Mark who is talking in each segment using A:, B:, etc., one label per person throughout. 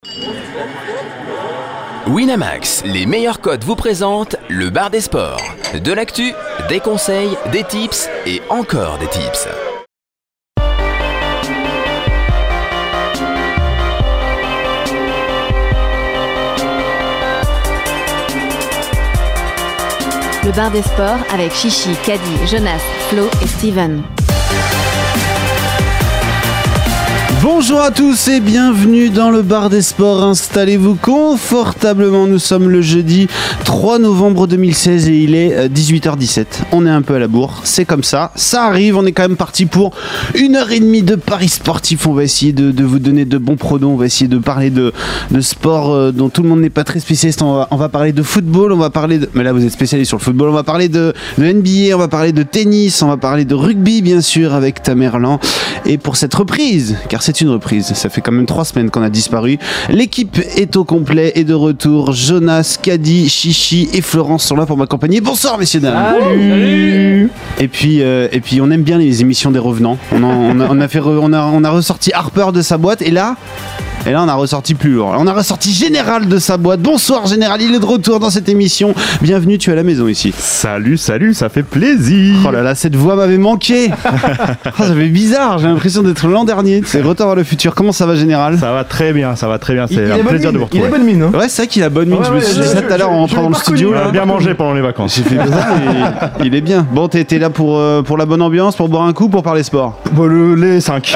A: Winamax, les meilleurs codes vous présentent le bar des sports. De l'actu, des conseils, des tips et encore des tips.
B: Le bar des sports avec Chichi, Caddy, Jonas, Flo et Steven.
C: Bonjour à tous et bienvenue dans le bar des sports. Installez-vous confortablement. Nous sommes le jeudi 3 novembre 2016 et il est 18h17. On est un peu à la bourre, c'est comme ça. Ça arrive, on est quand même parti pour 1h30 de paris sportifs. On va essayer de vous donner de bons pronos. On va essayer de parler de sport dont tout le monde n'est pas très spécialiste. On va parler de football, on va parler de... Mais là vous êtes spécialiste sur le football. On va parler de NBA, on va parler de tennis, on va parler de rugby bien sûr avec Tamerlan. Et pour cette reprise, car c'est une reprise, ça fait quand même 3 semaines qu'on a disparu, l'équipe est au complet et de retour. Jonas, Caddy, Chichi et Florence sont là pour m'accompagner. Bonsoir messieurs dames.
D: Salut.
C: Et puis on aime bien les émissions des revenants. On a ressorti Harper de sa boîte et là on a ressorti plus lourd. On a ressorti Général de sa boîte. Bonsoir Général, il est de retour dans cette émission. Bienvenue, tu es à la maison ici.
D: Salut, ça fait plaisir.
C: Oh là là, cette voix m'avait manqué. Ça fait bizarre, j'ai l'impression d'être l'an dernier. C'est Retour vers le futur. Comment ça va Général ?
D: Ça va très bien. C'est un plaisir de vous retrouver.
E: Il a bonne mine. Hein.
C: Ouais, c'est vrai qu'il a bonne mine. Je me suis dit ça tout à l'heure en rentrant dans le studio.
D: On a bien mangé pendant les vacances.
C: J'ai fait ça et il est bien. Bon, t'es là pour la bonne ambiance, pour boire un coup, pour parler sport.
D: Bon, les 5.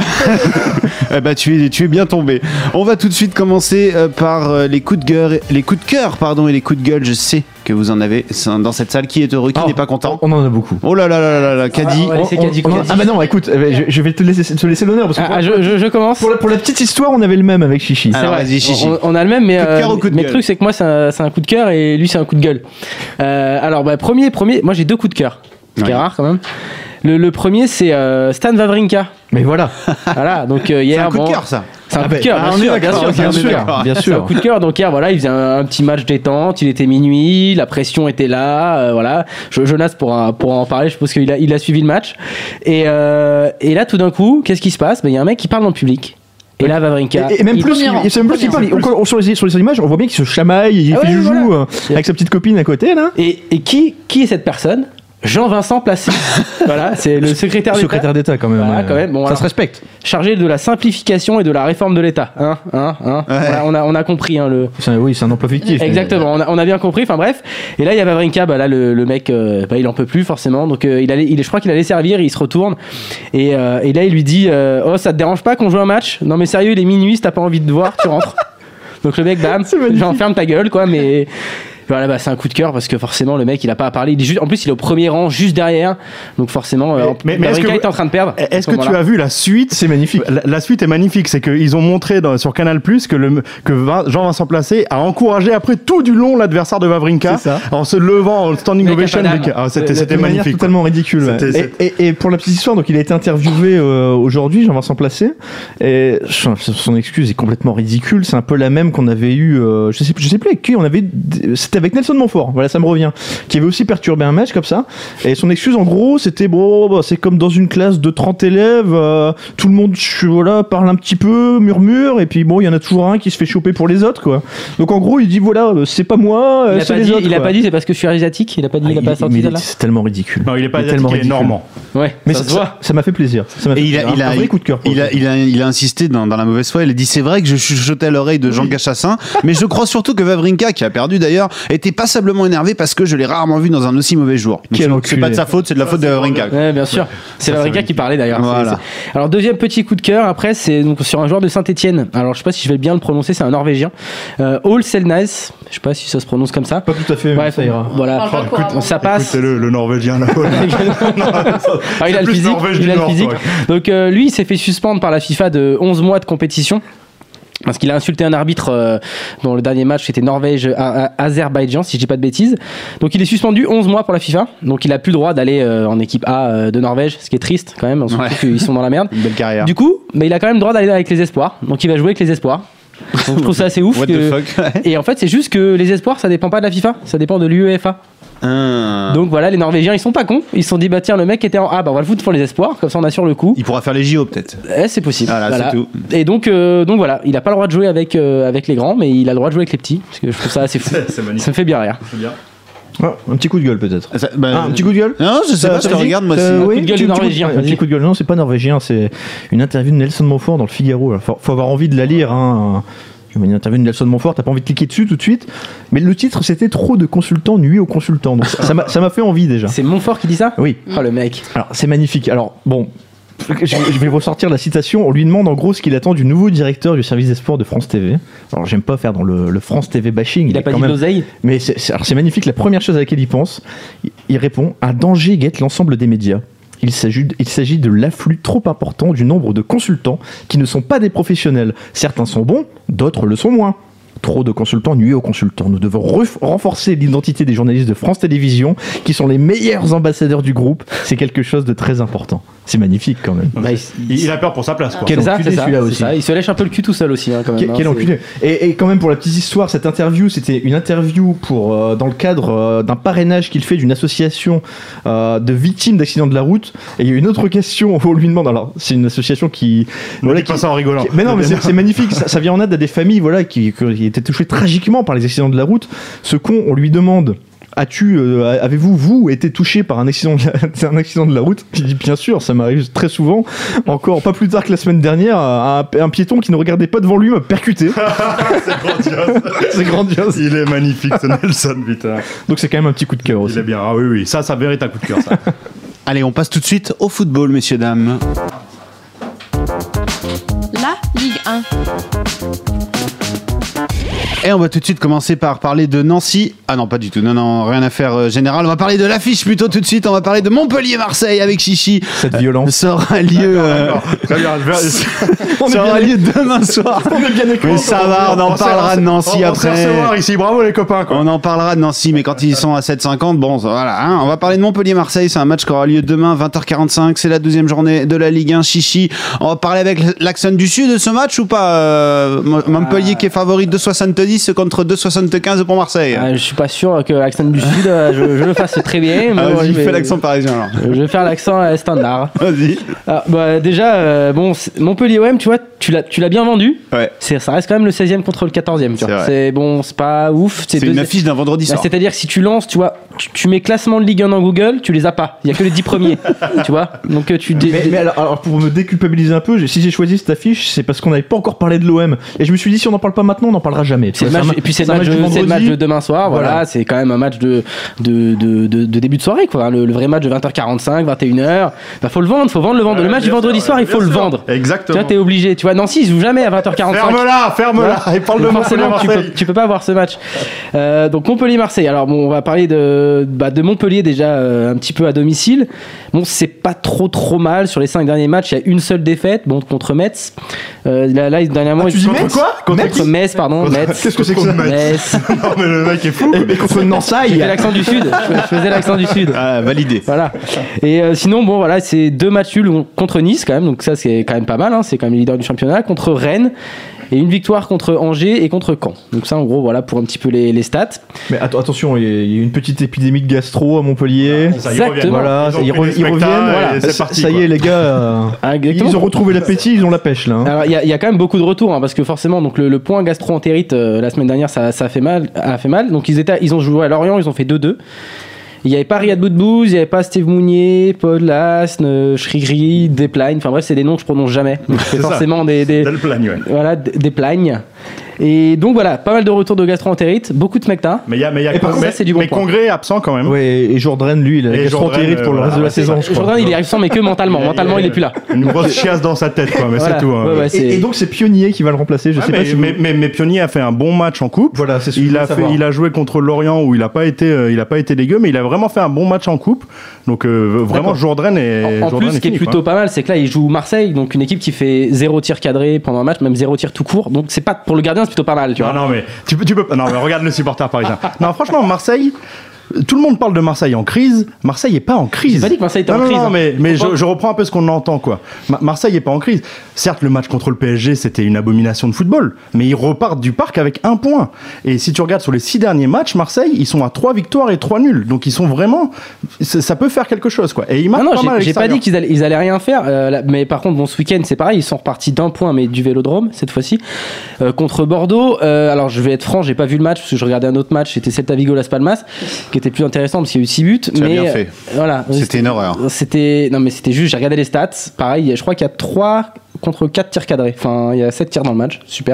C: Eh ben, tu es bien tombé. On va tout de suite commencer par les coups de cœur et les coups de gueule. Je sais que vous en avez dans cette salle. Qui est heureux, qui n'est pas content ?
E: On en a beaucoup.
C: Oh là là là là là, Caddy.
E: Ah bah non, écoute, je vais te laisser l'honneur parce que
F: je commence.
E: Pour la petite histoire, on avait le même avec Chichi.
C: Alors vas-y Chichi.
F: On a le même, mais
C: le
F: truc c'est que moi c'est un coup de cœur et lui c'est un coup de gueule. Alors premier, moi j'ai 2 coups de cœur, ce qui est rare quand même. Le premier c'est Stan Wawrinka.
E: Mais voilà.
F: Voilà, donc hier.
C: C'est un coup de cœur ça.
F: C'est un coup de cœur, bien sûr. C'est un coup de cœur. Donc hier, voilà, il faisait un petit match détente. Il était minuit, la pression était là, voilà. Jonas pourra en parler. Je pense qu'il a suivi le match. Et là, tout d'un coup, qu'est-ce qui se passe ? Il y a un mec qui parle dans le public. Et là, Wawrinka.
E: Et même plus, qu'il parle. Sur les images, on voit bien qu'il se chamaille, il fait joujou avec sa petite copine à côté là.
F: Et qui est cette personne ? Jean-Vincent Placé. Voilà, c'est le secrétaire d'État.
E: Secrétaire d'État quand même.
F: Voilà, quand même. Bon,
E: ça se respecte.
F: Chargé de la simplification et de la réforme de l'État. Ouais. On a compris.
E: Oui, c'est un emploi fictif.
F: Exactement, on a bien compris. Enfin bref. Et là, il y a Wawrinka. Là, le mec, il en peut plus forcément. Donc, je crois qu'il allait servir. Il se retourne. Et là, il lui dit oh, ça te dérange pas qu'on joue un match ? Non, mais sérieux, il est minuit. Si t'as pas envie de voir, tu rentres. Donc, le mec, bam, ferme ta gueule, quoi. Mais. Voilà, c'est un coup de cœur parce que forcément le mec il a pas à parler. En plus il est au premier rang juste derrière, donc forcément
D: mais
F: Wawrinka est en train de perdre.
D: Est-ce que tu as vu la suite ?
E: C'est magnifique.
D: La suite est magnifique, c'est qu'ils ont montré sur Canal+ que Jean-Vincent Placé a encouragé après tout du long l'adversaire de Wawrinka en se levant en standing ovation. C'était magnifique.
E: Totalement ridicule. Et pour la petite histoire, donc il a été interviewé aujourd'hui, Jean-Vincent Placé, et son excuse est complètement ridicule. C'est un peu la même qu'on avait eu, je sais plus avec qui on avait. C'était avec Nelson Montfort, voilà, ça me revient, qui avait aussi perturbé un match comme ça. Et son excuse en gros c'était c'est comme dans une classe de 30 élèves, tout le monde parle un petit peu, murmure, et puis il y en a toujours un qui se fait choper pour les autres, quoi. Donc en gros il dit c'est pas moi, c'est les autres.
F: Il a pas dit c'est parce que je suis asiatique, il a pas sorti ça là.
E: C'est tellement ridicule.
D: Non, il est pas asiatique, il est normand.
F: Ouais,
E: mais ça m'a fait plaisir.
C: Il a un vrai coup de cœur. Il a insisté dans la mauvaise foi. Il a dit c'est vrai que je chuchotais à l'oreille de Jean Gachassin, mais je crois surtout que Wawrinka, qui a perdu d'ailleurs, était passablement énervé parce que je l'ai rarement vu dans un aussi mauvais jour. C'est pas de sa faute, c'est de la faute de Wawrinka.
F: Ouais, bien sûr. C'est Wawrinka qui parlait d'ailleurs.
C: Voilà.
F: Alors deuxième petit coup de cœur après, c'est donc sur un joueur de Saint-Etienne. Alors je sais pas si je vais bien le prononcer, c'est un Norvégien. Ole Selnes. Je sais pas si ça se prononce comme ça.
E: Pas tout à fait.
F: Bref, ça ira. Voilà. Ça passe.
D: Écoutez le Norvégien là.
F: Il a le physique. Donc lui, il s'est fait suspendre par la FIFA de 11 mois de compétition. Parce qu'il a insulté un arbitre dont le dernier match c'était Norvège-Azerbaïdjan, si je dis pas de bêtises. Donc il est suspendu 11 mois pour la FIFA. Donc il a plus le droit d'aller en équipe A de Norvège, ce qui est triste quand même. Surtout qu'ils sont dans la merde.
C: Une belle carrière.
F: Du coup, il a quand même le droit d'aller avec les espoirs. Donc il va jouer avec les espoirs. Donc je trouve ça assez ouf.
C: What the fuck.
F: Et en fait, c'est juste que les espoirs, ça dépend pas de la FIFA, ça dépend de l'UEFA. Donc voilà, les Norvégiens, ils sont pas cons. Ils se sont dit, bah tiens, le mec était en A, bah on va le foutre pour les espoirs, comme ça on assure le coup.
C: Il pourra faire les JO peut-être.
F: C'est possible.
C: Voilà, c'est tout.
F: Et donc voilà, il a pas le droit de jouer avec les grands, mais il a le droit de jouer avec les petits, parce que je trouve ça assez fou.
D: C'est magnifique.
F: Ça me fait bien rire.
E: Ah, un petit coup de gueule peut-être.
C: Un
E: petit coup de gueule.
C: Non, je sais pas, je te regarde moi aussi.
F: coup de gueule du Norvégien.
E: Un petit coup de gueule. Non, c'est pas norvégien, c'est une interview de Nelson Montfort dans le Figaro. Faut avoir envie de la lire. Une interview de Nelson Montfort, t'as pas envie de cliquer dessus tout de suite. Mais le titre, c'était trop de consultants nuit aux consultants. Donc ça m'a fait envie déjà.
F: C'est Montfort qui dit ça ?
E: Oui.
F: Oh le mec.
E: Alors c'est magnifique. Alors bon. Je vais ressortir la citation. On lui demande en gros ce qu'il attend du nouveau directeur du service des sports de France TV. Alors j'aime pas faire dans le France TV bashing.
F: Il a pas dit d'oseille.
E: Mais c'est magnifique. La première chose à laquelle il pense, il répond: un danger guette l'ensemble des médias. Il s'agit de l'afflux trop important du nombre de consultants qui ne sont pas des professionnels. Certains sont bons, d'autres le sont moins. Trop de consultants nuit aux consultants. Nous devons renforcer l'identité des journalistes de France Télévisions, qui sont les meilleurs ambassadeurs du groupe. C'est quelque chose de très important. C'est magnifique quand même.
F: Bah,
D: il a peur pour sa place, quoi.
E: Quel enculé celui-là aussi.
F: Il se lèche un peu le cul tout seul aussi, quand même.
E: Quel enculé. Et quand même, pour la petite histoire, cette interview, c'était une interview dans le cadre d'un parrainage qu'il fait d'une association de victimes d'accidents de la route. Et il y a une autre question où on lui demande. Alors, c'est une association qui.
D: Voilà, qui passe en rigolant.
E: Mais non, mais c'est magnifique. Ça vient en aide à des familles qui étaient touchées tragiquement par les accidents de la route. Ce con, on lui demande: avez-vous été touché par un accident de la route? Il dit bien sûr, ça m'arrive très souvent. Encore pas plus tard que la semaine dernière, un piéton qui ne regardait pas devant lui m'a percuté.
D: C'est grandiose.
E: C'est grandiose.
D: Il est magnifique, ce Nelson, putain.
E: Donc c'est quand même un petit coup de cœur aussi.
D: Il est bien. Ah oui, ça mérite un coup de cœur, ça.
C: Allez, on passe tout de suite au football, messieurs, dames.
G: La Ligue 1.
C: Et on va tout de suite commencer par parler de Nancy. Ah non, pas du tout. Non, rien à faire général. On va parler de l'affiche plutôt tout de suite. On va parler de Montpellier-Marseille avec Chichi.
E: Cette violence
C: sera lieu.
D: Très bien.
C: Ça aura lieu demain soir. Mais ça va, on en parlera de Nancy après.
D: On va se recevoir ici. Bravo les copains, quoi.
C: On en parlera de Nancy, mais quand ils sont à 7,50, bon, voilà. On va parler de Montpellier-Marseille. C'est un match qui aura lieu demain, 20h45. C'est la 12e journée de la Ligue 1. Chichi, on va parler avec l'accent du Sud de ce match ou pas Montpellier qui est favori de 2,70 contre 2,75 pour Marseille.
F: Je suis pas sûr que l'accent du Sud, je le fasse très bien. Mais
C: vas-y, fais l'accent parisien alors.
F: Je vais faire l'accent standard.
C: Vas-y.
F: Déjà, Montpellier OM, tu vois, tu l'as bien vendu.
C: Ouais.
F: Ça reste quand même le 16e contre le 14e. Tu vois. C'est pas ouf.
C: C'est une affiche d'un vendredi soir.
F: C'est-à-dire que si tu lances, tu vois, tu mets classement de Ligue 1 dans Google, tu les as pas. Il y a que les 10 premiers. Tu vois. Donc
E: Mais alors pour me déculpabiliser un peu, si j'ai choisi cette affiche, c'est parce qu'on n'avait pas encore parlé de l'OM. Et je me suis dit, si on n'en parle pas maintenant, on n'en parlera jamais.
F: Et puis c'est le match de demain soir. Voilà, c'est quand même un match de début de soirée, quoi. Le vrai match de 20h45, 21h. Faut le vendre. Le match du vendredi soir, il faut le vendre.
D: Exactement.
F: Tu vois, t'es obligé. Tu vois, Nancy, ils jouent jamais à 20h45.
D: Ferme-la. Et parle de Montpellier-Marseille.
F: Tu peux pas avoir ce match. Donc Montpellier-Marseille. Alors bon, on va parler de Montpellier déjà un petit peu à domicile. Bon, c'est pas trop mal sur les 5 derniers matchs. Il y a une seule défaite, contre Metz. Là, dernièrement,
E: tu dis Metz
F: quoi contre Metz, pardon. Metz.
E: Qu'est-ce que c'est que ça,
F: Metz?
D: Non mais le mec est fou.
E: Mais contre Nancy,
F: je faisais l'accent du Sud. Je faisais l'accent du Sud.
C: Ah, validé.
F: Voilà. Et sinon, bon, voilà, c'est 2 matchs nuls contre Nice quand même. Donc ça, c'est quand même pas mal. C'est quand même le leader du championnat. Contre Rennes. Et une victoire contre Angers et contre Caen. Donc ça, en gros, voilà pour un petit peu les stats.
E: Mais attention, il y a une petite épidémie de gastro à Montpellier.
F: Exactement.
E: Voilà, ils reviennent. Voilà.
D: C'est parti.
E: Ça y est, les gars, ils ont retrouvé l'appétit, ils ont la pêche là.
F: Alors il y a quand même beaucoup de retours, parce que forcément, donc le point gastro-entérite la semaine dernière, ça a fait mal. Donc ils ont joué à Lorient, ils ont fait 2-2. Il n'y avait pas Riyad Boudbouz, il n'y avait pas Steve Mounier, Paul Lasne, Shrigri, Desplagnes. Enfin bref, c'est des noms que je prononce jamais. Donc c'est forcément des
D: Delplagne, ouais.
F: Voilà, Desplagnes. Et donc voilà, pas mal de retours de gastro-entérite, beaucoup de smecta.
D: Mais il y a
F: c'est du bon point.
E: Congrès absent quand même. Ouais, et Jourdain, lui, il a gastro-entérite pour le reste de la saison.
F: Jourdain, il est absent, mais que mentalement. Mentalement, il est plus là.
D: Une grosse chiasse dans sa tête, quoi. Mais voilà. C'est tout. Hein.
E: Et donc c'est Pionnier qui va le remplacer. Je sais pas si
D: mais Pionnier a fait un bon match en coupe.
E: Voilà, c'est
D: il a joué contre Lorient où il a pas été dégueu, mais il a vraiment fait un bon match en coupe. Donc vraiment, Jourdain est.
F: En plus, ce qui est plutôt pas mal, c'est que là, il joue Marseille, donc une équipe qui fait 0 tir cadré pendant un match, même 0 tir tout court. Donc c'est pas pour le gardien, c'est plutôt pas mal, tu vois.
D: Non mais tu peux. Non mais regarde le supporter parisien. Non franchement, Marseille. tout le monde parle de Marseille en crise. Marseille n'est pas en crise.
F: J'ai pas dit que Marseille était en crise.
D: Non, mais je reprends un peu ce qu'on entend, quoi. Marseille n'est pas en crise. Certes, le match contre le PSG, c'était une abomination de football, mais ils repartent du parc avec 1 point. Et si tu regardes sur les 6 derniers matchs, Marseille, ils sont à 3 victoires et 3 nuls. Donc ils sont vraiment, ça peut faire quelque chose, quoi. Et ils marquent pas mal à
F: j'ai pas
D: l'extérieur.
F: dit qu'ils allaient rien faire, mais par contre, ce week-end, c'est pareil, ils sont repartis d'1 point, mais du Vélodrome cette fois-ci contre Bordeaux. Alors je vais être franc, j'ai pas vu le match parce que je regardais un autre match, c'était Celta Vigo Las Palmas, qui était plus intéressant parce qu'il y a eu 6 buts.
C: Tu as bien fait.
F: Voilà,
C: c'était une horreur.
F: C'était juste, j'ai regardé les stats. Pareil, je crois qu'il y a 3 contre 4 tirs cadrés. Enfin, il y a 7 tirs dans le match. Super.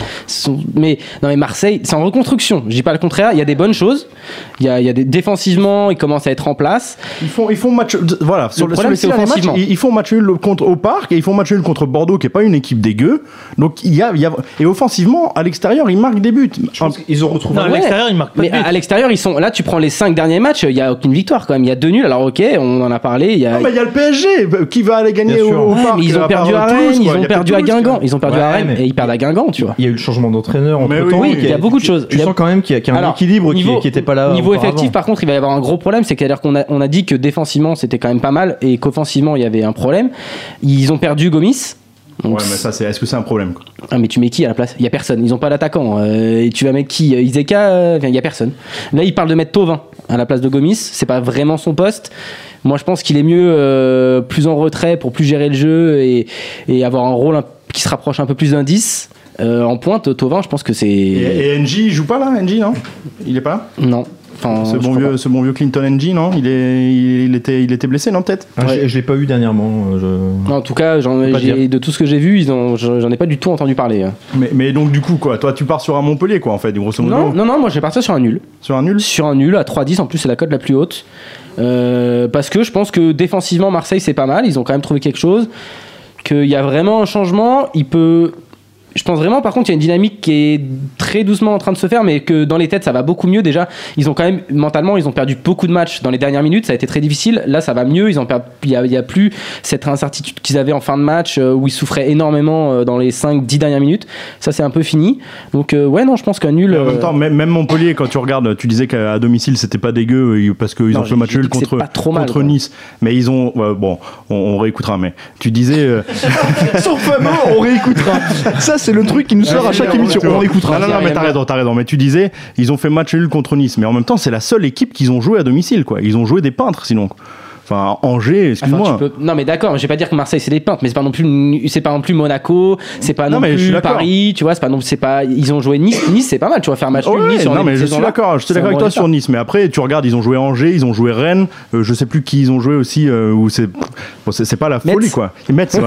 F: Mais Marseille, c'est en reconstruction. Je dis pas le contraire. Il y a des bonnes choses. Il y a défensivement, ils commencent à être en place.
D: Ils font match. Voilà.
F: Le problème, c'est offensivement.
D: Ils font match nul au parc et ils font match nul contre Bordeaux, qui est pas une équipe dégueu. Donc et offensivement, à l'extérieur, ils marquent des buts.
E: Je pense qu'ils ont retrouvé.
H: Non, à l'extérieur, ils marquent pas de
F: Mais
H: but.
F: à l'extérieur, ils sont. Là, tu prends les 5 derniers matchs, il y a aucune victoire quand même. Il y a 2 nuls. Alors ok, on en a parlé. Il y a
D: le PSG qui va aller gagner au parc.
F: mais ils ont perdu à Rennes, ils ont perdu à Guingamp. Ils ont perdu à Rennes et ils perdent à Guingamp, tu vois.
E: Il y a eu le changement d'entraîneur entre temps.
F: Oui, il y a beaucoup de choses.
E: Tu sens quand même qu'il y a un équilibre qui n'était pas là.
F: Niveau effectif, par contre, il va y avoir un gros problème. C'est-à-dire qu'on a dit que défensivement, c'était quand même pas mal et qu'offensivement, il y avait un problème. Ils ont perdu Gomis. Donc,
D: mais ça, est-ce que c'est un problème, quoi?
F: Ah, mais tu mets qui à la place? Il y a personne. Ils ont pas d'attaquant. Et tu vas mettre qui? Izeka? Il y a personne. Là, il parle de mettre Thauvin à la place de Gomis. C'est pas vraiment son poste. Moi, je pense qu'il est mieux plus en retrait pour plus gérer le jeu et avoir un rôle qui se rapproche un peu plus d'un 10. En pointe, Thauvin, je pense que c'est.
D: Et NJ, il joue pas là, NJ, non? Il est pas là?
F: Non. Enfin,
D: ce bon vieux Clinton NJ, non? Il était blessé, non, peut-être?
E: Je l'ai pas eu dernièrement.
F: En tout cas, de tout ce que j'ai vu, j'en ai pas du tout entendu parler.
D: Mais donc, du coup, quoi, toi, tu pars sur un Montpellier, quoi, en fait, grosso modo?
F: Non, moi, je vais partir sur un nul.
D: Sur un nul? Sur
F: un nul, à 3-10, en plus, c'est la cote la plus haute. Parce que je pense que défensivement, Marseille, c'est pas mal. Ils ont quand même trouvé quelque chose. Qu'il y a vraiment un changement. Je pense vraiment, par contre, il y a une dynamique qui est très doucement en train de se faire, mais que dans les têtes, ça va beaucoup mieux. Déjà, ils ont quand même, mentalement, ils ont perdu beaucoup de matchs dans les dernières minutes. Ça a été très difficile. Là, ça va mieux. Il y a plus cette incertitude qu'ils avaient en fin de match où ils souffraient énormément dans les 5-10 dernières minutes. Ça, c'est un peu fini. Donc, je pense qu'un nul.
D: En même temps, même Montpellier, quand tu regardes, tu disais qu'à domicile, c'était pas dégueu parce qu'ils ont fait match nul contre Nice. Mais ils ont. On réécoutera, mais tu disais.
E: Son fameux, on réécoutera. Ça, c'est le truc qui nous sort à chaque émission. On écoutera.
D: Non, mais t'as raison. Mais tu disais, ils ont fait match nul contre Nice. Mais en même temps, c'est la seule équipe qu'ils ont joué à domicile, quoi. Ils ont joué des peintres, sinon. Enfin, Angers, excuse-moi.
F: Non, mais d'accord, je vais pas dire que Marseille c'est des peintres, mais c'est pas non plus Monaco, c'est pas non plus Paris, tu vois, ils ont joué Nice, c'est pas mal, tu vas faire match nul Nice.
D: Non, mais je suis d'accord avec toi sur Nice, mais après tu regardes, ils ont joué Angers, ils ont joué Rennes, je sais plus qui ils ont joué aussi, où c'est pas la folie, quoi. Metz,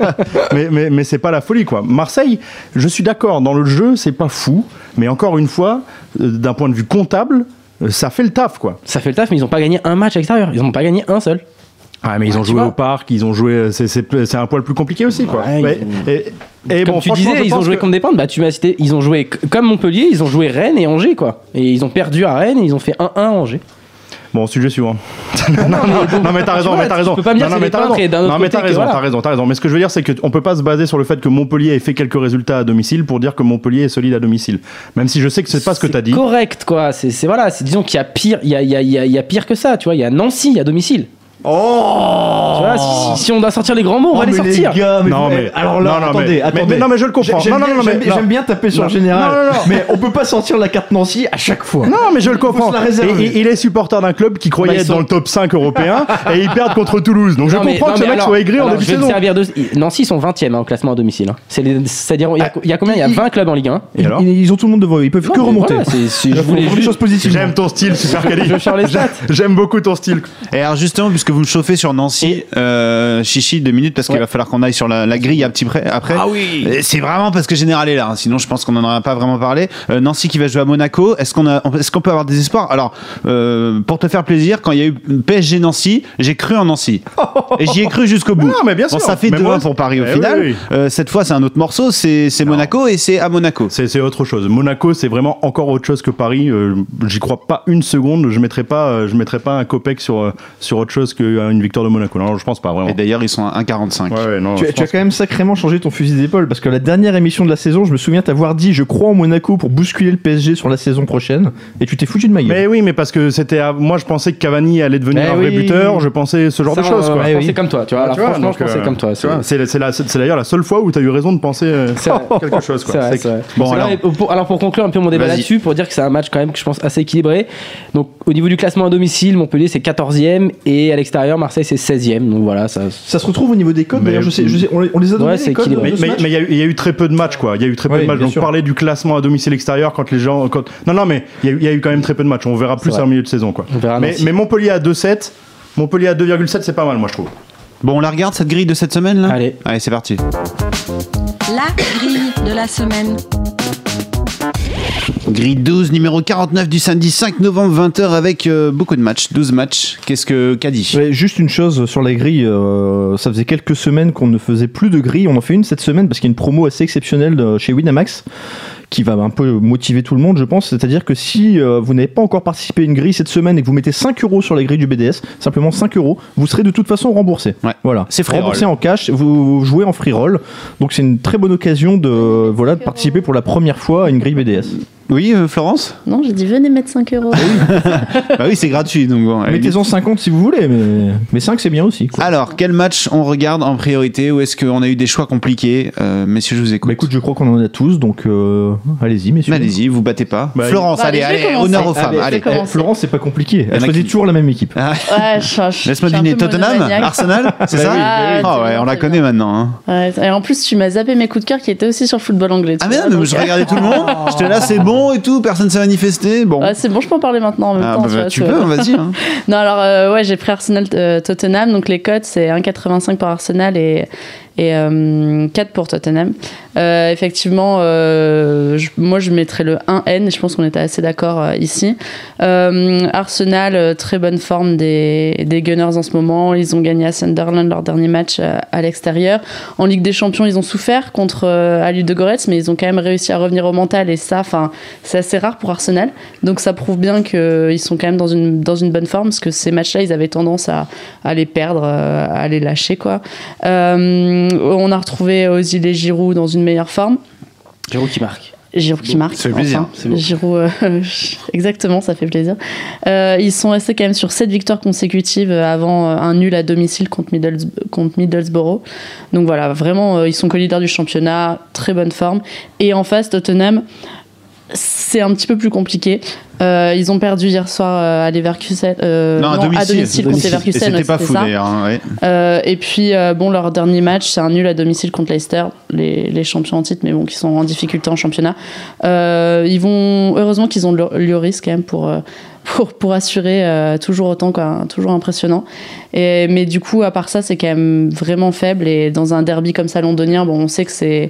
D: mais c'est pas la folie, quoi. Marseille, je suis d'accord, dans le jeu, c'est pas fou, mais encore une fois, d'un point de vue comptable, ça fait le taf, quoi.
F: Ça fait le taf, mais ils n'ont pas gagné un match à l'extérieur. Ils n'ont pas gagné un seul.
D: Ah, mais ils ont joué au parc, ils ont joué. C'est un poil plus compliqué aussi, quoi.
F: Et comme tu disais, ils ont joué contre des peintres. Bah, tu m'as cité, ils ont joué comme Montpellier, ils ont joué Rennes et Angers, quoi. Et ils ont perdu à Rennes et ils ont fait 1-1 à Angers.
D: Bon, sujet suivant. Non, mais t'as raison.
F: Tu peux pas me dire que t'as raison.
D: Non, mais t'as raison. Mais ce que je veux dire, c'est qu'on peut pas se baser sur le fait que Montpellier ait fait quelques résultats à domicile pour dire que Montpellier est solide à domicile. Même si je sais que c'est pas ce que t'as dit.
F: Correct, quoi. Disons qu'il y a pire, il y a pire que ça, tu vois. Il y a Nancy à domicile.
E: Oh,
F: tu vois, si on doit sortir les grands mots, on va les sortir.
E: Les gars, alors là, attendez.
D: Mais je le comprends.
E: J'aime bien taper sur le général. Mais on peut pas sortir la carte Nancy à chaque fois.
D: Non, mais je le comprends. Il est supporter d'un club qui croyait être dans le top 5 européen et ils perdent contre Toulouse. Donc je comprends que ce mec soit aigri en début de saison.
F: Nancy, ils sont 20e en classement à domicile. C'est-à-dire, il y a combien? Il y a 20 clubs en Ligue 1.
E: Ils ont tout le monde devant eux. Ils peuvent que remonter.
F: Je voulais
E: des choses positives.
D: J'aime ton style, Super Cali.
F: Je
D: J'aime beaucoup ton style.
C: Et alors justement, puisque vous me chauffez sur Nancy, Chichi, 2 minutes, parce qu'il va falloir qu'on aille sur la grille un petit peu après.
F: Ah oui.
C: C'est vraiment parce que Général est là, sinon je pense qu'on n'en aurait pas vraiment parlé. Nancy qui va jouer à Monaco, est-ce qu'on peut avoir des espoirs? Alors, pour te faire plaisir, quand il y a eu PSG Nancy, j'ai cru en Nancy. Et j'y ai cru jusqu'au bout.
D: Non, mais bien sûr.
C: Bon, ça fait 2-1 pour Paris au final. Oui. Cette fois, c'est un autre morceau, c'est Monaco et c'est à Monaco.
D: C'est autre chose. Monaco, c'est vraiment encore autre chose que Paris. J'y crois pas une seconde. Je mettrai pas un copec sur autre chose qu'une victoire de Monaco. Non, je pense pas vraiment.
C: Et d'ailleurs, ils sont à 1,45.
D: Ouais, non,
E: Tu as quand même sacrément changé ton fusil d'épaule parce que la dernière émission de la saison, je me souviens t'avoir dit je crois en Monaco pour bousculer le PSG sur la saison prochaine et tu t'es foutu de ma gueule.
D: Mais oui, mais parce que moi je pensais que Cavani allait devenir un vrai buteur, je pensais ce genre de choses.
F: Je pensais comme toi, tu vois. Alors, franchement, je pensais comme toi.
D: C'est d'ailleurs la seule fois où tu as eu raison de penser quelque chose. Quoi.
F: C'est vrai.
C: Bon,
F: alors pour conclure un peu mon débat là-dessus, pour dire que c'est un match quand même que je pense assez équilibré. Donc au niveau du classement à domicile, Montpellier c'est 14e et à l'extérieur Marseille c'est 16e. Donc voilà, ça
E: se retrouve au niveau des codes. D'ailleurs, je sais, on les a donnés les codes.
D: Mais il y a eu très peu de matchs quoi. Il y a eu très peu de matchs. Donc parler du classement à domicile extérieur quand les gens non mais il y a eu quand même très peu de matchs. On verra plus en milieu de saison quoi. Mais Montpellier à 2,7, Montpellier à 2,7 c'est pas mal moi je trouve.
C: Bon, on la regarde cette grille de cette semaine là.
F: Allez,
C: c'est parti.
G: La grille de la semaine.
C: Grille 12, numéro 49 du samedi 5 novembre 20h avec beaucoup de matchs, 12 matchs. Qu'est-ce qu'a dit ?
E: Ouais, juste une chose sur la grille, ça faisait quelques semaines qu'on ne faisait plus de grille. On en fait une cette semaine parce qu'il y a une promo assez exceptionnelle chez Winamax qui va un peu motiver tout le monde, je pense. C'est-à-dire que si vous n'avez pas encore participé à une grille cette semaine et que vous mettez 5 € sur la grille du BDS, simplement 5 €, vous serez de toute façon remboursé.
C: Ouais.
E: Voilà.
C: C'est free
E: remboursé
C: roll.
E: en cash, vous jouez en free roll. Donc c'est une très bonne occasion de participer pour la première fois à une grille BDS.
C: Oui, Florence ?
H: Non, j'ai dit venez mettre 5 €.
C: Bah oui, c'est gratuit. Donc bon,
E: mettez-en 50 si vous voulez, mais 5 c'est bien aussi. Quoi.
C: Alors, quel match on regarde en priorité ou est-ce qu'on a eu des choix compliqués messieurs, je vous écoute.
E: Bah écoute, je crois qu'on en a tous, donc allez-y, messieurs.
C: Allez-y, vous battez pas. Florence, allez, honneur aux femmes. Allez.
E: Florence, c'est pas compliqué. Elle choisit toujours la même équipe.
H: Ouais,
C: laisse-moi deviner. Tottenham, Arsenal, c'est ça ? Ah ouais, on la connaît maintenant. Hein.
H: Ouais, et en plus, tu m'as zappé mes coups de cœur qui étaient aussi sur le football anglais.
C: Ah mais non, je regardais tout le monde. J'étais là, c'est bon et tout, personne s'est manifesté. Bon.
H: Ouais, c'est bon, je peux en parler maintenant en même temps.
C: Tu peux, vas-y. Hein.
H: Non, alors ouais, j'ai pris Arsenal Tottenham, donc les cotes c'est 1,85 pour Arsenal et 4 pour Tottenham. Effectivement, moi je mettrais le 1N, je pense qu'on était assez d'accord ici. Arsenal, très bonne forme des Gunners en ce moment. Ils ont gagné à Sunderland leur dernier match à l'extérieur. En Ligue des Champions, ils ont souffert contre à Ludogorets, mais ils ont quand même réussi à revenir au mental et ça, c'est assez rare pour Arsenal. Donc ça prouve bien qu'ils sont quand même dans une bonne forme parce que ces matchs-là, ils avaient tendance à les perdre, à les lâcher, quoi. On a retrouvé Ozil et Giroud dans une meilleure forme.
F: Giroud qui marque.
C: Ça fait plaisir.
H: Enfin, Giroud, exactement, ça fait plaisir. Ils sont restés quand même sur 7 victoires consécutives avant un nul à domicile contre Middlesbrough. Donc voilà, vraiment, ils sont co-leaders du championnat, très bonne forme. Et en face, Tottenham, c'est un petit peu plus compliqué. Ils ont perdu hier soir à Leverkusen.
C: À domicile
H: contre Leverkusen.
C: C'était pas fou d'ailleurs. Hein,
H: ouais. Et puis, leur dernier match, c'est un nul à domicile contre Leicester, les champions en titre, mais bon, qui sont en difficulté en championnat. Heureusement qu'ils ont Lloris quand même pour assurer toujours autant, quoi, toujours impressionnant. Mais du coup, à part ça, c'est quand même vraiment faible. Et dans un derby comme ça londonien, bon, on sait que c'est.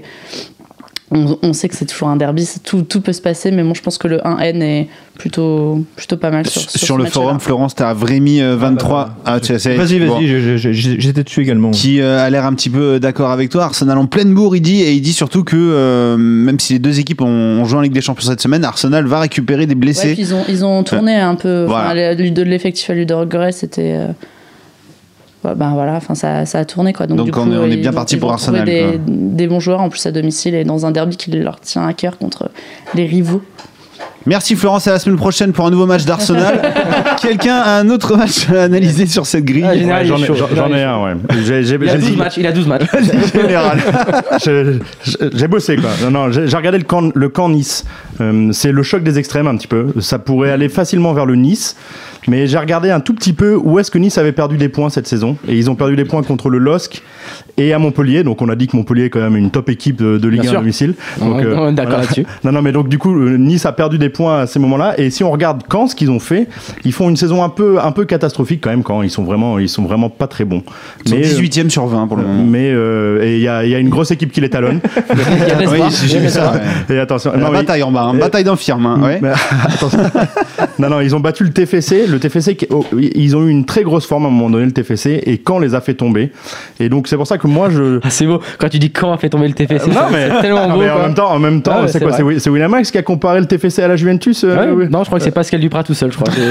H: On sait que c'est toujours un derby, tout peut se passer, mais moi je pense que le 1N est plutôt pas mal
C: sur le forum. Florence, t'as Vrémy 23.
E: Vas-y, bon. J'étais dessus également.
C: Qui a l'air un petit peu d'accord avec toi. Arsenal en pleine bourre, il dit surtout que même si les deux équipes ont joué en Ligue des Champions cette semaine, Arsenal va récupérer des blessés.
H: Ouais, ils ont tourné un peu.
C: Voilà.
H: De l'effectif à Ludogorets, c'était. Ça a tourné, quoi. Donc du coup,
C: on est bien parti pour Arsenal.
H: Des bons joueurs en plus à domicile et dans un derby qui leur tient à cœur contre les rivaux.
C: Merci Florence, à la semaine prochaine pour un nouveau match d'Arsenal. Quelqu'un a un autre match à analyser sur cette grille?
D: J'en ai un, ouais.
F: Il a 12 matchs.
C: Général.
D: J'ai bossé, quoi. J'ai regardé le camp Nice. C'est le choc des extrêmes un petit peu. Ça pourrait aller facilement vers le Nice. Mais j'ai regardé un tout petit peu où est-ce que Nice avait perdu des points cette saison. Et ils ont perdu des points contre le LOSC et à Montpellier. Donc on a dit que Montpellier est quand même une top équipe de Ligue 1 à domicile. Donc,
F: on est d'accord là-dessus.
D: Non, mais donc du coup, Nice a perdu des points à ces moments-là. Et si on regarde Caen, ce qu'ils ont fait, ils font une saison un peu catastrophique quand même. Caen, ils sont vraiment pas très bons.
C: Ils sont 18e sur 20 pour le moment.
D: Mais il y a une grosse équipe qui les talonne.
C: Oui, j'ai vu ça. Ouais.
D: Et attention,
C: bataille en bas, bataille d'infirme. Hein, ouais.
D: Attention. Non, ils ont battu le TFC. Le TFC, ils ont eu une très grosse forme à un moment donné, le TFC, et Caen les a fait tomber. Et donc c'est pour ça que moi
F: c'est beau quand tu dis Caen a fait tomber le TFC.
D: C'est
F: tellement beau.
D: Mais en même temps, c'est quoi? C'est Winamax qui a comparé le TFC à la Juventus.
F: Oui. Non, je crois que c'est Pascal Duprat tout seul, je crois.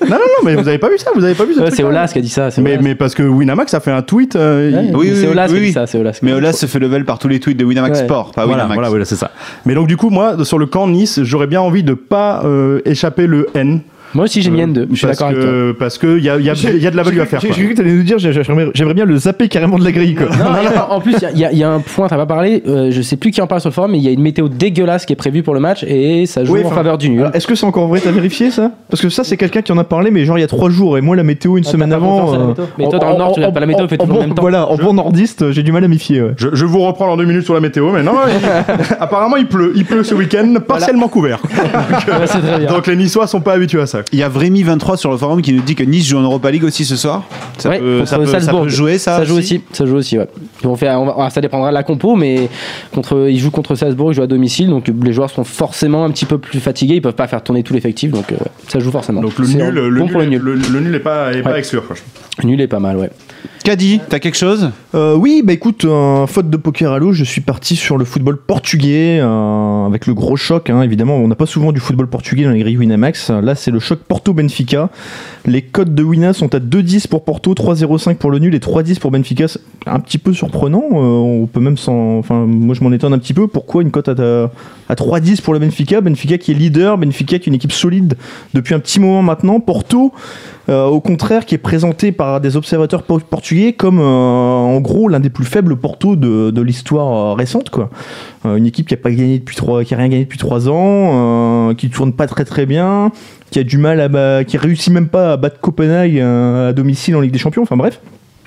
D: Non, mais vous avez pas vu ça,
F: c'est Olas qui a dit ça.
D: Mais parce que Winamax a fait un tweet.
F: Oui, c'est Olas qui a dit ça.
C: Mais Olas se fait level par tous les tweets de Winamax Sport, pas Winamax.
D: Voilà, c'est ça. Mais donc du coup, moi, sur le camp Nice, j'aurais bien envie de pas échapper le N.
F: Moi aussi j'aime bien N2, je suis d'accord avec toi.
D: Parce qu'il y a de la value à faire.
E: J'ai cru que tu allais nous dire j'aimerais bien le zapper carrément de la grille. Quoi.
F: En plus, il y a un point, t'as pas parlé, je sais plus qui en parle sur le forum, mais il y a une météo dégueulasse qui est prévue pour le match et ça joue en faveur du nul.
E: Alors, est-ce que c'est encore vrai, t'as vérifié ça? Parce que ça, c'est quelqu'un qui en a parlé, mais genre il y a 3 jours, et moi la météo une semaine avant.
F: Mais toi dans le Nord, tu n'as pas la météo, fait toujours en même temps.
E: Voilà, en bon nordiste, j'ai du mal à m'y fier. Ouais.
D: Je vous reprends dans 2 minutes sur la météo, mais non, apparemment il pleut ce week-end, partiellement couvert. Donc les Niçois sont pas habitués à ça.
C: Il y a Vrémy 23 sur le forum qui nous dit que Nice joue en Europa League aussi ce soir. Ça peut jouer, ça joue aussi.
F: Ça joue aussi, ouais. Ça dépendra de la compo, mais ils jouent contre Salzbourg, ils jouent à domicile, donc les joueurs sont forcément un petit peu plus fatigués, ils peuvent pas faire tourner tout l'effectif, donc ça joue forcément.
D: Donc le nul est pas à exclure, franchement.
F: Le nul est pas mal, ouais.
C: Caddy, t'as quelque chose?
E: Oui, bah écoute, faute de poker à l'eau, je suis parti sur le football portugais, avec le gros choc, hein, évidemment, on n'a pas souvent du football portugais dans les grilles Winamax, là c'est le choc Porto-Benfica, les codes de Wina sont à 2,10 pour Porto, 3,05 pour le nul et 3,10 pour Benfica, c'est un petit peu surprenant, on peut même moi je m'en étonne un petit peu, pourquoi une cote à 3,10 pour le Benfica qui est leader, Benfica qui est une équipe solide depuis un petit moment maintenant, Porto au contraire qui est présenté par des observateurs portugais comme en gros l'un des plus faibles Porto de l'histoire récente quoi. Une équipe qui a rien gagné depuis 3 ans, qui tourne pas très très bien, qui a du mal qui réussit même pas à battre Copenhague à domicile en Ligue des Champions, enfin bref.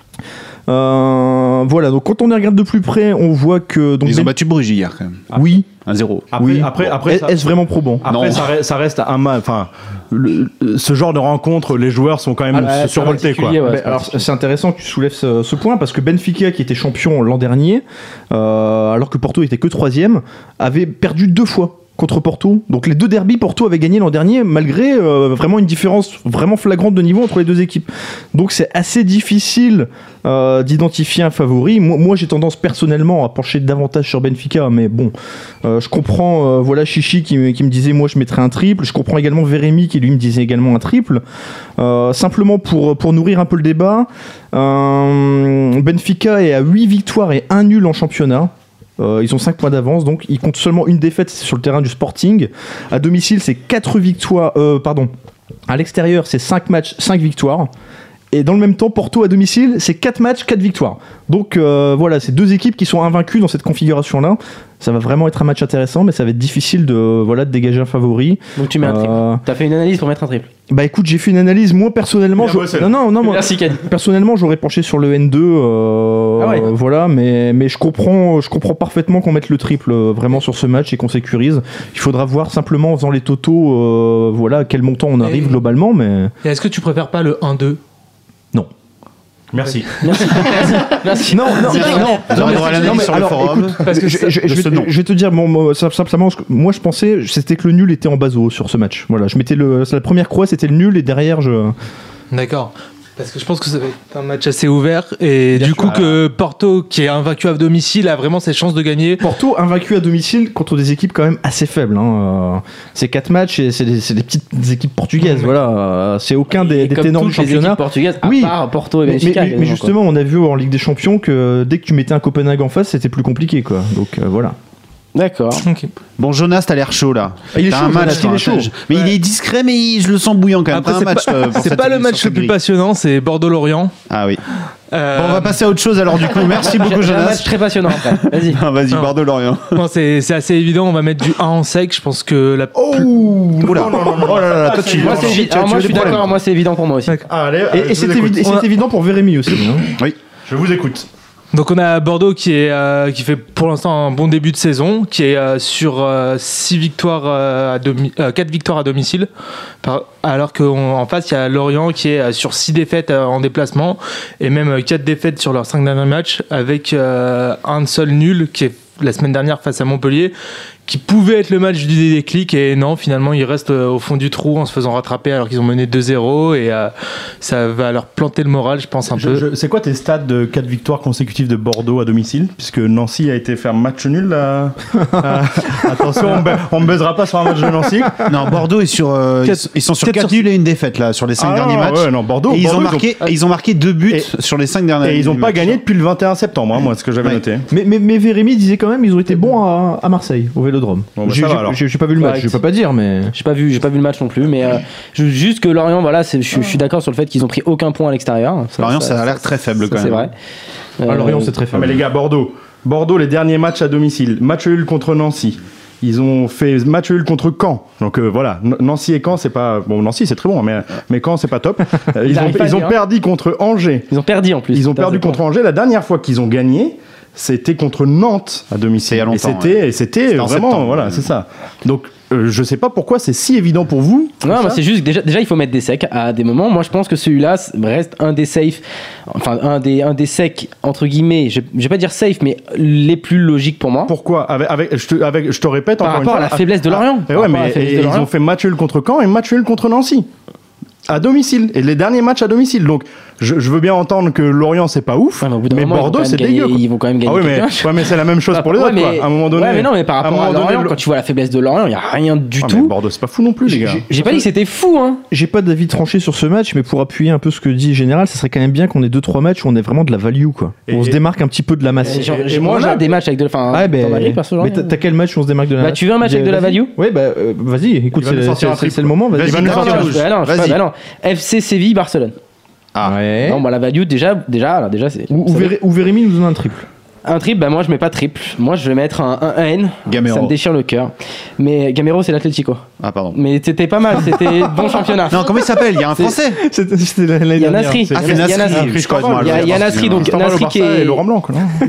E: Voilà, donc quand on les regarde de plus près, on voit que
C: ils ont battu Bruges hier quand même.
E: Oui.
C: 1-0.
D: Après,
E: est-ce vraiment probant?
D: Après, ça reste un match. Enfin, ce genre de rencontre, les joueurs sont quand même survoltés, quoi.
E: Ouais, alors, c'est intéressant que tu soulèves ce point parce que Benfica, qui était champion l'an dernier, alors que Porto était que 3e, avait perdu 2 fois contre Porto. Donc les 2 derbys, Porto avait gagné l'an dernier malgré vraiment une différence vraiment flagrante de niveau entre les 2 équipes. Donc c'est assez difficile d'identifier un favori. Moi j'ai tendance personnellement à pencher davantage sur Benfica, mais bon, je comprends Chichi qui me disait moi je mettrais un triple. Je comprends également Vérémy qui lui me disait également un triple. Simplement pour nourrir un peu le débat, Benfica est à 8 victoires et 1 nul en championnat. Ils ont 5 points d'avance, donc ils comptent seulement une défaite sur le terrain du Sporting. À domicile, c'est 4 victoires. À l'extérieur, c'est 5 matchs, 5 victoires. Et dans le même temps, Porto à domicile, c'est 4 matchs, 4 victoires. Donc voilà, c'est 2 équipes qui sont invaincues dans cette configuration-là. Ça va vraiment être un match intéressant, mais ça va être difficile de dégager un favori.
F: Donc tu mets un triple. T'as fait une analyse pour mettre un triple?
E: Bah écoute, j'ai fait une analyse. Moi personnellement,
F: Merci Caddy.
E: Personnellement, j'aurais penché sur le N2. Voilà, mais je comprends parfaitement qu'on mette le triple vraiment sur ce match et qu'on sécurise. Il faudra voir simplement en faisant les totaux, à quel montant on arrive globalement. Mais
I: et est-ce que tu préfères pas le 1-2?
E: Non.
D: Merci.
E: Non, mais alors, écoute, parce que je vais te dire, simplement, moi je pensais, c'était que le nul était en base haut sur ce match. Voilà, je mettais la première croix, c'était le nul, et derrière
I: D'accord. Parce que je pense que ça va être un match assez ouvert et du coup que Porto, qui est invaincu à domicile, a vraiment ses chances de gagner.
E: Porto invaincu à domicile contre des équipes quand même assez faibles. C'est 4 matchs et c'est des petites équipes portugaises. Voilà, c'est aucun des ténors du championnat.
F: Portugaises, à part Porto et Benfica.
E: Mais justement, on a vu en Ligue des Champions que dès que tu mettais un Copenhague en face, c'était plus compliqué, quoi. Donc voilà.
F: D'accord.
C: Okay. Bon, Jonas, t'as l'air chaud là.
E: Il est chaud,
C: un match,
E: il est chaud.
C: Mais il est discret, mais je le sens bouillant quand même.
I: Après, c'est pas le match le plus passionnant, c'est Bordeaux-Lorient.
C: Ah oui. Bon, on va passer à autre chose alors du coup. Merci beaucoup, Jonas.
F: Un match très passionnant après. Vas-y.
C: Vas-y, Bordeaux-Lorient.
I: Non, c'est assez évident. On va mettre du 1 en sec. Je pense que la.
C: Oh là là, toi tu.
F: Moi, je suis d'accord. Moi, c'est évident pour moi aussi.
E: Et c'est évident pour Vérémy aussi.
C: Oui.
D: Je vous écoute.
I: Donc on a Bordeaux qui fait pour l'instant un bon début de saison, qui est sur 4 victoires à domicile, alors qu'en face il y a Lorient qui est sur 6 défaites en déplacement et même 4 défaites sur leurs 5 derniers matchs, avec un seul nul qui est la semaine dernière face à Montpellier, qui pouvait être le match du déclic, et non, finalement ils restent au fond du trou en se faisant rattraper alors qu'ils ont mené 2-0, et ça va leur planter le moral, je pense, un peu.
D: C'est quoi tes stats de 4 victoires consécutives de Bordeaux à domicile, puisque Nancy a été faire match nul attention, on ne buzzera pas sur un match de Nancy.
C: Non, Bordeaux est sur ils sont sur 4 nuls et une défaite là sur les 5 derniers matchs.
D: Ouais, non, Bordeaux,
C: et ils ont marqué 2 buts sur les 5 derniers matchs.
D: Et ils n'ont pas gagné depuis le 21 septembre, moi, ce que j'avais noté.
E: Mais Vérémy disait quand même ils ont été bons à Marseille, au Vélodrome.
D: Bon,
E: j'ai pas vu le match, je peux pas dire, mais
F: j'ai pas vu le match non plus, mais juste que Lorient, voilà, je suis d'accord sur le fait qu'ils ont pris aucun point à l'extérieur.
C: Lorient, ça a l'air très faible quand même.
F: C'est vrai.
E: Lorient, c'est très faible.
D: Mais les gars, Bordeaux, les derniers matchs à domicile, match nul contre Nancy. Ils ont fait match nul contre Caen. Donc voilà, Nancy et Caen, c'est pas bon. Nancy, c'est très bon, mais Caen, c'est pas top. Ils ont perdu contre Angers.
F: Ils ont perdu en plus.
D: Ils ont perdu contre Angers. La dernière fois qu'ils ont gagné, c'était contre Nantes à domicile.
C: Il y a longtemps,
D: et c'était vraiment septembre, voilà, c'est ça. Donc je sais pas pourquoi c'est si évident pour vous.
F: Non, mais c'est juste déjà il faut mettre des secs à des moments. Moi, je pense que celui-là reste un des safe, enfin un des secs entre guillemets. Je vais pas dire safe, mais les plus logiques pour moi.
D: Pourquoi je te répète
F: par
D: encore
F: rapport
D: une fois
F: à la faiblesse de Lorient.
D: Ils ont fait match nul contre Caen et match nul contre Nancy. À domicile, et les derniers matchs à domicile. Donc je veux bien entendre que Lorient c'est pas ouf, mais Bordeaux c'est dégueu.
F: Ils vont quand même gagner.
D: Mais c'est la même chose pour les autres. Quoi. À un moment donné.
F: Ouais, mais non, mais par rapport à Lorient, quand tu vois la faiblesse de Lorient, il y a rien du tout.
D: Mais Bordeaux c'est pas fou non plus, les gars.
F: J'ai pas dit que c'était fou, hein.
E: J'ai pas d'avis tranché sur ce match, mais pour appuyer un peu ce que dit Général, ça serait quand même bien qu'on ait 2-3 matchs où on ait vraiment de la value, quoi. On se démarque un petit peu de la masse.
F: Moi j'ai des matchs avec de la. Enfin,
E: mais t'as quel match où on se démarque de la masse?
F: Tu veux un match avec de la value?
E: Ouais, bah vas-y, écoute, c'est le moment. Vas-y,
F: non. FC Séville, Barcelone.
C: Ah ouais.
F: Non, la value déjà c'est.
E: Ou Vérémy nous donne un triple.
F: Un triple, moi je mets pas triple. Moi je vais mettre un N.
C: Gamero.
F: Ça me déchire le cœur. Mais Gamero c'est l'Atlético.
C: Ah pardon.
F: Mais c'était pas mal, c'était bon championnat.
C: Non, comment il s'appelle? Il y a un français.
F: Il y a Nasri. Il y a Nasri, donc Nasri qui est.
D: Et Laurent Blanc, non?
F: Il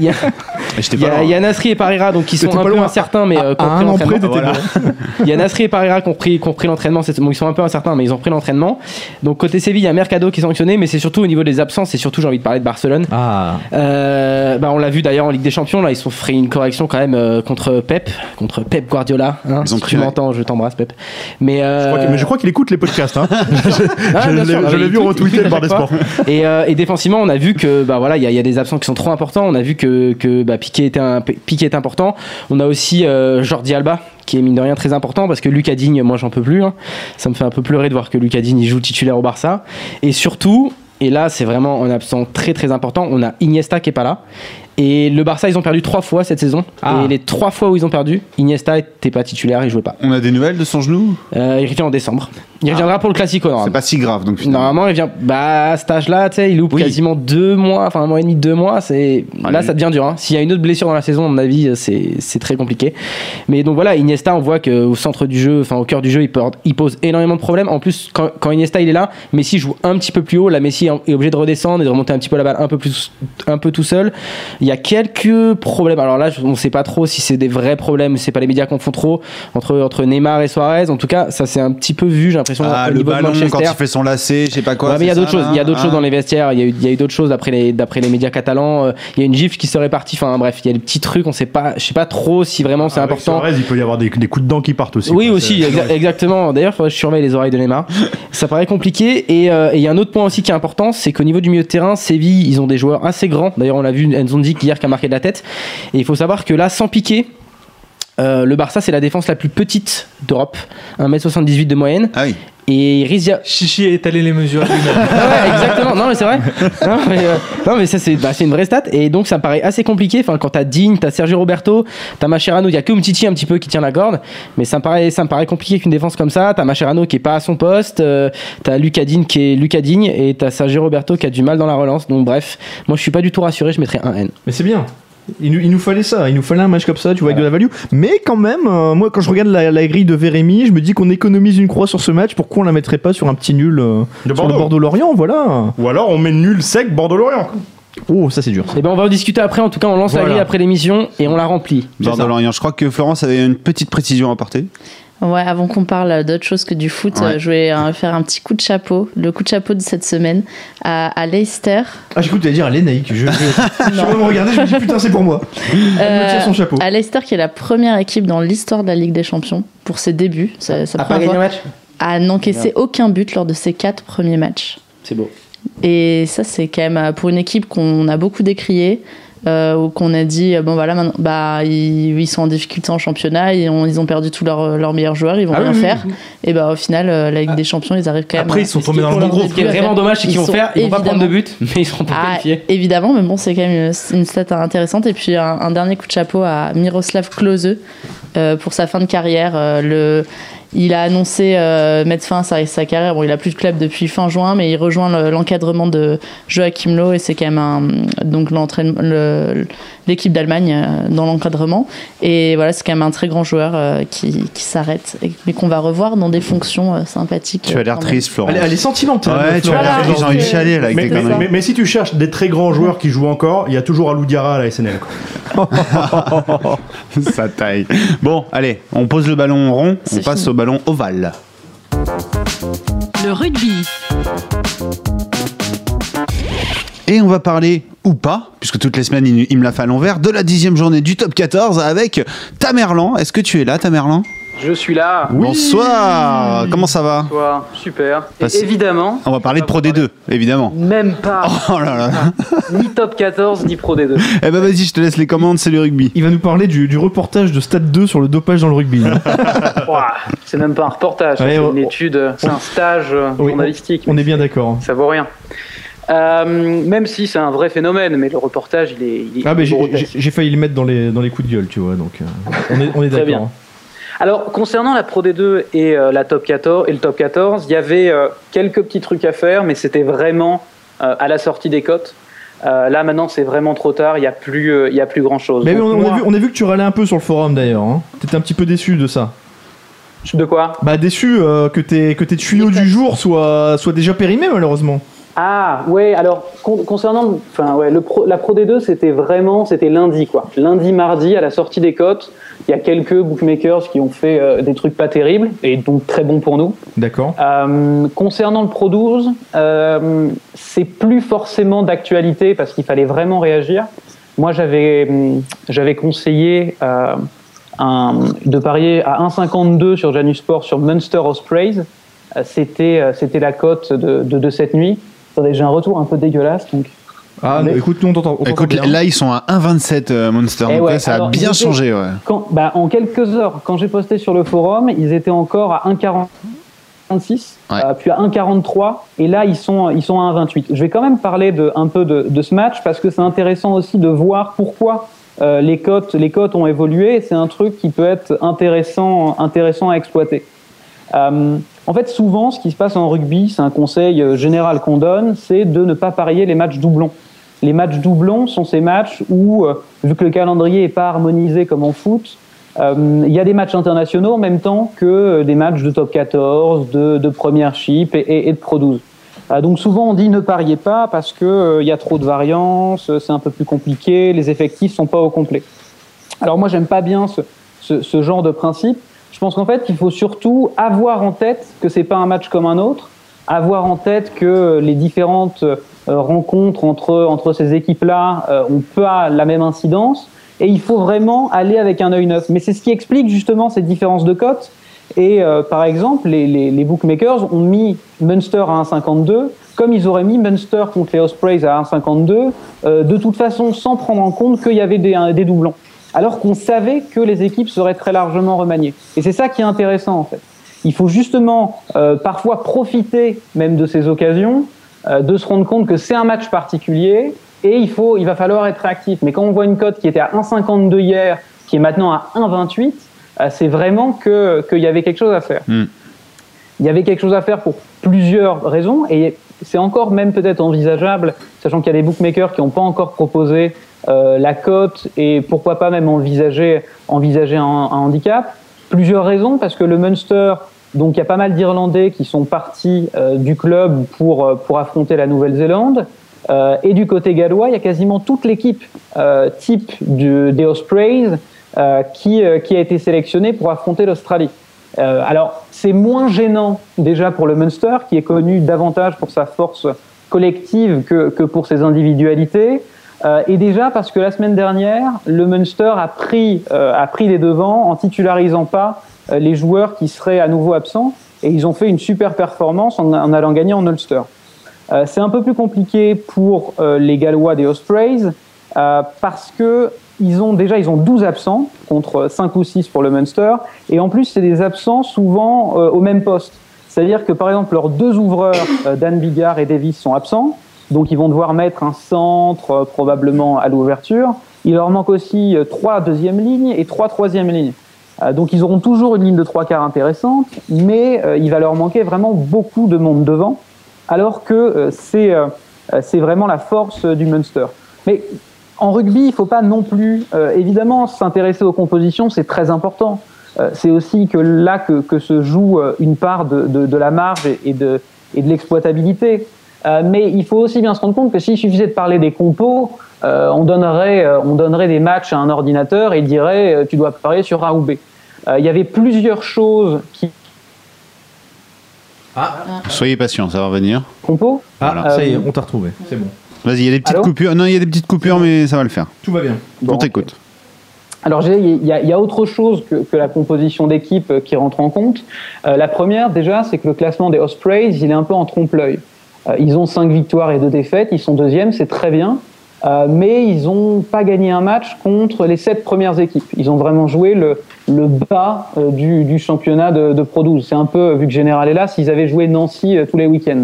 F: y a Nasri et Parera donc qui sont un peu incertains, mais qui ont pris l'entraînement. Il y a Nasri et Parera qui ont pris l'entraînement. Ils sont un peu incertains, mais ils ont pris l'entraînement. Donc côté Séville, il y a Mercado qui est sanctionné, mais c'est surtout au niveau des absences. Et surtout, j'ai envie de parler de Barcelone. On l'a vu d'ailleurs en Ligue des Champions, là ils ont fait une correction quand même contre Pep Guardiola. Hein, si tu m'entends, je t'embrasse Pep. Mais
D: je crois qu'il écoute les podcasts. Hein. Je l'ai vu retweeter le Bar des Sports.
F: Et défensivement, on a vu que il y a des absents qui sont trop importants. On a vu que Piqué était important. On a aussi Jordi Alba qui est mine de rien très important parce que Lucas Digne, moi j'en peux plus. Hein. Ça me fait un peu pleurer de voir que Lucas Digne il joue titulaire au Barça. Et surtout, et là c'est vraiment un absent très très important, on a Iniesta qui est pas là. Et le Barça, ils ont perdu 3 fois cette saison. Et les 3 fois où ils ont perdu, Iniesta était pas titulaire, il jouait pas.
C: On a des nouvelles de son genou?
F: Il revient en décembre. Il reviendra pour le Classico, normalement.
C: C'est pas si grave, donc finalement.
F: Normalement, il vient. À cet âge-là, tu sais, il loupe quasiment 2 mois, enfin 1 mois et demi, 2 mois. Là, ça devient dur. Hein. S'il y a une autre blessure dans la saison, à mon avis, c'est très compliqué. Mais donc voilà, Iniesta, on voit qu'au centre du jeu, enfin au cœur du jeu, il pose énormément de problèmes. En plus, quand Iniesta il est là, Messi joue un petit peu plus haut. Là, Messi est obligé de redescendre et de remonter un petit peu la balle un peu tout seul. Il y a quelques problèmes. Alors là, on sait pas trop si c'est des vrais problèmes, c'est pas les médias qu'on font trop entre Neymar et Suarez. En tout cas, ça c'est un petit peu vu, j'ai l'impression, au niveau de Manchester.
C: Quand il fait son lacet, je sais pas quoi.
F: Ouais, mais il y a d'autres choses. Il y a d'autres choses dans les vestiaires. Il y a eu d'autres choses d'après les médias catalans. Il y a une gifle qui serait partie. Enfin bref, il y a des petits trucs. On sait pas. Je sais pas trop si vraiment c'est important.
D: Suarez, il peut y avoir des coups de dents qui partent aussi.
F: Oui, aussi, exactement. D'ailleurs, il faudrait que je surveille les oreilles de Neymar. Ça paraît compliqué. Et il y a un autre point aussi qui est important, c'est qu'au niveau du milieu de terrain, Séville, ils ont des joueurs assez grands. D'ailleurs, on l'a vu, Nzonzi hier qui a marqué de la tête. Et il faut savoir que là, sans Piqué, le Barça, c'est la défense la plus petite d'Europe, 1m78 de moyenne.
C: Ah oui.
F: Et Rizia.
I: Chichi a étalé les mesures.
F: Ouais, exactement. Non, mais c'est vrai. Non, mais ça, c'est une vraie stat. Et donc, ça me paraît assez compliqué. Enfin, quand t'as Digne, t'as Sergio Roberto, t'as Mascherano, il y a que Umtiti un petit peu qui tient la corde. Mais ça me paraît compliqué qu'une défense comme ça. T'as Mascherano qui est pas à son poste. T'as Lucas Digne qui est Lucas Digne. Et t'as Sergio Roberto qui a du mal dans la relance. Donc, bref, moi, je suis pas du tout rassuré. Je mettrais un N.
E: Mais c'est bien. Il nous fallait ça, il nous fallait un match comme ça, tu vois, avec de la value. Mais quand même, moi, quand je regarde la grille de Vérémy, je me dis qu'on économise une croix sur ce match. Pourquoi on la mettrait pas sur un petit nul sur le Bordeaux-Lorient, voilà.
D: Ou alors on met nul sec Bordeaux-Lorient.
E: Oh, ça c'est dur.
F: Et ben on va en discuter après. En tout cas, on lance la grille après l'émission et on la remplit.
C: Bordeaux-Lorient. Je crois que Florence avait une petite précision à apporter.
H: Ouais, avant qu'on parle d'autre chose que du foot, je vais faire un petit coup de chapeau. Le coup de chapeau de cette semaine à Leicester.
E: Ah, j'ai cru que tu allais dire à l'Enaïque. Je vais me regarder, je me dis putain, c'est pour moi. Elle me tire son chapeau.
H: À Leicester, qui est la première équipe dans l'histoire de la Ligue des Champions pour ses débuts. Ça
F: pas gagné un match.
H: À n'encaisser aucun but lors de ses 4 premiers matchs.
F: C'est beau.
H: Et ça, c'est quand même pour une équipe qu'on a beaucoup décriée. Où qu'on a dit bon voilà maintenant, ils sont en difficulté en championnat, ils ont perdu tous leurs meilleurs joueurs, ils vont rien faire. Et au final la Ligue des Champions, ils arrivent quand même.
I: Après ils sont tombés dans le bon groupe.
F: Ce qui est vraiment dommage, c'est qu'ils vont pas prendre de but, mais ils seront pas qualifiés.
H: Évidemment, mais bon, c'est quand même une stat intéressante. Et puis un dernier coup de chapeau à Miroslav Klose pour sa fin de carrière. Il a annoncé mettre fin à sa carrière. Bon, il a plus de club depuis fin juin, mais il rejoint l'encadrement de Joachim Löw et c'est quand même l'équipe d'Allemagne dans l'encadrement. Et voilà, c'est quand même un très grand joueur qui s'arrête, mais qu'on va revoir dans des fonctions sympathiques.
C: Tu as l'air triste, Florence.
E: Elle est sentimentale.
C: Ouais, tu as l'air triste, j'ai envie de chialer là avec tes conneries.
D: Mais si tu cherches des très grands joueurs qui jouent encore, il y a toujours Alou Diarra à la SNL.
C: Ça taille. Bon, allez, on pose le ballon rond, on passe au ballon ovale.
G: Le rugby.
C: Et on va parler, ou pas, puisque toutes les semaines il me l'a fait à l'envers, de la 10e journée du top 14 avec Tamerlan. Est-ce que tu es là, Tamerlan ?
J: Je suis là.
C: Oui. Bonsoir. Comment ça va ?
J: Bonsoir. Super. Et évidemment.
C: On va parler de Pro D2, évidemment.
J: Même pas.
C: Oh là là.
J: Ni top 14, ni Pro D2.
C: Eh ben vas-y, je te laisse les commandes, c'est le rugby.
E: Il va nous parler du reportage de Stade 2 sur le dopage dans le rugby.
J: C'est même pas un reportage, c'est une étude, c'est un stage journalistique.
E: On est bien d'accord.
J: Ça vaut rien. Même si c'est un vrai phénomène, mais le reportage, il est
E: j'ai failli le mettre dans les coups de gueule, tu vois, donc on est
J: Très
E: d'accord.
J: bien. Alors, concernant la Pro D2 et la Top 14 et le Top 14, il y avait quelques petits trucs à faire, mais c'était vraiment à la sortie des cotes. Là, maintenant, c'est vraiment trop tard, il n'y a plus grand-chose.
E: Mais on a vu que tu râlais un peu sur le forum, d'ailleurs. Hein. Tu étais un petit peu déçu de ça.
J: De quoi ?
E: Déçu que tes tuyaux du jour soient déjà périmés, malheureusement.
J: Ah, ouais, alors, concernant la Pro D2, c'était lundi, quoi. Lundi, mardi, à la sortie des cotes, il y a quelques bookmakers qui ont fait des trucs pas terribles, et donc très bons pour nous.
E: D'accord.
J: Concernant le Pro 12, c'est plus forcément d'actualité, parce qu'il fallait vraiment réagir. Moi, j'avais conseillé de parier à 1,52 sur Janus Sport sur Munster Ospreys. C'était la cote de cette nuit. Attendez, j'ai un retour un peu dégueulasse. Donc.
E: Écoute, nous on t'entend bien.
C: Là, ils sont à 1,27 Monster. Donc là, ça a bien changé. Ouais.
J: En quelques heures, quand j'ai posté sur le forum, ils étaient encore à 1,46, puis à 1,43, et là, ils sont à 1,28. Je vais quand même parler un peu de ce match, parce que c'est intéressant aussi de voir pourquoi les cotes ont évolué, et c'est un truc qui peut être intéressant à exploiter. En fait, souvent, ce qui se passe en rugby, c'est un conseil général qu'on donne, c'est de ne pas parier les matchs doublons. Les matchs doublons sont ces matchs où, vu que le calendrier n'est pas harmonisé comme en foot, il y a des matchs internationaux en même temps que des matchs de top 14, de Premiership et de Pro 12. Donc souvent, on dit ne pariez pas parce qu'il y a trop de variance, c'est un peu plus compliqué, les effectifs ne sont pas au complet. Alors moi, j'aime pas bien ce genre de principe. Je pense qu'en fait, il faut surtout avoir en tête que c'est pas un match comme un autre, avoir en tête que les différentes rencontres entre ces équipes-là ont pas la même incidence, et il faut vraiment aller avec un œil neuf. Mais c'est ce qui explique justement cette différence de cotes. Et par exemple, les bookmakers ont mis Munster à 1,52, comme ils auraient mis Munster contre les Ospreys à 1,52, de toute façon sans prendre en compte qu'il y avait des doublons. Alors qu'on savait que les équipes seraient très largement remaniées. Et c'est ça qui est intéressant en fait. Il faut justement parfois profiter même de ces occasions, de se rendre compte que c'est un match particulier et il va falloir être réactif. Mais quand on voit une cote qui était à 1,52 hier, qui est maintenant à 1,28, c'est vraiment qu'il y avait quelque chose à faire. Il y avait quelque chose à faire pour plusieurs raisons, et c'est encore même peut-être envisageable, sachant qu'il y a des bookmakers qui n'ont pas encore proposé la cote, et pourquoi pas même envisager un handicap. Plusieurs raisons, parce que le Munster, donc il y a pas mal d'Irlandais qui sont partis du club pour affronter la Nouvelle-Zélande, et du côté gallois, il y a quasiment toute l'équipe type des Ospreys qui a été sélectionnée pour affronter l'Australie. Alors, c'est moins gênant déjà pour le Munster, qui est connu davantage pour sa force collective que pour ses individualités. Et déjà parce que la semaine dernière, le Munster a pris les devants en titularisant pas les joueurs qui seraient à nouveau absents. Et ils ont fait une super performance en allant gagner en Ulster. C'est un peu plus compliqué pour les Gallois des Ospreys parce que ils ont 12 absents contre 5 ou 6 pour le Munster. Et en plus, c'est des absents souvent au même poste. C'est-à-dire que, par exemple, leurs 2 ouvreurs, Dan Biggar et Davis, sont absents. Donc, ils vont devoir mettre un centre probablement à l'ouverture. Il leur manque aussi 3 deuxième lignes et 3 troisième lignes. Donc, ils auront toujours une ligne de 3 quarts intéressante, mais il va leur manquer vraiment beaucoup de monde devant, alors que c'est vraiment la force du Munster. Mais en rugby, il ne faut pas non plus, évidemment, s'intéresser aux compositions, c'est très important. C'est aussi que là que se joue une part de la marge et de l'exploitabilité. Mais il faut aussi bien se rendre compte que s'il suffisait de parler des compos, on donnerait des matchs à un ordinateur et il dirait tu dois parier sur A ou B. Il y avait plusieurs choses qui...
C: Soyez patient, ça va revenir.
J: Compos.
E: Voilà. Ça y est, on t'a retrouvé, c'est bon.
C: Vas-y, il y a des petites coupures. Non, il y a des petites coupures, mais ça va le faire.
E: Tout va bien.
C: Bon, on t'écoute.
J: Alors, il y a autre chose que la composition d'équipe qui rentre en compte. La première, déjà, c'est que le classement des Ospreys, il est un peu en trompe-l'œil. Ils ont 5 victoires et 2 défaites, ils sont deuxièmes, c'est très bien. Mais ils n'ont pas gagné un match contre les 7 premières équipes. Ils ont vraiment joué le bas du championnat de Pro 12. C'est un peu, vu que Général est là, s'ils avaient joué Nancy tous les week-ends.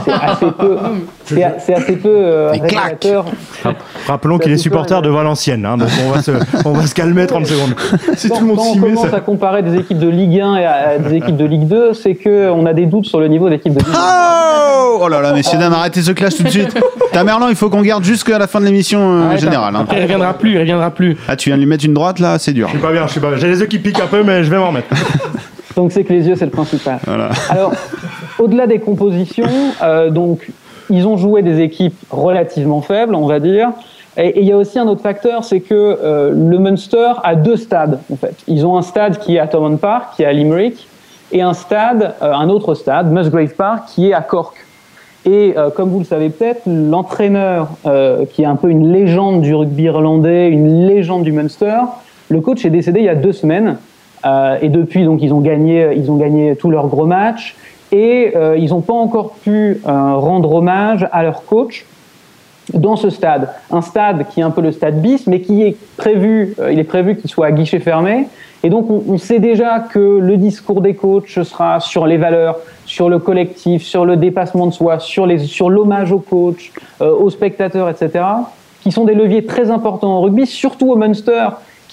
J: C'est assez peu révélateur.
D: Rappelons qu'il est supporter de Valenciennes, hein, donc on va se calmer 30 secondes. Si tout le monde s'y met,
J: quand on commence à comparer des équipes de Ligue 1 et à des équipes de Ligue 2, c'est qu'on a des doutes sur le niveau d'équipe de Ligue 1.
C: Oh là là, messieurs, dames, arrêtez ce clash tout de suite. Tamerlan, il faut qu'on garde jusqu'à la fin de l'émission générale.
F: Après, il reviendra plus.
C: Ah, tu viens de lui mettre une droite là, c'est dur.
D: Je suis pas bien. J'ai les yeux qui piquent un peu, mais je vais m'en remettre.
J: Donc c'est que les yeux, c'est le principal. Voilà. Alors, au-delà des compositions, donc ils ont joué des équipes relativement faibles, on va dire. Et il y a aussi un autre facteur, c'est que le Munster a 2 stades, en fait. Ils ont un stade qui est à Thomond Park, qui est à Limerick, et un autre stade, Musgrave Park, qui est à Cork. Et comme vous le savez peut-être, l'entraîneur, qui est un peu une légende du rugby irlandais, une légende du Munster, le coach est décédé il y a 2 semaines. Et depuis, donc, ils ont gagné tous leurs gros matchs. Et ils n'ont pas encore pu rendre hommage à leur coach dans ce stade. Un stade qui est un peu le stade bis, mais qui est prévu, il est prévu qu'il soit à guichet fermé. Et donc, on sait déjà que le discours des coachs sera sur les valeurs, sur le collectif, sur le dépassement de soi, sur l'hommage aux coachs, aux spectateurs, etc., qui sont des leviers très importants en rugby, surtout au Munster,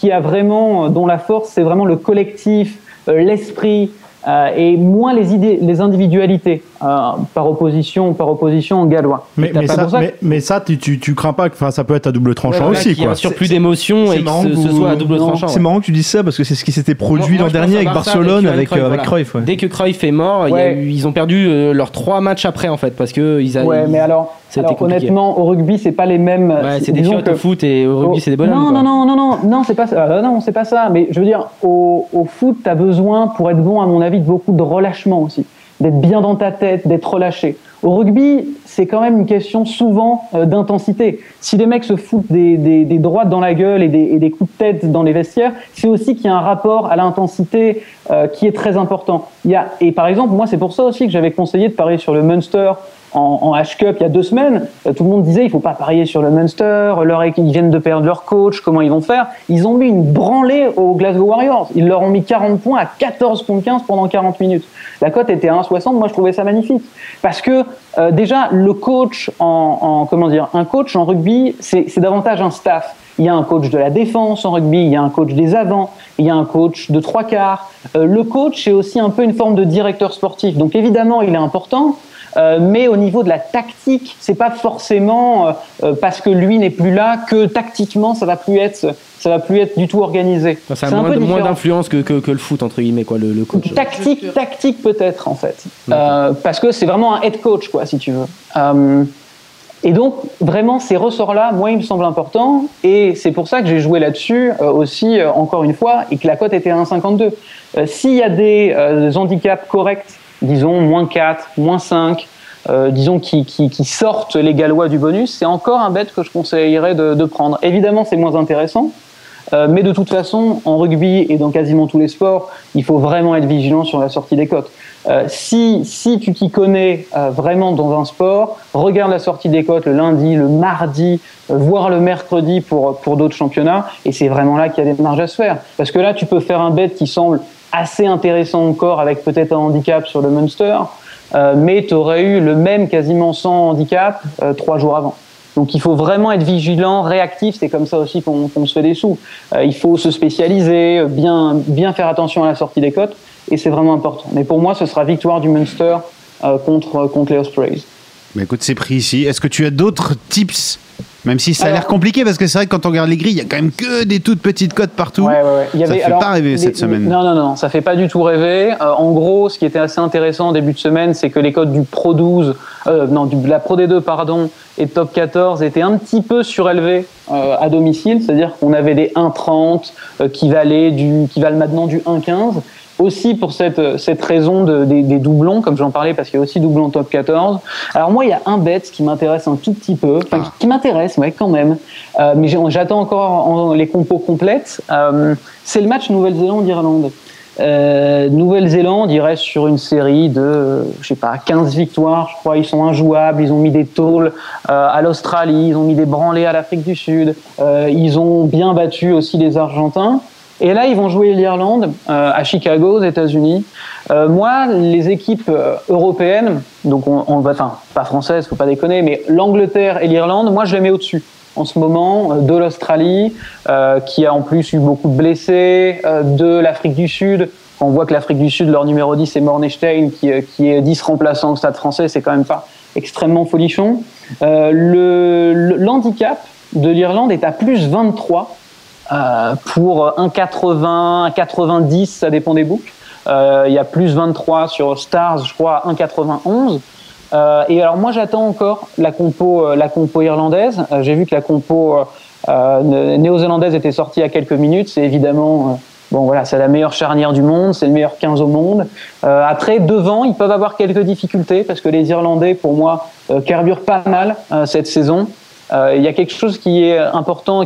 J: dont la force, c'est vraiment le collectif, l'esprit, et moins les individualités, par opposition en gallois.
D: Mais ça, tu crains pas que ça peut être à double tranchant aussi, quoi.
F: Il y a un surplus d'émotions et que ce soit à double tranchant.
E: C'est marrant que tu dises ça parce que c'est ce qui s'était produit l'an dernier avec Barcelone, avec Cruyff.
F: Dès que Cruyff est mort, ils ont perdu leurs 3 matchs après, en fait, parce que
J: mais alors honnêtement, au rugby, c'est pas les mêmes.
F: C'est des fiottes au foot et au rugby, c'est des bonhommes.
J: Non, c'est pas ça. Non, c'est pas ça. Mais je veux dire, au foot, t'as besoin, pour être bon, à mon avis, de beaucoup de relâchement aussi, d'être bien dans ta tête, d'être relâché. Au rugby, c'est quand même une question souvent d'intensité. Si les mecs se foutent des droites dans la gueule et des coups de tête dans les vestiaires, c'est aussi qu'il y a un rapport à l'intensité qui est très important. Et par exemple, moi, c'est pour ça aussi que j'avais conseillé de parier sur le Munster en H-Cup il y a 2 semaines. Tout le monde disait il faut pas parier sur le Munster, ils viennent de perdre leur coach, comment ils vont faire? Ils ont mis une branlée aux Glasgow Warriors. Ils leur ont mis 40 points à 14 contre 15 pendant 40 minutes. La cote était à 1,60, moi je trouvais ça magnifique. Parce que déjà, le coach un coach en rugby, c'est davantage un staff. Il y a un coach de la défense en rugby, il y a un coach des avants, il y a un coach de 3 quarts. Le coach, c'est aussi un peu une forme de directeur sportif. Donc évidemment, il est important. Mais au niveau de la tactique, c'est pas forcément parce que lui n'est plus là que tactiquement ça va plus être du tout organisé.
F: Ça a moins d'influence que le foot entre guillemets quoi, le coach.
J: Tactique peut-être en fait, parce que c'est vraiment un head coach quoi si tu veux. Et donc, vraiment, ces ressorts-là, moi, ils me semblent importants. Et c'est pour ça que j'ai joué là-dessus aussi, encore une fois, et que la cote était à 1,52. S'il y a des handicaps corrects, disons moins 4, moins 5, disons qui sortent les Gallois du bonus, c'est encore un bet que je conseillerais de prendre. Évidemment, c'est moins intéressant. Mais de toute façon, en rugby et dans quasiment tous les sports, il faut vraiment être vigilant sur la sortie des cotes. Si tu t'y connais vraiment dans un sport, regarde la sortie des cotes le lundi, le mardi, voire le mercredi pour d'autres championnats, et c'est vraiment là qu'il y a des marges à se faire. Parce que là, tu peux faire un bet qui semble assez intéressant encore, avec peut-être un handicap sur le Munster, mais tu aurais eu le même quasiment sans handicap 3 jours avant. Donc il faut vraiment être vigilant, réactif, c'est comme ça aussi qu'on se fait des sous. Il faut se spécialiser, bien faire attention à la sortie des cotes, et c'est vraiment important. Mais pour moi, ce sera victoire du Munster contre les Ospreys.
C: Mais écoute, c'est pris ici. Est-ce que tu as d'autres tips ? Même si ça a l'air compliqué, parce que c'est vrai que quand on regarde les grilles, il y a quand même que des toutes petites cotes partout.
J: Ouais.
C: Ça fait pas rêver cette semaine.
J: Non, ça fait pas du tout rêver. En gros, ce qui était assez intéressant en début de semaine, c'est que les cotes du Pro 12, de la Pro D2, et de Top 14 étaient un petit peu surélevées à domicile. C'est-à-dire qu'on avait des 1,30 qui valent maintenant du 1,15. Aussi pour cette raison des doublons, comme j'en parlais, parce qu'il y a aussi doublons top 14. Alors moi, il y a un bet qui m'intéresse un tout petit peu, qui m'intéresse, ouais, quand même, mais j'attends encore les compos complètes. C'est le match Nouvelle-Zélande-Irlande. Nouvelle-Zélande, ils restent sur une série de, 15 victoires, je crois. Ils sont injouables. Ils ont mis des tôles à l'Australie. Ils ont mis des branlées à l'Afrique du Sud. Ils ont bien battu aussi les Argentins. Et là, ils vont jouer l'Irlande à Chicago, aux États-Unis. Moi, les équipes européennes, donc pas françaises, faut pas déconner, mais l'Angleterre et l'Irlande, moi, je les mets au-dessus. En ce moment, de l'Australie, qui a en plus eu beaucoup de blessés, de l'Afrique du Sud. On voit que l'Afrique du Sud, leur numéro 10, c'est Mornestein, qui est 10 remplaçant au Stade français, c'est quand même pas extrêmement folichon. L'handicap de l'Irlande est à plus 23. Pour 1,80, 1,90, ça dépend des books. Il y a plus 23 sur Stars, je crois, 1,91. Et alors moi, j'attends encore la compo irlandaise. J'ai vu que la compo néo-zélandaise était sortie il y a quelques minutes. C'est évidemment, c'est la meilleure charnière du monde, c'est le meilleur 15 au monde. Après, devant, ils peuvent avoir quelques difficultés parce que les Irlandais, pour moi, carburent pas mal cette saison. Il y a quelque chose qu'il est important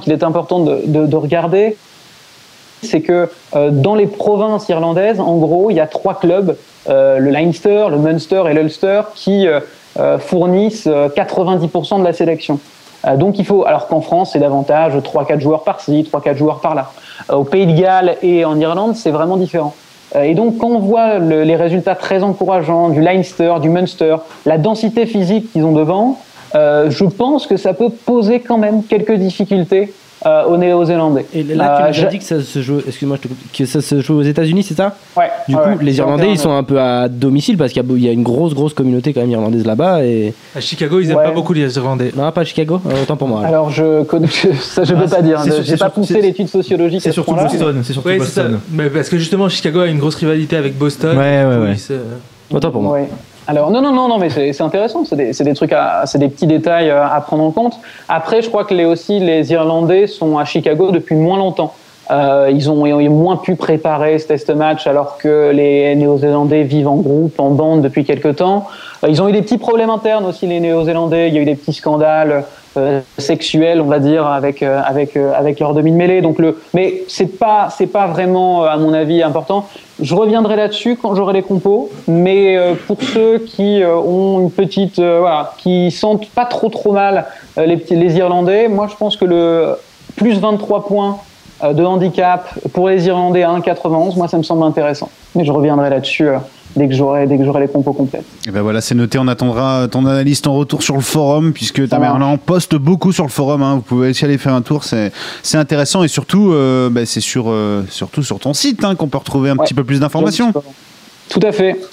J: de regarder, c'est que dans les provinces irlandaises, en gros, il y a 3 clubs, le Leinster, le Munster et l'Ulster, qui fournissent 90% de la sélection. Donc il faut, alors qu'en France, c'est davantage 3-4 joueurs par-ci, 3-4 joueurs par-là. Au Pays de Galles et en Irlande, c'est vraiment différent. Et donc, quand on voit les résultats très encourageants du Leinster, du Munster, la densité physique qu'ils ont devant, je pense que ça peut poser quand même quelques difficultés aux Néo-Zélandais.
F: Et là, tu m'as dit que ça se joue, excuse-moi, que ça se joue aux États-Unis, c'est ça ?
J: Ouais.
F: Du coup, les Irlandais, ils sont un peu à domicile parce qu'il y a une grosse communauté quand même irlandaise là-bas. Et...
I: À Chicago, ils n'aiment pas beaucoup les Irlandais.
F: Non, pas à Chicago, autant pour moi.
J: Alors, je peux pas dire. J'ai pas poussé l'étude sociologique.
E: C'est surtout Boston.
I: C'est Boston. Mais parce que justement, Chicago a une grosse rivalité avec Boston.
E: Ouais.
F: Autant pour moi.
J: Ouais. Alors non, mais c'est intéressant. C'est des trucs, c'est des petits détails à prendre en compte. Après, je crois que les Irlandais sont à Chicago depuis moins longtemps. Ils ont moins pu préparer ce test match alors que les Néo-Zélandais vivent en groupe, en bande depuis quelques temps. Ils ont eu des petits problèmes internes aussi, les Néo-Zélandais. Il y a eu des petits scandales sexuels, on va dire, avec leur demi de mêlée. Mais c'est pas vraiment, à mon avis, important. Je reviendrai là-dessus quand j'aurai les compos. Mais pour ceux qui ont une petite, qui sentent pas trop mal les Irlandais, moi je pense que le plus 23 points de handicap pour les Irlandais à 1,91, moi ça me semble intéressant. Mais je reviendrai là-dessus dès que j'aurai les compos complètes. Et
C: ben voilà, c'est noté. On attendra ton analyse, ton retour sur le forum, puisque Tamerlan poste beaucoup sur le forum. Vous pouvez aussi aller faire un tour, c'est intéressant, et surtout, c'est surtout sur ton site qu'on peut retrouver un petit peu plus d'informations.
J: Tout à fait.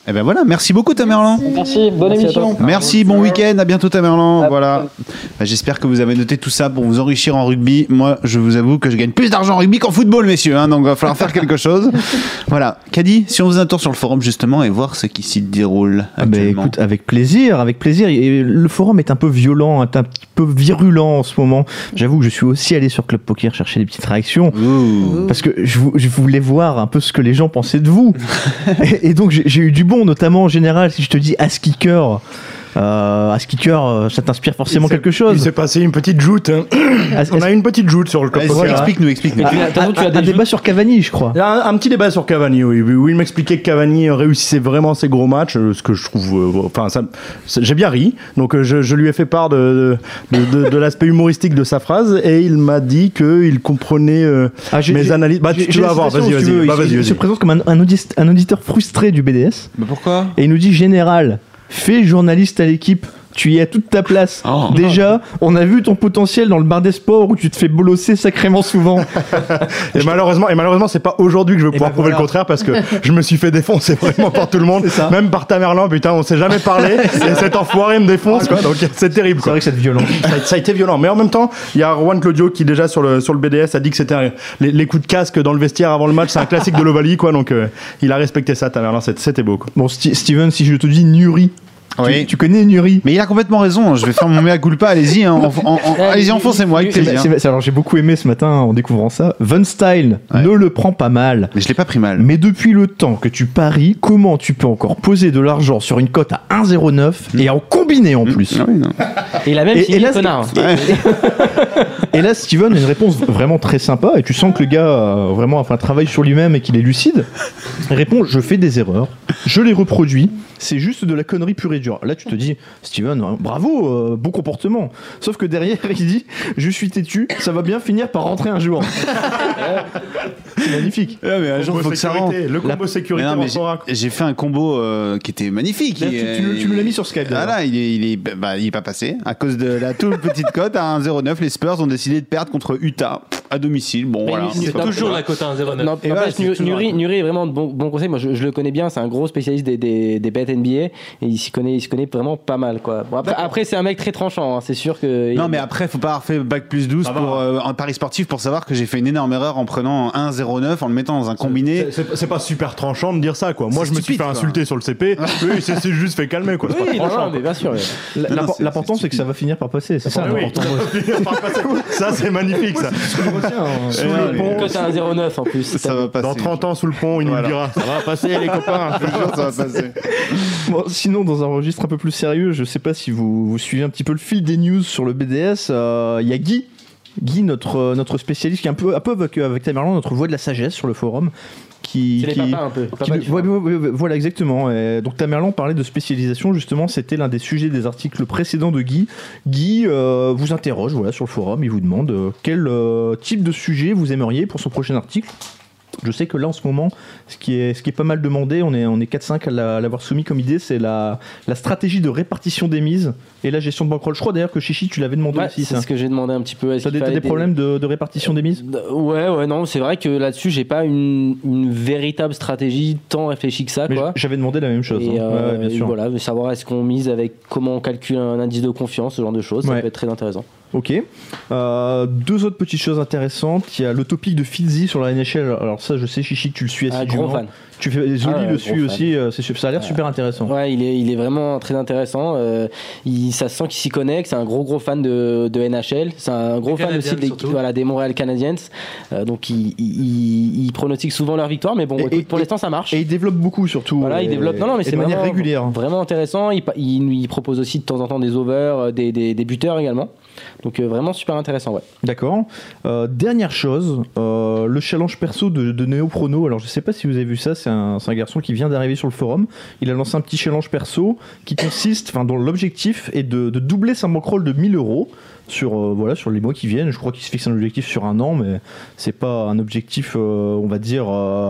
C: Et ben voilà, merci beaucoup Tamerlan.
J: Merci, bonne émission.
C: Merci, bon week-end, à bientôt Tamerlan. Voilà. J'espère que vous avez noté tout ça pour vous enrichir en rugby. Moi, je vous avoue que je gagne plus d'argent en rugby qu'en football, messieurs. Donc, il va falloir faire quelque chose. Voilà. Caddy, si on faisait un tour sur le forum justement et voir ce qui s'y déroule actuellement.
E: Écoute, avec plaisir. Et le forum est un peu violent, un petit peu virulent en ce moment. J'avoue que je suis aussi allé sur Club Poker chercher des petites réactions. Parce que je voulais voir un peu ce que les gens pensaient de vous. et donc j'ai eu du bon, notamment en général, si je te dis Askicker. Askicker, ça t'inspire forcément quelque chose.
D: Il s'est passé une petite joute. On a une petite joute sur le Club Poker.
C: Explique-nous.
E: Tu as un débat sur Cavani, je crois.
D: Il y a un petit débat sur Cavani, oui. Où il m'expliquait que Cavani réussissait vraiment ses gros matchs, ce que je trouve. J'ai bien ri. Donc je lui ai fait part de l'aspect humoristique de sa phrase et il m'a dit qu'il comprenait mes analyses. Tu vas voir, vas-y.
E: Il se présente comme un auditeur frustré du BDS.
C: Mais pourquoi ?
E: Et il nous dit général. Fais journaliste à l'équipe, tu y as toute ta place. Déjà, on a vu ton potentiel dans le bar des sports où tu te fais bolosser sacrément souvent.
D: et malheureusement, c'est pas aujourd'hui que je vais pouvoir prouver le contraire parce que je me suis fait défoncer vraiment par tout le monde, même par Tamerlan. Putain, on s'est jamais parlé et cet enfoiré me défonce, quoi. Donc c'est terrible.
E: C'est vrai que c'est violent.
D: Ça a été violent, mais en même temps, il y a Juan Claudio qui déjà sur le BDS a dit que c'était les coups de casque dans le vestiaire avant le match, c'est un classique de l'Ovalie, quoi. Donc il a respecté ça, Tamerlan. C'était beau, quoi.
E: Bon, Steven, si je te dis Nuri.
C: Oui.
E: Tu connais Nuri?
C: Mais il a complètement raison. Je vais faire mon mea culpa. Allez-y, allez-y, enfoncez-moi avec plaisir.
E: Alors j'ai beaucoup aimé ce matin en découvrant ça. Von Style ne le prend pas mal.
C: Mais je l'ai pas pris mal.
E: Mais depuis le temps que tu paries, comment tu peux encore poser de l'argent sur une cote à 1,09 et en combiner en plus?
C: Oui, non.
F: Et il a même fini connard.
E: Et là, Steven a une réponse vraiment très sympa et tu sens que le gars vraiment a fait un travail sur lui-même et qu'il est lucide. Il répond: je fais des erreurs, je les reproduis. C'est juste de la connerie pure et dure. Là, tu te dis, Steven, bravo, bon comportement. Sauf que derrière, il dit, je suis têtu, ça va bien finir par rentrer un jour. C'est magnifique.
C: Ouais, mais un jour, il faut que ça rentre.
D: Le combo sécurité.
C: J'ai fait un combo qui était magnifique.
E: Là, tu me l'as mis sur Skype.
C: Ah là, il est pas passé. À cause de la toute petite cote à 1,09, les Spurs ont décidé de perdre contre Utah à domicile. Bon, voilà.
I: C'est toujours la cote à 1,09.
F: Nuri est vraiment de bon conseil. Moi, je le connais bien. C'est un gros spécialiste des bêtes NBA et il s'y connaît vraiment pas mal, quoi. Bon, après c'est un mec très tranchant, hein, c'est sûr que.
C: Non, mais après, faut pas avoir fait bac plus 12 pour un pari sportif pour savoir que j'ai fait une énorme erreur en prenant 1,09 en le mettant dans un combiné.
D: C'est pas super tranchant de dire ça, quoi. Moi, je me suis fait insulter sur le CP. Lui, c'est juste fait calmer, quoi.
F: Oui, non, mais bien sûr.
E: L'important, c'est que ça va finir par passer. C'est ça l'important.
D: Ça, c'est magnifique, ça.
F: Cote à 1,09 en plus.
C: Ça va passer.
D: Dans 30 ans, sous le pont, il nous le dira. Ça va passer, les copains.
C: Ça va passer.
E: Bon, sinon, dans un registre un peu plus sérieux, je sais pas si vous suivez un petit peu le fil des news sur le BDS. Il y a Guy, notre spécialiste, qui est un peu avec Tamerlan, notre voix de la sagesse sur le forum.
F: C'est les papas un peu.
E: Voilà, exactement. Et donc Tamerlan parlait de spécialisation, justement, c'était l'un des sujets des articles précédents de Guy. Guy vous interroge sur le forum, il vous demande quel type de sujet vous aimeriez pour son prochain article. Je sais que là en ce moment, ce qui est pas mal demandé, on est 4-5 à l'avoir soumis comme idée, c'est la stratégie de répartition des mises et la gestion de bankroll. Je crois d'ailleurs que Chichi, tu l'avais demandé aussi.
F: C'est ce que j'ai demandé un petit peu.
E: T'as des problèmes de répartition des mises?
F: Ouais, non, c'est vrai que là-dessus, j'ai pas une véritable stratégie tant réfléchie que ça, quoi.
E: J'avais demandé la même chose.
F: Et,
E: bien sûr.
F: Voilà, de savoir est-ce qu'on mise comment on calcule un indice de confiance, ce genre de choses, ça peut être très intéressant.
E: Ok. Deux autres petites choses intéressantes. Il y a le topic de Fitzy sur la NHL. Alors ça, je sais, Chichi, que tu le suis assidûment.
F: Gros fan.
E: Zoli le suit aussi. Ça a l'air super intéressant.
F: Ouais, il est vraiment très intéressant. Ça se sent qu'il s'y connaît. C'est un gros fan de NHL. C'est un gros fan aussi des Montréal Canadiens. Donc il pronostique souvent leur victoire, mais bon, pour l'instant ça marche.
E: Et il développe beaucoup surtout.
F: Voilà, il développe. Non, mais c'est
E: de manière régulière.
F: Vraiment intéressant. Il propose aussi de temps en temps des overs, des buteurs également. Donc vraiment super intéressant, ouais.
E: D'accord. Dernière chose, le challenge perso de Néo Prono. Alors je sais pas si vous avez vu ça, c'est un garçon qui vient d'arriver sur le forum. Il a lancé un petit challenge perso qui consiste, dont l'objectif est de doubler sa bankroll de 1 000 € sur les mois qui viennent. Je crois qu'il se fixe un objectif sur un an, mais c'est pas un objectif, on va dire,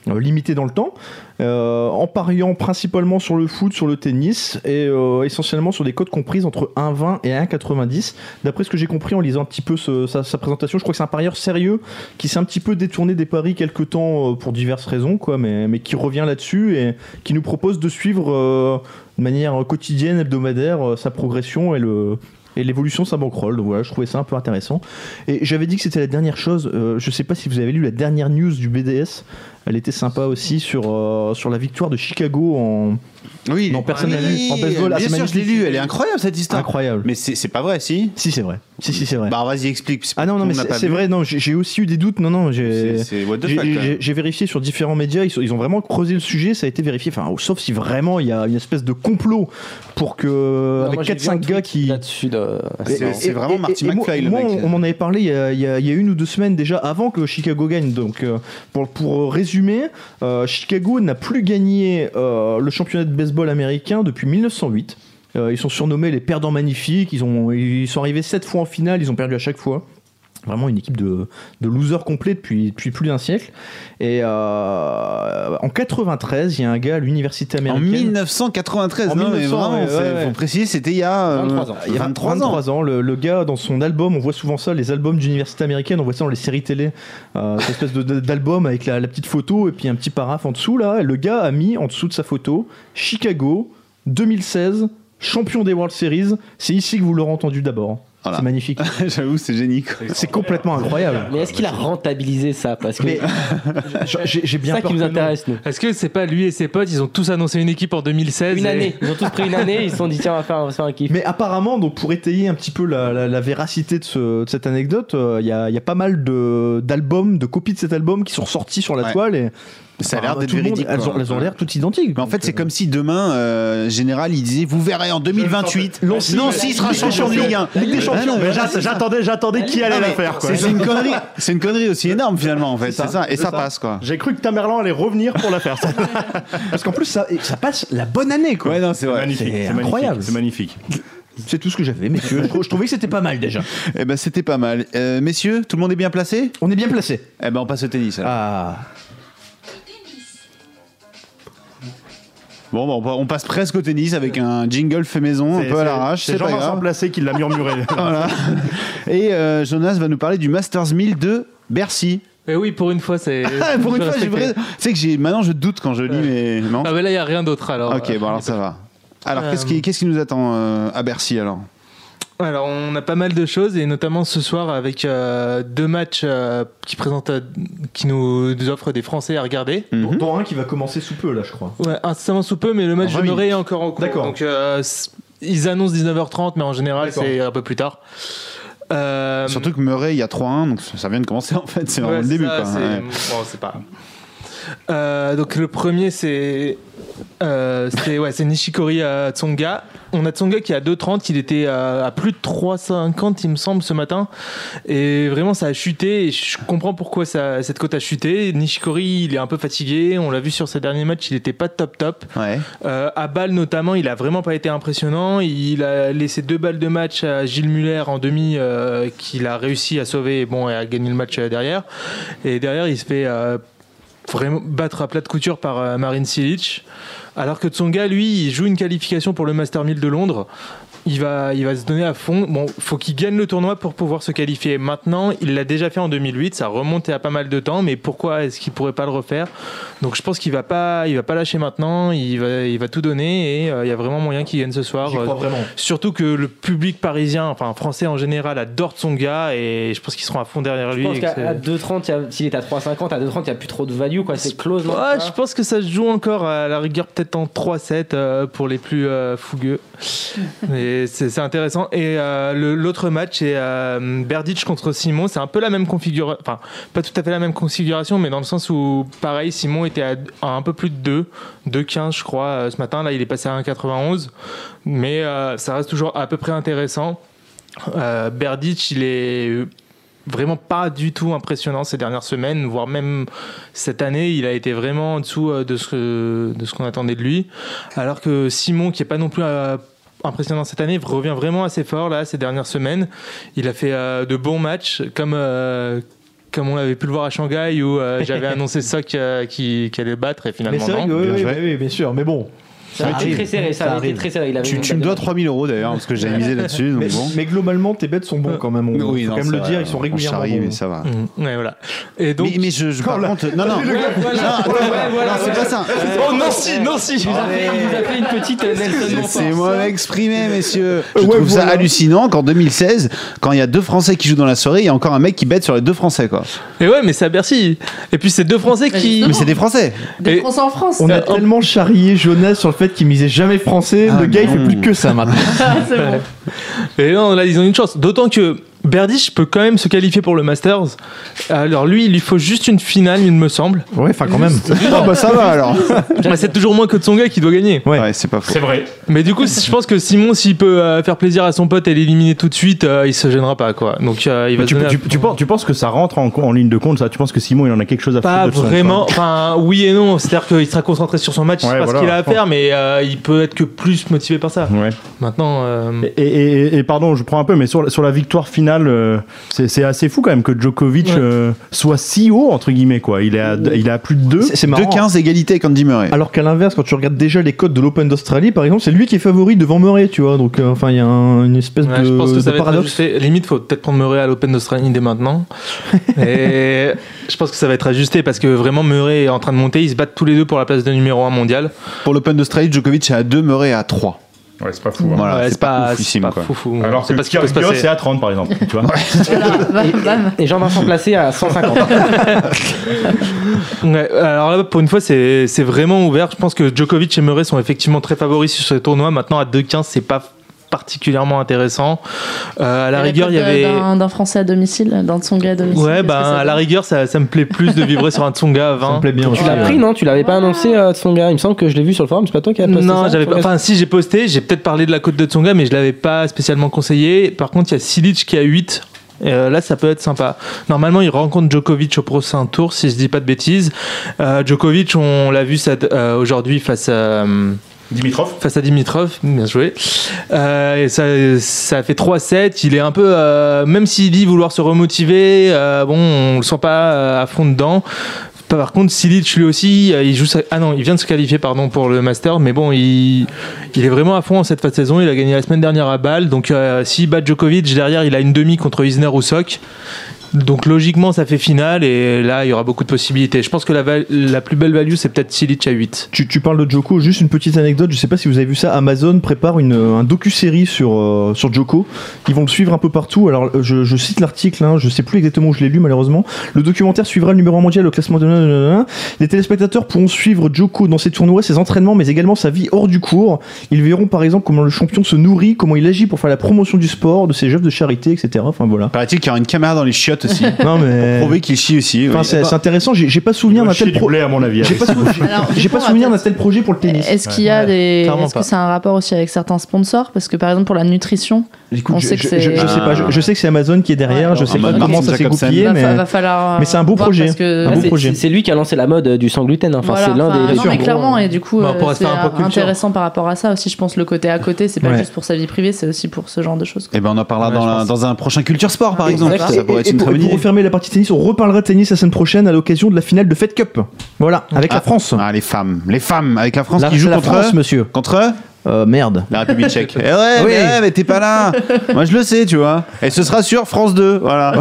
E: limité dans le temps, en pariant principalement sur le foot, sur le tennis et essentiellement sur des cotes comprises entre 1,20 et 1,90. D'après ce que j'ai compris en lisant un petit peu sa présentation, je crois que c'est un parieur sérieux qui s'est un petit peu détourné des paris quelque temps pour diverses raisons, quoi, mais qui revient là-dessus et qui nous propose de suivre de manière quotidienne, hebdomadaire, sa progression et l'évolution de sa bankroll. Donc voilà, je trouvais ça un peu intéressant. Et j'avais dit que c'était la dernière chose. Je sais pas si vous avez lu la dernière news du BDS. Elle était sympa aussi sur la victoire de Chicago en personne n'a lu en baseball.
C: Bien sûr, je l'ai lu. Elle est incroyable cette histoire.
E: Incroyable.
C: Mais c'est pas vrai, si
E: c'est vrai. Si c'est vrai.
C: Bah vas-y, explique.
E: Ah non mais c'est vrai. Non, j'ai aussi eu des doutes. Non,
C: c'est what the fuck.
E: J'ai vérifié sur différents médias. Ils ont vraiment creusé le sujet. Ça a été vérifié. Enfin, sauf si vraiment il y a une espèce de complot pour que avec 4-5 gars qui
F: là-dessus.
C: C'est vraiment Marty McFly le mec.
E: On m'en avait parlé il y a 1 ou 2 semaines déjà avant que Chicago gagne. Donc pour résumer, Chicago n'a plus gagné le championnat de baseball américain depuis 1908. Ils sont surnommés les perdants magnifiques. Ils sont arrivés 7 fois en finale. Ils ont perdu à chaque fois. Vraiment une équipe de losers complets depuis plus d'un siècle. Et en 93, il y a un gars à l'université américaine.
C: En 1993, faut préciser, c'était il y a
F: 23 ans.
E: Il y a 23 ans. Le gars, dans son album, on voit souvent ça, les albums d'université américaine, on voit ça dans les séries télé, cette espèce d'album avec la petite photo et puis un petit paraphe en dessous. Là, et le gars a mis en dessous de sa photo Chicago 2016, champion des World Series. C'est ici que vous l'aurez entendu d'abord. Voilà. C'est magnifique.
C: J'avoue, c'est génial.
E: C'est complètement incroyable.
F: Mais est-ce qu'il a rentabilisé ça? Parce que
E: j'ai bien
F: ça
E: peur
F: qui nous
E: que
F: intéresse, nous.
I: Est-ce que c'est pas lui et ses potes, ils ont tous annoncé une équipe en 2016
F: Une année. Ils ont tous pris une année. Ils se sont dit tiens, on va faire un kiff.
E: Mais apparemment, donc pour étayer un petit peu la véracité de cette anecdote, il y a pas mal d'albums, de copies de cet album qui sont sortis sur la toile et
C: ça a l'air d'être véridique.
E: Elles ont l'air toutes identiques.
C: Mais en fait, c'est comme si demain, Général, il disait, vous verrez en 2028, Nancy sera champion de Ligue 1.
E: Ligue des Champions.
D: J'attendais qui allait la faire.
C: C'est une connerie. C'est une connerie aussi énorme finalement, en fait. C'est ça. Et ça passe, quoi.
D: J'ai cru que Tamerlan allait revenir pour la faire.
E: Parce qu'en plus, ça passe la bonne année, quoi.
C: Ouais, non, c'est vrai.
E: C'est incroyable.
D: C'est magnifique.
E: C'est tout ce que j'avais, messieurs. Je trouvais que c'était pas mal déjà.
C: Eh ben, c'était pas mal. Messieurs, tout le monde est bien placé?
E: On est bien placé.
C: Eh ben, on passe au tennis. Alors.
E: Ah.
C: Bon, on passe presque au tennis avec un jingle fait maison, un peu à l'arrache.
D: C'est Jean-Vincent Placé qui l'a murmuré.
C: Voilà. Et Jonas va nous parler du Masters 1000 de Bercy.
I: Mais oui, pour une fois, c'est.
C: Pour une fois, tu sais que maintenant je doute quand je lis, mais non.
I: Ah, mais là, il n'y a rien d'autre alors.
C: Ok, bon, alors ça va. Alors, qu'est-ce qui nous attend à Bercy alors?
I: Alors, on a pas mal de choses, et notamment ce soir avec 2 matchs qui nous offrent des Français à regarder.
E: Dont un qui va commencer sous peu, là, je crois.
I: Ouais, incessamment sous peu, mais le match de Murray est encore en cours.
E: D'accord.
I: Donc, ils annoncent 19h30, mais en général, c'est un peu plus tard.
C: Surtout que Murray, il y a 3-1, donc ça vient de commencer en fait, c'est vraiment le début.
I: Ça,
C: quoi.
I: Bon, c'est pas grave. Donc, le premier, c'est Nishikori Tsonga. On a Tsonga qui est à 2,30, il était à plus de 3,50 il me semble ce matin, et vraiment ça a chuté, et je comprends pourquoi cette cote a chuté. Nishikori, il est un peu fatigué, on l'a vu sur ses derniers matchs, il n'était pas top.
C: Ouais.
I: À balle notamment, il a vraiment pas été impressionnant. Il a laissé 2 balles de match à Gilles Muller en demi, qu'il a réussi à sauver et à gagner le match derrière, et derrière il se fait vraiment battre à plat de couture par Marin Cilic, alors que Tsonga, lui, il joue une qualification pour le Master 1000 de Londres. Il va se donner à fond. Bon, faut qu'il gagne le tournoi pour pouvoir se qualifier. Maintenant, il l'a déjà fait en 2008, ça remonte à pas mal de temps, mais pourquoi est-ce qu'il pourrait pas le refaire? Donc je pense qu'il va pas lâcher maintenant, il va tout donner, et il y a vraiment moyen qu'il gagne ce soir.
E: J'y crois vraiment.
I: Surtout que le public parisien, enfin français en général, adore Tsonga, et je pense qu'ils seront à fond derrière lui.
F: Je pense qu'à 2,30, s'il est à 3,50, à 2,30, il n'y a plus trop de value, quoi. C'est close.
I: Ouais, je pense que ça se joue encore à la rigueur peut-être en 3-7 pour les plus fougueux. Mais c'est intéressant. Et l'autre match est Berdych contre Simon. C'est un peu la même configuration, enfin pas tout à fait la même configuration, mais dans le sens où pareil, Simon était à un peu plus de 2,15 je crois ce matin. Là il est passé à 1,91, mais ça reste toujours à peu près intéressant. Berdych, il est vraiment pas du tout impressionnant ces dernières semaines, voire même cette année, il a été vraiment en dessous de ce qu'on attendait de lui, alors que Simon, qui est pas non plus impressionnant cette année, revient vraiment assez fort là ces dernières semaines. Il a fait de bons matchs, comme comme on avait pu le voir à Shanghai où j'avais annoncé ça qui allait le battre et finalement
E: mais c'est vrai
I: non.
E: oui, bien sûr, mais bon.
F: Ça a été très serré, ça avait été très serré.
C: Tu me dois 3 000 € d'ailleurs, parce que j'avais misé là-dessus. Donc
E: mais globalement, tes bêtes sont bons quand même. Faut quand même le dire, ils sont régulièrement bons.
C: Mais ça va.
I: Ouais, voilà. Et donc,
C: mais je par contre. Non.
F: Voilà,
C: c'est pas ça.
I: Oh non, si.
F: Il nous a fait une petite Nelson Montfort.
C: C'est moi exprimé, messieurs. Je trouve ça hallucinant qu'en 2016, quand il y a 2 Français qui jouent dans la soirée, il y a encore un mec qui bête sur les 2 Français, quoi.
I: Et ouais, mais c'est à Bercy. Et puis c'est 2 Français qui.
C: Mais c'est des Français.
H: Des Français en France.
E: On a tellement charrié Jonas sur le fait qu'il misait jamais français. Le gars, il fait plus que ça maintenant.
H: C'est bon.
I: Et non, là, ils ont une chance. D'autant que Berdych peut quand même se qualifier pour le Masters. Alors lui, il lui faut juste une finale, il me semble.
E: Ouais, enfin quand même.
C: Ah bah ça va alors.
I: C'est toujours moins que Tsonga qui doit gagner.
C: Ouais, c'est pas faux.
D: C'est vrai.
I: Mais du coup, je pense que Simon, s'il peut faire plaisir à son pote et l'éliminer tout de suite, il se gênera pas, quoi. Donc il va
D: tu penses que ça rentre en ligne de compte, ça? Tu penses que Simon, il en a quelque chose à
I: pas
D: foutre de
I: vraiment. Enfin, oui et non. C'est-à-dire qu'il sera concentré sur son match, il sait pas ce qu'il a à faire, mais il peut être que plus motivé par ça.
D: Ouais.
I: Maintenant.
D: Et pardon, je prends un peu, mais sur la victoire finale, c'est assez fou quand même que Djokovic soit si haut entre guillemets, quoi. Il est à plus de 2.
E: C'est marrant.
C: 2-15 égalité avec Andy Murray.
E: Alors qu'à l'inverse, quand tu regardes déjà les codes de l'Open d'Australie, par exemple, c'est lui qui est favori devant Murray, tu vois. Donc, enfin, il y a une espèce de
I: je pense que ça va
E: paradoxe.
I: être ajusté. Limite, faut peut-être prendre Murray à l'Open d'Australie dès maintenant. Et je pense que ça va être ajusté parce que vraiment Murray est en train de monter. Ils se battent tous les deux pour la place de numéro 1 mondial.
C: Pour l'Open d'Australie, Djokovic est à 2, Murray à 3.
D: Ouais, c'est pas fou. Hein.
C: Voilà,
I: Ouais,
C: c'est pas oufissime, quoi.
I: fou.
D: Alors
I: c'est
D: que
I: pas ce qui peut se passer.
D: c'est à 30 par exemple, tu vois.
F: Et Jean-Vincent Placé à 150.
I: Ouais, alors là, pour une fois, c'est vraiment ouvert. Je pense que Djokovic et Murray sont effectivement très favoris sur ce tournoi. Maintenant, à 2-15, c'est pas particulièrement intéressant. À la rigueur, il y avait
H: d'un Français à domicile, d'un Tsonga à domicile.
I: Ouais, à la rigueur, ça me plaît plus de vibrer sur un Tsonga à 20.
E: Ça me plaît bien.
F: Tu l'as pris, non? Tu l'avais pas annoncé Tsonga? Il me semble que je l'ai vu sur le forum. C'est pas toi qui as posté ça?
I: Non, j'avais pas. Enfin, si, j'ai posté. J'ai peut-être parlé de la cote de Tsonga, mais je l'avais pas spécialement conseillé. Par contre, il y a Silic qui a 8. Là, ça peut être sympa. Normalement, il rencontre Djokovic au prochain tour, si je dis pas de bêtises. Djokovic, on l'a vu aujourd'hui face à Dimitrov, bien joué. Et ça fait 3-7. Il est un peu, même s'il dit vouloir se remotiver, on le sent pas à fond dedans. Par contre, Silic lui aussi, il vient de se qualifier pour le Master, mais bon, il est vraiment à fond en cette fin de saison. Il a gagné la semaine dernière à Bâle, donc s'il bat Djokovic, derrière il a une demi contre Isner ou Sock. Donc logiquement ça fait finale et là il y aura beaucoup de possibilités. Je pense que la plus belle value c'est peut-être Silic à 8.
E: Tu parles de Djoko, juste une petite anecdote, je sais pas si vous avez vu ça, Amazon prépare un docu-série sur Djoko. Ils vont le suivre un peu partout. Alors je cite l'article, je sais plus exactement où je l'ai lu malheureusement. Le documentaire suivra le numéro 1 mondial au classement de... Les téléspectateurs pourront suivre Djoko dans ses tournois, ses entraînements, mais également sa vie hors du cours. Ils verront par exemple comment le champion se nourrit, comment il agit pour faire la promotion du sport, de ses œuvres de charité, etc. Enfin voilà.
C: Paraît-il qu'il y aura une caméra dans les chiottes aussi.
E: Non mais
C: pour prouver qu'il chie aussi.
E: Enfin,
C: Oui.
E: c'est intéressant. J'ai pas souvenir d'un tel
D: projet à mon avis.
E: J'ai pas souvenir d'un tel projet pour le tennis.
H: Est-ce qu'il y a est-ce que c'est un rapport aussi avec certains sponsors? Parce que par exemple pour la nutrition,
E: écoute,
H: on sait que c'est.
E: Je sais pas. Je sais que c'est Amazon qui est derrière. Je sais pas comment ça s'est goupillé, mais
H: va falloir.
E: Mais c'est un beau projet.
F: C'est lui qui a lancé la mode du sans gluten. Enfin,
H: voilà,
F: c'est l'un des.
H: Non, mais clairement, et du coup, c'est
I: un
H: intéressant par rapport à ça aussi. Je pense le côté à côté, c'est pas juste pour sa vie privée, c'est aussi pour ce genre de choses.
C: Et ben on en parlera dans un prochain Culture Sport par exemple. Ça pourrait être une très bonne idée.
E: Pour refermer la partie tennis, on reparlera de tennis la semaine prochaine à l'occasion de la finale de Fed Cup. Voilà, avec la France.
C: Ah, les femmes avec la France qui joue
E: contre France, monsieur.
C: Contre
E: merde.
C: La République tchèque. Mais t'es pas là. Moi je le sais, tu vois. Et ce sera sur France 2. Voilà.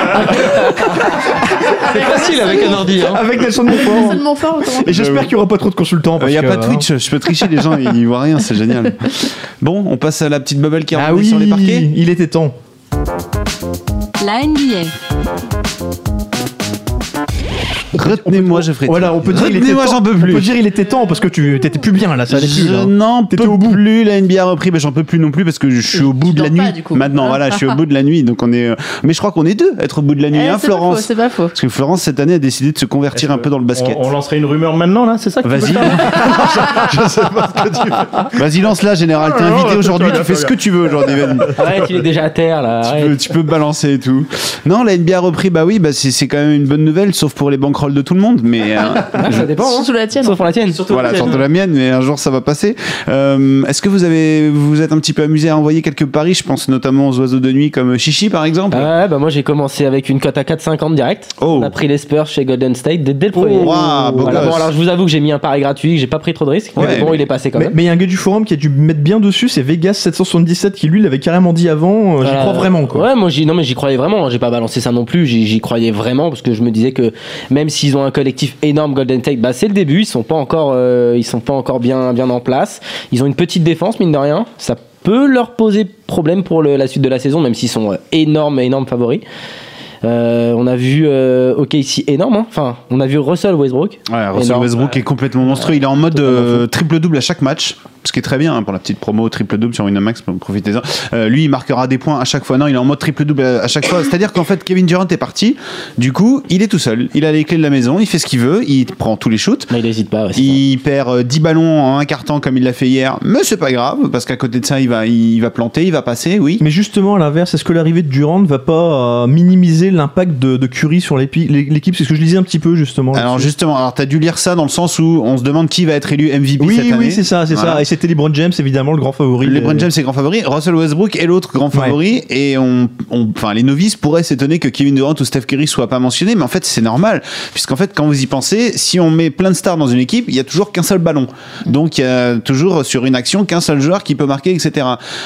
I: C'est facile avec un ordi.
E: Avec Nelson Montfort. Et j'espère qu'il n'y aura pas trop de consultants.
C: Il n'y a pas de Twitch. Je peux tricher, les gens ils voient rien. C'est génial. Bon, on passe à la petite bubble qui est sur les parquets.
E: Il était temps.
G: La NBA.
C: Retenez-moi, Geoffrey.
E: Voilà, on peut dire
C: j'en peux plus.
E: On peut dire il était temps parce que tu t'étais plus bien là, ça allait plus.
C: Je n'en peux plus. La NBA a repris, mais j'en peux plus non plus parce que je suis au bout de la nuit. Maintenant, voilà, je suis au bout de la nuit, donc on est. Mais je crois qu'on est deux à être au bout de la nuit, Florence.
H: C'est pas faux.
C: Parce que Florence cette année a décidé de se convertir un peu dans le basket.
D: On lancerait une rumeur maintenant là, c'est ça que
C: Vas-y. Je sais pas ce que tu veux. Vas-y, lance-la, général. T'es invité aujourd'hui. Tu fais ce que tu veux aujourd'hui.
F: Arrête, il est déjà à terre là.
C: Tu peux balancer et tout. Non, la NBA a repris. Bah oui, c'est quand même une bonne nouvelle, sauf pour les banques bankroll de tout le monde, mais
F: ça dépend.
H: Surtout la tienne.
F: Sauf pour la tienne.
C: voilà, surtout la mienne, mais un jour ça va passer. Est-ce que vous êtes un petit peu amusé à envoyer quelques paris? Je pense notamment aux oiseaux de nuit comme Chichi par exemple.
F: Moi j'ai commencé avec une cote à 4,50 direct. On a pris les Spurs chez Golden State dès le premier. Alors je vous avoue que j'ai mis un pari gratuit, que j'ai pas pris trop de risques. Mais bon, il est passé quand même.
E: Mais il y a un gars du forum qui a dû mettre bien dessus, c'est Vegas 777 qui lui l'avait carrément dit avant. J'y crois vraiment quoi.
F: Ouais, moi j'y croyais vraiment. J'ai pas balancé ça non plus. J'y croyais vraiment parce que je me disais que même s'ils ont un collectif énorme Golden State, c'est le début. Ils sont pas encore bien en place. Ils ont une petite défense mine de rien. Ça peut leur poser problème pour la suite de la saison, même s'ils sont énormes favoris. On a vu OKC énorme, hein. Enfin, on a vu Russell Westbrook.
C: Ouais, Russell Westbrook est complètement monstrueux. Il est en mode triple-double à chaque match, ce qui est très bien hein, pour la petite promo triple-double sur Winamax, profitez-en. Lui, il marquera des points à chaque fois. Non, il est en mode triple-double à chaque fois. C'est-à-dire qu'en fait, Kevin Durant est parti. Du coup, il est tout seul. Il a les clés de la maison. Il fait ce qu'il veut. Il prend tous les shoots.
F: Mais il hésite pas. Ouais,
C: il perd 10 ballons en un quart-temps comme il l'a fait hier. Mais c'est pas grave parce qu'à côté de ça, il va planter, il va passer. Oui.
E: Mais justement, à l'inverse, est-ce que l'arrivée de Durant va pas minimiser l'impact de Curry sur l'équipe? C'est ce que je lisais un petit peu justement.
C: Alors t'as dû lire ça dans le sens où on se demande qui va être élu MVP cette année.
E: Oui, c'est ça. Et c'était LeBron James évidemment le grand favori.
C: LeBron James est grand favori. Russell Westbrook est l'autre grand favori. Et les novices pourraient s'étonner que Kevin Durant ou Steph Curry soient pas mentionnés, mais en fait c'est normal puisqu'en fait quand vous y pensez, si on met plein de stars dans une équipe, il y a toujours qu'un seul ballon. Donc il y a toujours sur une action qu'un seul joueur qui peut marquer, etc.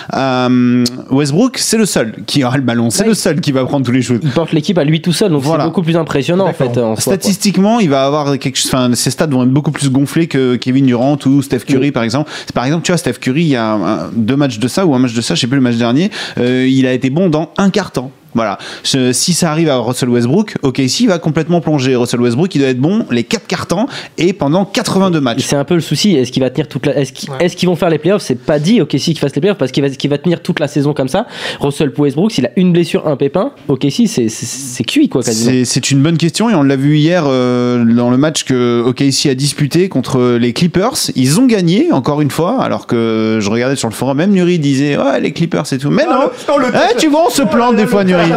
C: Westbrook c'est le seul qui aura le ballon, c'est le seul qui va prendre tous les shoots.
F: Il porte l'équipe à lui tout seul, donc c'est beaucoup plus impressionnant en fait.
C: Statistiquement, il va avoir quelque chose. Enfin, ses stats vont être beaucoup plus gonflés que Kevin Durant ou Steph Curry par exemple. Par exemple, tu vois, Steph Curry, il y a 2 matchs de ça ou un match de ça, je sais plus le match dernier. Il a été bon dans un quart-temps. Voilà. Si ça arrive à Russell Westbrook, s'il va complètement plonger. Russell Westbrook, il doit être bon les 4 quarts-temps et pendant 82 matchs.
F: C'est un peu le souci. Est-ce qu'il va tenir est-ce qu'ils vont faire les playoffs? C'est pas dit qu'ils fassent les playoffs parce qu'il va tenir toute la saison comme ça. Russell Westbrook, s'il a une blessure, un pépin, c'est cuit quoi. Quasiment.
C: C'est une bonne question et on l'a vu hier dans le match que OKC a disputé contre les Clippers. Ils ont gagné encore une fois, alors que je regardais sur le forum, même Nuri disait les Clippers c'est tout. Mais non, tu vois, on se plante des fois Nuri.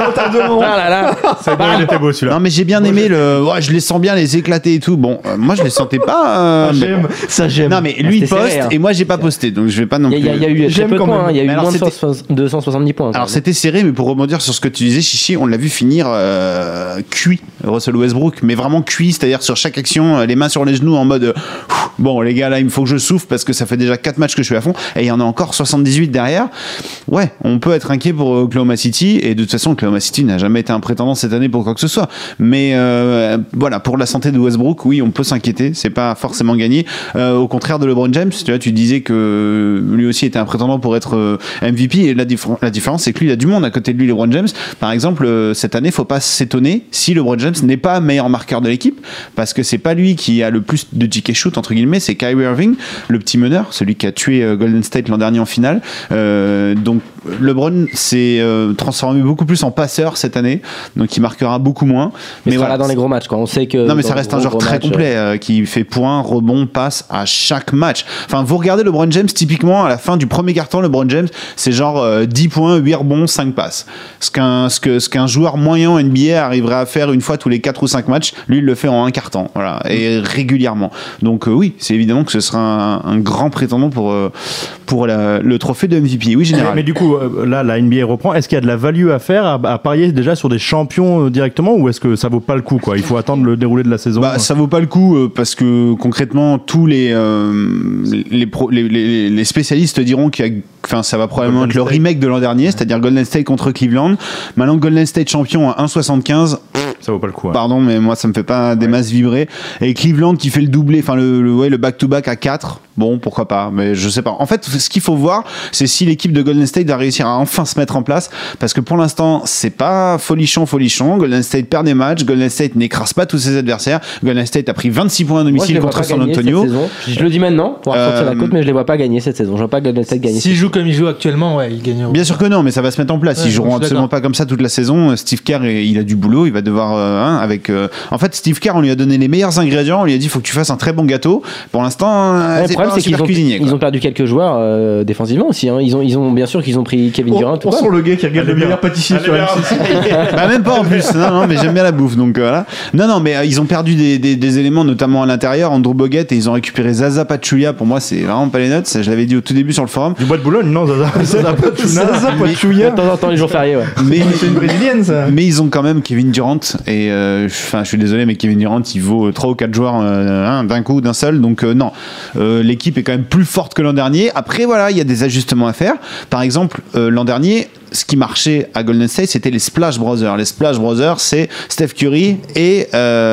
D: Il était beau celui-là.
C: Non mais j'ai bien aimé je les sens bien les éclater et tout. Bon, moi je les sentais pas.
E: J'aime.
C: Non mais lui il poste serré, hein. Et moi j'ai pas posté, donc je vais pas non plus.
F: Il y a eu très peu de points. Il y a eu moins de 270 points.
C: Alors c'était serré, mais pour rebondir sur ce que tu disais, Chichi, on l'a vu finir cuit, Russell Westbrook, mais vraiment cuit, c'est-à-dire sur chaque action, les mains sur les genoux en mode bon les gars là il me faut que je souffle parce que ça fait déjà 4 matchs que je suis à fond et il y en a encore 78 derrière. Ouais, on peut être inquiet pour Oklahoma City et de toute façon Oklahoma City n'a jamais été un prétendant cette année pour quoi que ce soit. Mais voilà, pour la santé de Westbrook, oui, on peut s'inquiéter. C'est pas forcément gagné. Au contraire de LeBron James, tu vois, tu disais que lui aussi était un prétendant pour être MVP. Et la différence, c'est que lui, il a du monde à côté de lui, LeBron James. Par exemple, cette année, faut pas s'étonner si LeBron James n'est pas meilleur marqueur de l'équipe, parce que c'est pas lui qui a le plus de ticket shoot entre guillemets, c'est Kyrie Irving, le petit meneur, celui qui a tué Golden State l'an dernier en finale. Donc LeBron s'est transformé beaucoup plus en passeur cette année, donc il marquera beaucoup moins.
F: Mais il sera là dans les gros matchs, quoi. On sait que.
C: Non, mais ça reste un joueur très complet qui fait points, rebonds, passes à chaque match. Enfin, vous regardez LeBron James, typiquement à la fin du premier quart-temps, LeBron James, c'est genre 10 points, 8 rebonds, 5 passes. Ce qu'un joueur moyen en NBA arriverait à faire une fois tous les 4 ou 5 matchs, lui il le fait en un quart-temps, voilà, et régulièrement. Donc oui, c'est évidemment que ce sera un grand prétendant pour le trophée de MVP. Oui, général.
D: Mais du coup, là, la NBA reprend. Est-ce qu'il y a de la value à faire à parier déjà sur des champions directement, ou est-ce que ça vaut pas le coup, quoi? Il faut attendre le déroulé de la saison.
C: Ça vaut pas le coup parce que concrètement tous les spécialistes diront ça va probablement être le remake de l'an dernier, c'est-à-dire Golden State contre Cleveland. Maintenant Golden State champion à 1,75,
D: ça vaut pas le coup. Ouais.
C: Pardon, mais moi ça me fait pas des masses vibrer. Et Cleveland qui fait le doublé, enfin le back-to-back à 4. Bon, pourquoi pas, mais je sais pas. En fait, ce qu'il faut voir, c'est si l'équipe de Golden State va réussir à enfin se mettre en place, parce que pour l'instant, c'est pas folichon. Golden State perd des matchs, Golden State n'écrase pas tous ses adversaires. Golden State a pris 26 points à domicile contre San Antonio.
F: Je le dis maintenant, pour sortir la côte, mais je les vois pas gagner cette saison. Je vois pas Golden State gagner.
I: S'ils jouent comme ils jouent actuellement, ouais, ils gagneront.
C: Bien sûr que non, mais ça va se mettre en place. Ils joueront absolument pas comme ça toute la saison. Steve Kerr, il a du boulot, il va devoir En fait, Steve Kerr, on lui a donné les meilleurs ingrédients. On lui a dit, faut que tu fasses un très bon gâteau. Pour l'instant, c'est
F: problème, c'est qu'ils ont perdu quelques joueurs défensivement aussi. Hein. Ils ont bien sûr qu'ils ont pris Kevin Durant.
E: On sent le gars qui regarde le meilleur pâtissier sur M6.
C: Bah, même pas en plus. Non, mais j'aime bien la bouffe, donc voilà. Non, mais ils ont perdu des éléments, notamment à l'intérieur. Andrew Bogut, et ils ont récupéré Zaza Pachulia. Pour moi, c'est vraiment pas les notes. Ça, je l'avais dit au tout début sur le forum.
D: Du bois de Boulogne, non, Zaza
F: Pachulia. De temps en temps, les jours fériés, ouais.
E: Mais c'est une brésilienne, ça.
C: Mais ils ont quand même Kevin Durant. Et je suis désolé, mais Kevin Durant, il vaut 3 ou 4 joueurs d'un coup, d'un seul. Donc non, l'équipe est quand même plus forte que l'an dernier. Après, voilà, il y a des ajustements à faire. Par exemple, l'an dernier, ce qui marchait à Golden State, c'était les Splash Brothers. Les Splash Brothers, c'est Steph Curry et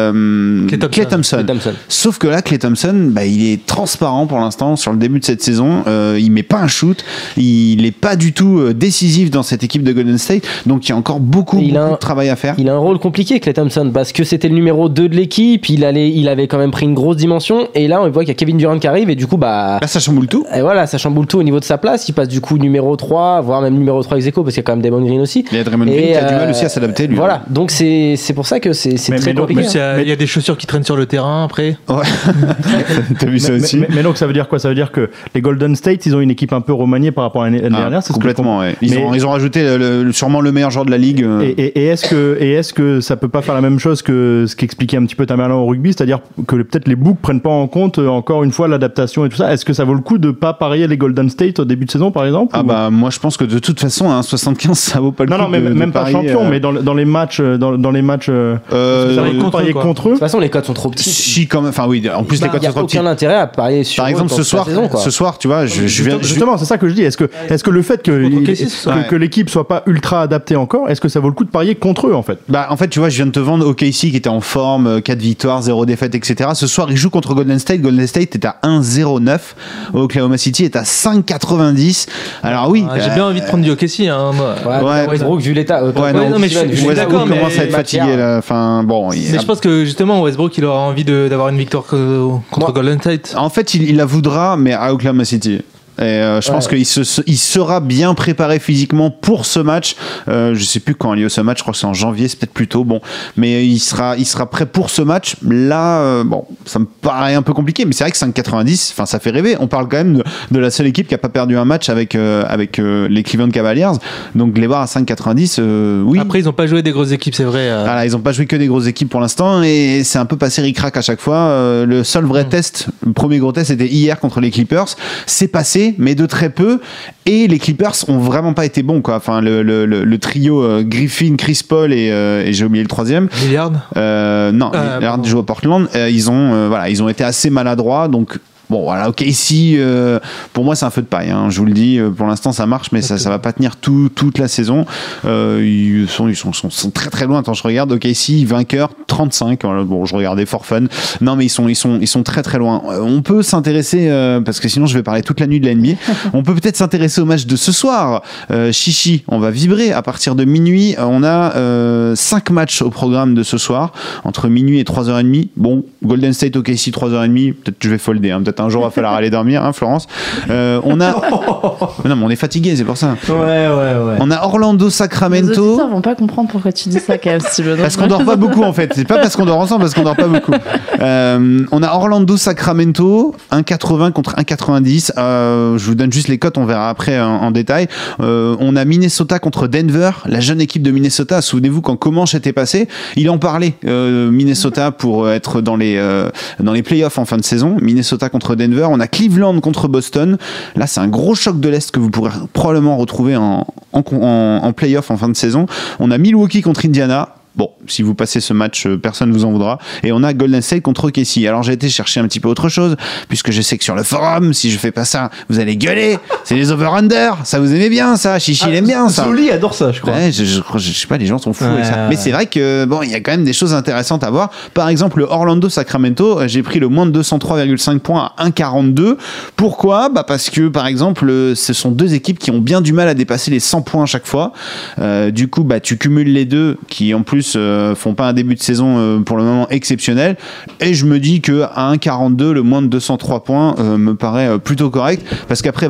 C: Klay Thompson. Sauf que là, Klay Thompson, bah, il est transparent pour l'instant sur le début de cette saison. Il met pas un shoot. Il est pas du tout décisif dans cette équipe de Golden State. Donc, il y a encore beaucoup de travail à faire.
F: Il a un rôle compliqué, Klay Thompson, parce que c'était le numéro 2 de l'équipe. Il avait quand même pris une grosse dimension. Et là, on voit qu'il y a Kevin Durant qui arrive. Et du coup, bah.
C: Là, ça chamboule tout.
F: Et voilà, ça chamboule tout au niveau de sa place. Il passe du coup numéro 3, voire même numéro 3 ex-aequo, parce qu'il y a quand même Draymond Green aussi.
C: Il y a Draymond Green qui a du mal aussi à s'adapter, lui.
F: Voilà, donc c'est pour ça que c'est très compliqué.
I: Il y a des chaussures qui traînent sur le terrain après.
C: Ouais. T'as vu ça aussi.
D: Mais donc ça veut dire quoi? Ça veut dire que les Golden State, ils ont une équipe un peu remaniée par rapport à l'année dernière.
C: Complètement, ouais. Ils ont rajouté sûrement le meilleur joueur de la ligue.
D: Et est-ce que ça peut pas faire la même chose que ce qu'expliquait un petit peu Tamerlan au rugby, c'est-à-dire que peut-être les books prennent pas en compte encore une fois l'adaptation et tout ça. Est-ce que ça vaut le coup de pas parier les Golden State au début de saison, par exemple?
C: Bah moi je pense que de toute façon, 75 ça vaut pas le coup.
D: Non, mais même pas champion, mais dans les matchs, dans les matchs, parier contre eux.
F: De toute façon, les cotes sont trop petites.
C: Si, quand même. Enfin, oui, en plus, les cotes sont trop petites.
F: Il n'y a aucun intérêt à parier sur.
C: Par exemple, ce soir, tu vois, je viens.
D: Justement, c'est ça que je dis. Est-ce que le fait que l'équipe soit pas ultra adaptée encore, est-ce que ça vaut le coup de parier contre eux, en fait?
C: Bah, en fait, tu vois, je viens de te vendre OKC qui était en forme, 4 victoires, 0 défaite, etc. Ce soir, ils jouent contre Golden State. Golden State est à 1,09. Oklahoma City est à 5,90. Alors oui.
I: J'ai bien envie de prendre du OKC, hein.
F: Westbrook, vu l'état.
C: Westbrook commence à être fatigué là. Enfin, bon.
I: Mais je pense que justement, Westbrook, il aura envie d'avoir une victoire contre Golden State.
C: En fait, il la voudra, mais à Oklahoma City. Et je pense qu'il sera bien préparé physiquement pour ce match. Je sais plus quand a lieu ce match, je crois que c'est en janvier, c'est peut-être plus tôt. Bon, mais il sera prêt pour ce match. Là, bon, ça me paraît un peu compliqué, mais c'est vrai que 5,90, enfin, ça fait rêver. On parle quand même de la seule équipe qui a pas perdu un match avec les Cleveland Cavaliers. Donc les voir à 5,90, oui.
I: Après, ils ont pas joué des grosses équipes, c'est vrai.
C: Voilà, ils ont pas joué que des grosses équipes pour l'instant, et c'est un peu passé ric-rac à chaque fois. Le seul vrai test, le premier gros test, c'était hier contre les Clippers. C'est passé, mais de très peu, et les Clippers ont vraiment pas été bons, quoi. Enfin, le trio Griffin, Chris Paul et j'ai oublié le troisième.
I: Lillard.
C: Non, Lillard joue à Portland. Ils ont été assez maladroits, donc. Bon, voilà, ok, ici, pour moi, c'est un feu de paille. Hein, je vous le dis, pour l'instant, ça marche, mais ça va pas tenir toute la saison. Ils sont très très loin. Attends, je regarde. Ok, ici, vainqueur 35. Voilà, bon, je regardais for fun. Non, mais ils sont très très loin. On peut s'intéresser, parce que sinon, je vais parler toute la nuit de la NBA. On peut peut-être s'intéresser au match de ce soir. Chichi, on va vibrer à partir de minuit. On a 5 matchs au programme de ce soir, entre minuit et 3h30. Bon, Golden State, OKC, 3h30. Peut-être que je vais folder. Hein, peut-être un jour, il va falloir aller dormir, hein, Florence. On a. Non, mais on est fatigué, c'est pour ça.
E: Ouais.
C: On a Orlando-Sacramento.
H: Les auditeurs vont pas comprendre pourquoi tu dis ça, quand même, Steven.
C: Parce qu'on dort pas beaucoup, en fait. C'est pas parce qu'on dort ensemble, parce qu'on dort pas beaucoup. On a Orlando-Sacramento, 1,80 contre 1,90. Je vous donne juste les cotes, on verra après en détail. On a Minnesota contre Denver, la jeune équipe de Minnesota. Souvenez-vous, quand Comanche était passé, il en parlait, Minnesota, pour être dans les playoffs en fin de saison. Minnesota contre Denver. On a Cleveland contre Boston. Là, c'est un gros choc de l'Est que vous pourrez probablement retrouver en playoff en fin de saison. On a Milwaukee contre Indiana. Bon, si vous passez ce match, personne ne vous en voudra. Et on a Golden State contre OKC. Alors j'ai été chercher un petit peu autre chose, puisque je sais que sur le forum, si je fais pas ça, vous allez gueuler. C'est les over-under. Ça vous aimez bien, ça. Chichi, il aime bien ça.
E: Soli adore ça, je crois.
C: Ouais, je sais pas, les gens sont fous avec ça. Mais c'est vrai que bon, il y a quand même des choses intéressantes à voir. Par exemple, le Orlando-Sacramento, j'ai pris le moins de 203,5 points à 1,42. Pourquoi? Bah parce que par exemple, ce sont deux équipes qui ont bien du mal à dépasser les 100 points à chaque fois. Du coup, bah tu cumules les deux, qui en plus font pas un début de saison pour le moment exceptionnel, et je me dis que à 1,42 le moins de 203 points me paraît plutôt correct, parce qu'après va trouver un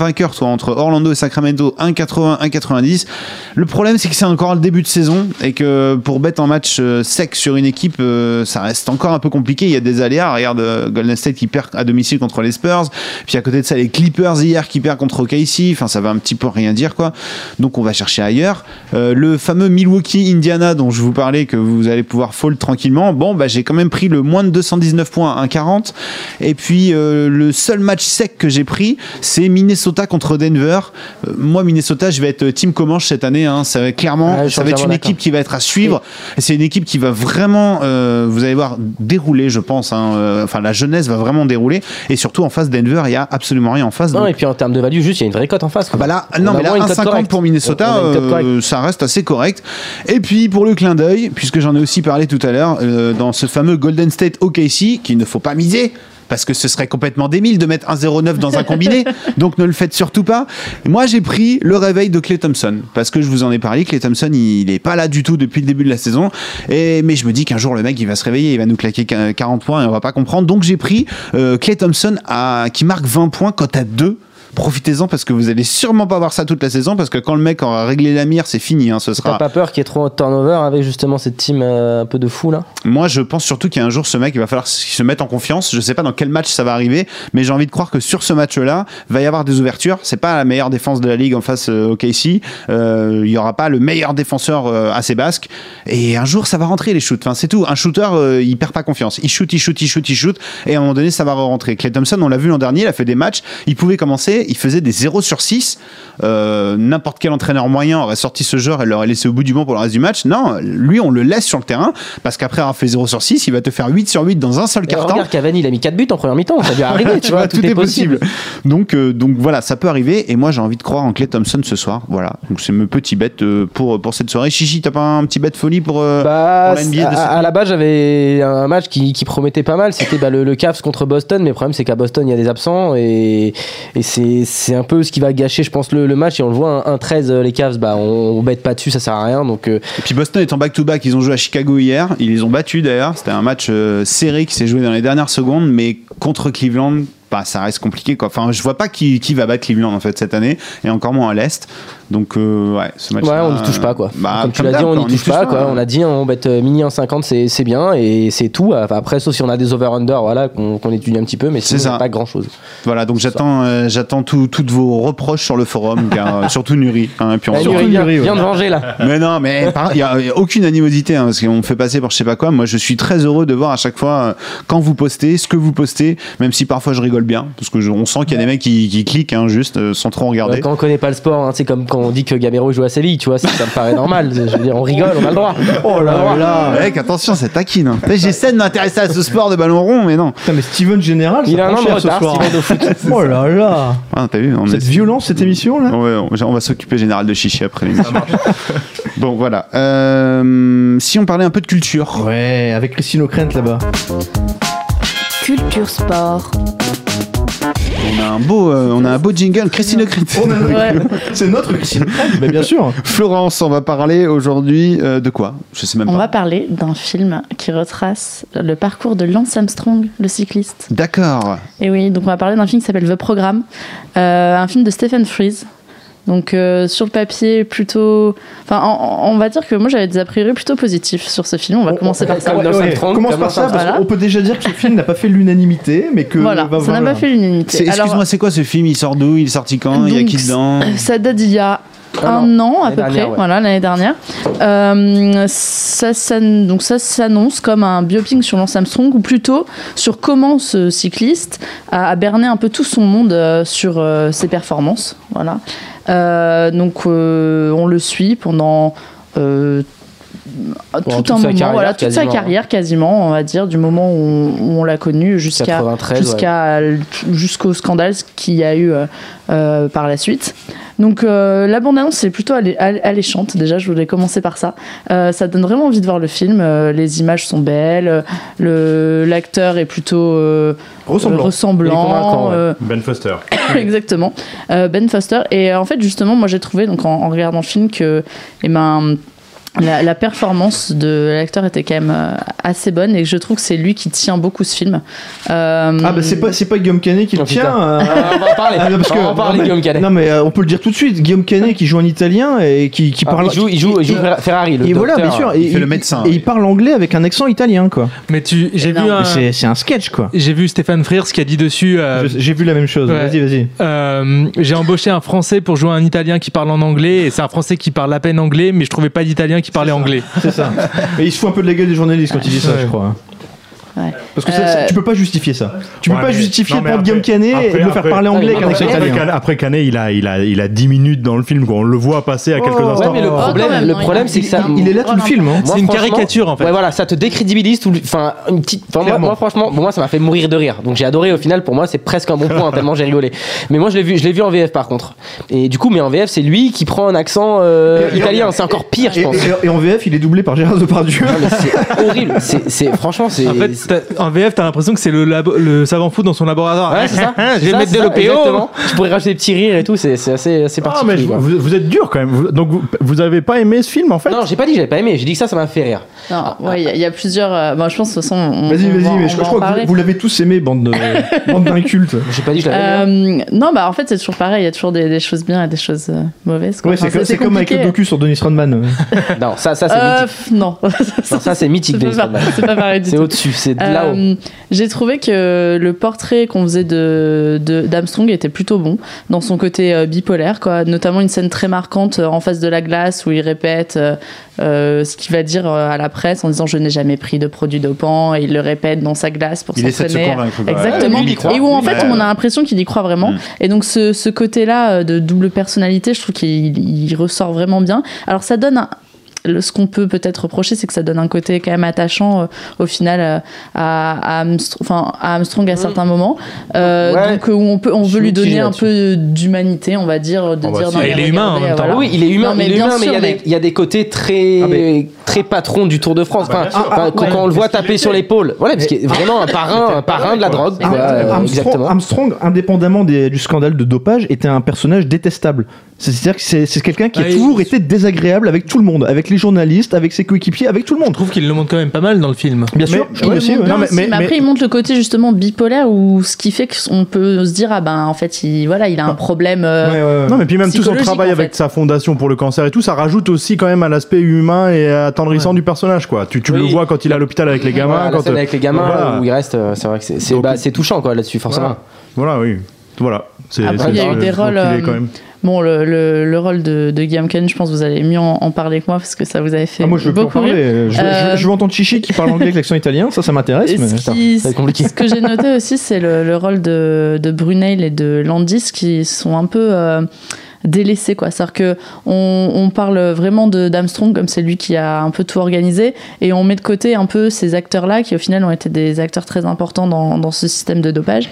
C: vainqueur soit entre Orlando et Sacramento, 1,80, 1,90. Le problème, c'est que c'est encore le début de saison et que pour bet en match sec sur une équipe, ça reste encore un peu compliqué. Il y a des aléas. Regarde Golden State qui perd à domicile contre les Spurs. Puis à côté de ça, les Clippers hier qui perdent contre OKC. Enfin, ça va un petit peu rien dire, quoi. Donc on va chercher ailleurs. Le fameux Milwaukee-Indiana dont je vous parlais, que vous allez pouvoir fold tranquillement. Bon, bah, j'ai quand même pris le moins de 219 points à 1,40. Et puis le seul match sec que j'ai pris, c'est Minnesota contre Denver. Moi, Minnesota, je vais être team Comanche cette année. Hein. Ça va clairement, ça va être une équipe qui va être à suivre. Et c'est une équipe qui va vraiment, vous allez voir, dérouler, je pense. Hein. Enfin, la jeunesse va vraiment dérouler. Et surtout en face Denver, il y a absolument rien en face.
F: Non,
C: donc...
F: et puis en termes de value, juste il y a une vraie cote en face.
C: Bah là, non, mais là, 1,50 pour Minnesota, ça reste assez correct. Et puis pour le clin d'œil, puisque j'en ai aussi parlé tout à l'heure, dans ce fameux Golden State OKC, qu'il ne faut pas miser, parce que ce serait complètement débile de mettre 1,09 dans un combiné, donc ne le faites surtout pas. Moi, j'ai pris le réveil de Klay Thompson, parce que je vous en ai parlé, Klay Thompson, il est pas là du tout depuis le début de la saison, mais je me dis qu'un jour, le mec, il va se réveiller, il va nous claquer 40 points et on va pas comprendre. Donc, j'ai pris Klay Thompson qui marque 20 points, cote à 2. Profitez-en parce que vous allez sûrement pas voir ça toute la saison, parce que quand le mec aura réglé la mire, c'est fini. Hein, ce sera...
F: T'as pas peur qu'il y ait trop de turnover avec justement cette team un peu de fou là?
C: Moi, je pense surtout qu'il y a un jour, ce mec, il va falloir qu'il se mette en confiance. Je sais pas dans quel match ça va arriver, mais j'ai envie de croire que sur ce match-là, va y avoir des ouvertures. C'est pas la meilleure défense de la ligue en face au KC. Il y aura pas le meilleur défenseur assez basque. Et un jour, ça va rentrer les shoots. Enfin, c'est tout. Un shooter, il perd pas confiance. Il shoot. Et à un moment donné, ça va rentrer. Klay Thompson, on l'a vu l'an dernier, il a fait des matchs. Il pouvait commencer. Il faisait des 0/6. N'importe quel entraîneur moyen aurait sorti ce joueur et l'aurait laissé au bout du banc pour le reste du match. Non, lui, on le laisse sur le terrain parce qu'après avoir fait 0/6, il va te faire 8/8 dans un seul quart-temps.
F: Regarde, Cavani, il a mis 4 buts en première mi-temps. Ça lui est arrivé, tu vois.
C: Tout est possible. Donc voilà, ça peut arriver. Et moi, j'ai envie de croire en Klay Thompson ce soir. Voilà. Donc c'est mes petits bets pour cette soirée. Chichi, t'as pas un petit bet folie pour la NBA
F: à la base, j'avais un match qui promettait pas mal. C'était le Cavs contre Boston. Mais le problème, c'est qu'à Boston, il y a des absents et c'est un peu ce qui va gâcher, je pense, le match. Et on le voit, 1-13 les Cavs, on bête pas dessus, ça sert à rien. Donc
C: et puis Boston est en back-to-back, ils ont joué à Chicago hier, ils les ont battus d'ailleurs. C'était un match serré qui s'est joué dans les dernières secondes, mais contre Cleveland, ça reste compliqué, quoi. Enfin, je vois pas qui va battre Cleveland en fait cette année, et encore moins à l'Est. Donc ce match,
F: on n'y touche pas, quoi. Comme tu l'as dit, on n'y touche pas, quoi. On a dit on bête mini 1,50, c'est bien, et c'est tout. Enfin, après, sauf si on a des over-under, voilà, qu'on étudie un petit peu, mais sinon pas grand chose.
C: Voilà, donc j'attends toutes vos reproches sur le forum, car, surtout Nuri. Hein, et puis
F: Nuri, viens de venger là.
C: Mais non, mais il y a aucune animosité, hein, parce qu'on me fait passer pour je sais pas quoi. Moi, je suis très heureux de voir à chaque fois quand vous postez, ce que vous postez, même si parfois je rigole bien, parce que on sent qu'il y a des mecs qui cliquent, hein, juste sans trop regarder.
F: Quand on connaît pas le sport, hein, c'est comme quand on dit que Gamero joue à Séville, tu vois, ça me paraît normal. Je veux dire, on rigole, on a le droit.
C: Oh là là, mec, attention, c'est taquine. Hein. J'essaie de m'intéresser à ce sport de ballon rond, mais non.
E: Putain, mais Steven Général,
F: il a un an de retard, Steven, au foot.
E: Oh là là.
C: Ah, t'as vu,
E: cette violence, cette émission là.
C: Ouais, on va s'occuper général de Chichi après l'émission. Bon, voilà. Si on parlait un peu de culture.
E: Ouais, avec Christine O'Krent là-bas.
B: Culture sport.
C: On a un beau jingle, Christine O'Krent.
E: C'est notre Christine O'Krent, mais bien sûr.
C: Florence, on va parler aujourd'hui de quoi? Je sais même pas.
H: On va parler d'un film qui retrace le parcours de Lance Armstrong, le cycliste.
C: D'accord.
H: Et oui, donc on va parler d'un film qui s'appelle The Programme, un film de Stephen Frears. Donc sur le papier plutôt, on va dire que moi j'avais des a priori plutôt positifs sur ce film. On va commencer par ça.
E: On commence par ça parce qu'on peut déjà dire que ce film n'a pas fait l'unanimité, mais que
H: voilà, ça n'a pas fait l'unanimité.
C: Excuse-moi, c'est quoi ce film? Il sort d'où? Il est sorti quand? Il y a qui dedans?
H: Ça date d'il y a un an à peu près, voilà, l'année dernière. Ça s'annonce comme un biopic sur Lance Armstrong, ou plutôt sur comment ce cycliste a berné un peu tout son monde sur ses performances. Voilà. Donc on le suit pendant toute sa carrière quasiment, on va dire, du moment où on l'a connu jusqu'au scandale qu'il y a eu par la suite. Donc la bande-annonce est plutôt alléchante, déjà je voulais commencer par ça. Ça donne vraiment envie de voir le film, les images sont belles, l'acteur est plutôt ressemblant.
D: Ben Foster.
H: Exactement, Ben Foster. Et en fait justement moi j'ai trouvé, donc en regardant le film, que la performance de l'acteur était quand même assez bonne et je trouve que c'est lui qui tient beaucoup ce film.
E: C'est pas Guillaume Canet qui le tient.
F: On va en parler. On va en parler, Guillaume Canet.
E: Non mais on peut le dire tout de suite. Guillaume Canet qui joue en italien et qui parle.
F: Il joue Ferrari. Le
E: et
F: docteur,
E: voilà, bien sûr.
C: Il fait le médecin.
E: Et il parle anglais avec un accent italien, quoi.
I: Mais j'ai vu
E: c'est un sketch, quoi.
I: J'ai vu Stéphane Frears qui a dit dessus.
E: J'ai vu la même chose.
I: Ouais.
E: Vas-y.
I: J'ai embauché un Français pour jouer un Italien qui parle en anglais et c'est un Français qui parle à peine anglais, mais je trouvais pas d'Italien qui parlait anglais.
E: C'est ça. Et il se fout un peu de la gueule des journalistes quand il dit ça, je crois.
H: Ouais.
E: Parce que tu peux pas justifier ça. Tu peux pas justifier de prendre Guillaume Canet et de le faire parler anglais avec un accent italien.
D: Après Canet, il a 10 minutes dans le film, quoi. On le voit passer à quelques instants.
F: Ouais, mais le problème, c'est que ça.
E: Il est là tout le film.
I: C'est une caricature en fait.
F: Ouais, voilà, ça te décrédibilise tout. Enfin, une petite. Moi, franchement, moi, ça m'a fait mourir de rire. Donc j'ai adoré. Au final, pour moi, c'est presque un bon point tellement j'ai rigolé. Mais moi, je l'ai vu en VF par contre. Et du coup, mais en VF, c'est lui qui prend un accent italien. C'est encore pire, je pense.
E: Et en VF, il est doublé par Gérard Depardieu.
F: Non, mais c'est horrible. Franchement, c'est.
I: En fait, en VF, t'as l'impression que c'est le savant fou dans son laboratoire.
F: Ouais, c'est ça.
I: Je vais mettre de l'OPO.
F: Exactement. Tu pourrais rajouter des petits rires et tout. C'est assez particulier.
D: Mais vous êtes dur quand même. Donc vous avez pas aimé ce film en fait?
F: Non, j'ai pas dit que j'avais pas aimé. J'ai dit que ça m'a fait rire.
H: Non, ouais, il y a plusieurs. Bon, je pense de toute façon.
E: Vas-y, mais je crois que vous l'avez tous aimé, bande d'incultes.
F: J'ai pas dit que je l'avais aimé.
H: Non, bah en fait, c'est toujours pareil. Il y a toujours des choses bien et des choses mauvaises.
E: Ouais, c'est comme avec le docu sur Dennis Rodman.
F: Non, ça c'est mythique.
H: Non,
F: ça c'est mythique.
H: C'est pas pareil du tout.
F: C'est au-dessus, c'est de là-haut.
H: J'ai trouvé que le portrait qu'on faisait d'Armstrong était plutôt bon dans son côté bipolaire, quoi. Notamment une scène très marquante en face de la glace où il répète ce qu'il va dire à la presse en disant je n'ai jamais pris de produit dopant, et il le répète dans sa glace pour s'entraîner. Exactement. Et où en fait on a l'impression qu'il y croit vraiment. Et donc ce côté-là de double personnalité, je trouve qu'il ressort vraiment bien. Alors ça donne ce qu'on peut peut-être reprocher, c'est que ça donne un côté quand même attachant au final à Armstrong à certains moments. Donc où on veut lui donner un peu d'humanité, on va dire.
I: Il est humain en même temps.
F: Oui, il est humain, mais il y a des côtés très patron du Tour de France. Quand on le voit taper sur l'épaule. Voilà, parce qu'il est vraiment un parrain de la drogue.
E: Armstrong, indépendamment du scandale de dopage, était un personnage détestable. C'est-à-dire que c'est quelqu'un qui a toujours été désagréable avec tout le monde, avec les journalistes, avec ses coéquipiers, avec tout le monde.
I: Je trouve qu'il le montre quand même pas mal dans le film.
E: Bien sûr, je trouve aussi.
H: Mais après, il montre le côté justement bipolaire, où ce qui fait qu'on peut se dire en fait, il a un problème.
D: Non, mais puis même tout son travail avec sa fondation pour le cancer et tout, ça rajoute aussi quand même à l'aspect humain et attendrissant du personnage, quoi. Tu le vois quand il est à l'hôpital avec les gamins.
F: La scène avec les gamins où il reste, c'est vrai que c'est touchant, quoi, là-dessus, forcément.
D: Voilà, oui. Voilà.
H: Après, il y a eu des rôles. Bon, le rôle de Guillaume Canet, je pense que vous allez mieux en parler que moi parce que ça vous avait fait
E: moi, je veux
H: beaucoup
E: rire. Je veux entendre Chichi qui parle anglais avec l'accent italien, ça m'intéresse. Mais
F: ça va être compliqué.
H: Ce que j'ai noté aussi, c'est le rôle de Brunel et de Landis qui sont un peu délaissés, quoi. C'est-à-dire que on parle vraiment d'Armstrong comme c'est lui qui a un peu tout organisé, et on met de côté un peu ces acteurs-là qui au final ont été des acteurs très importants dans ce système de dopage,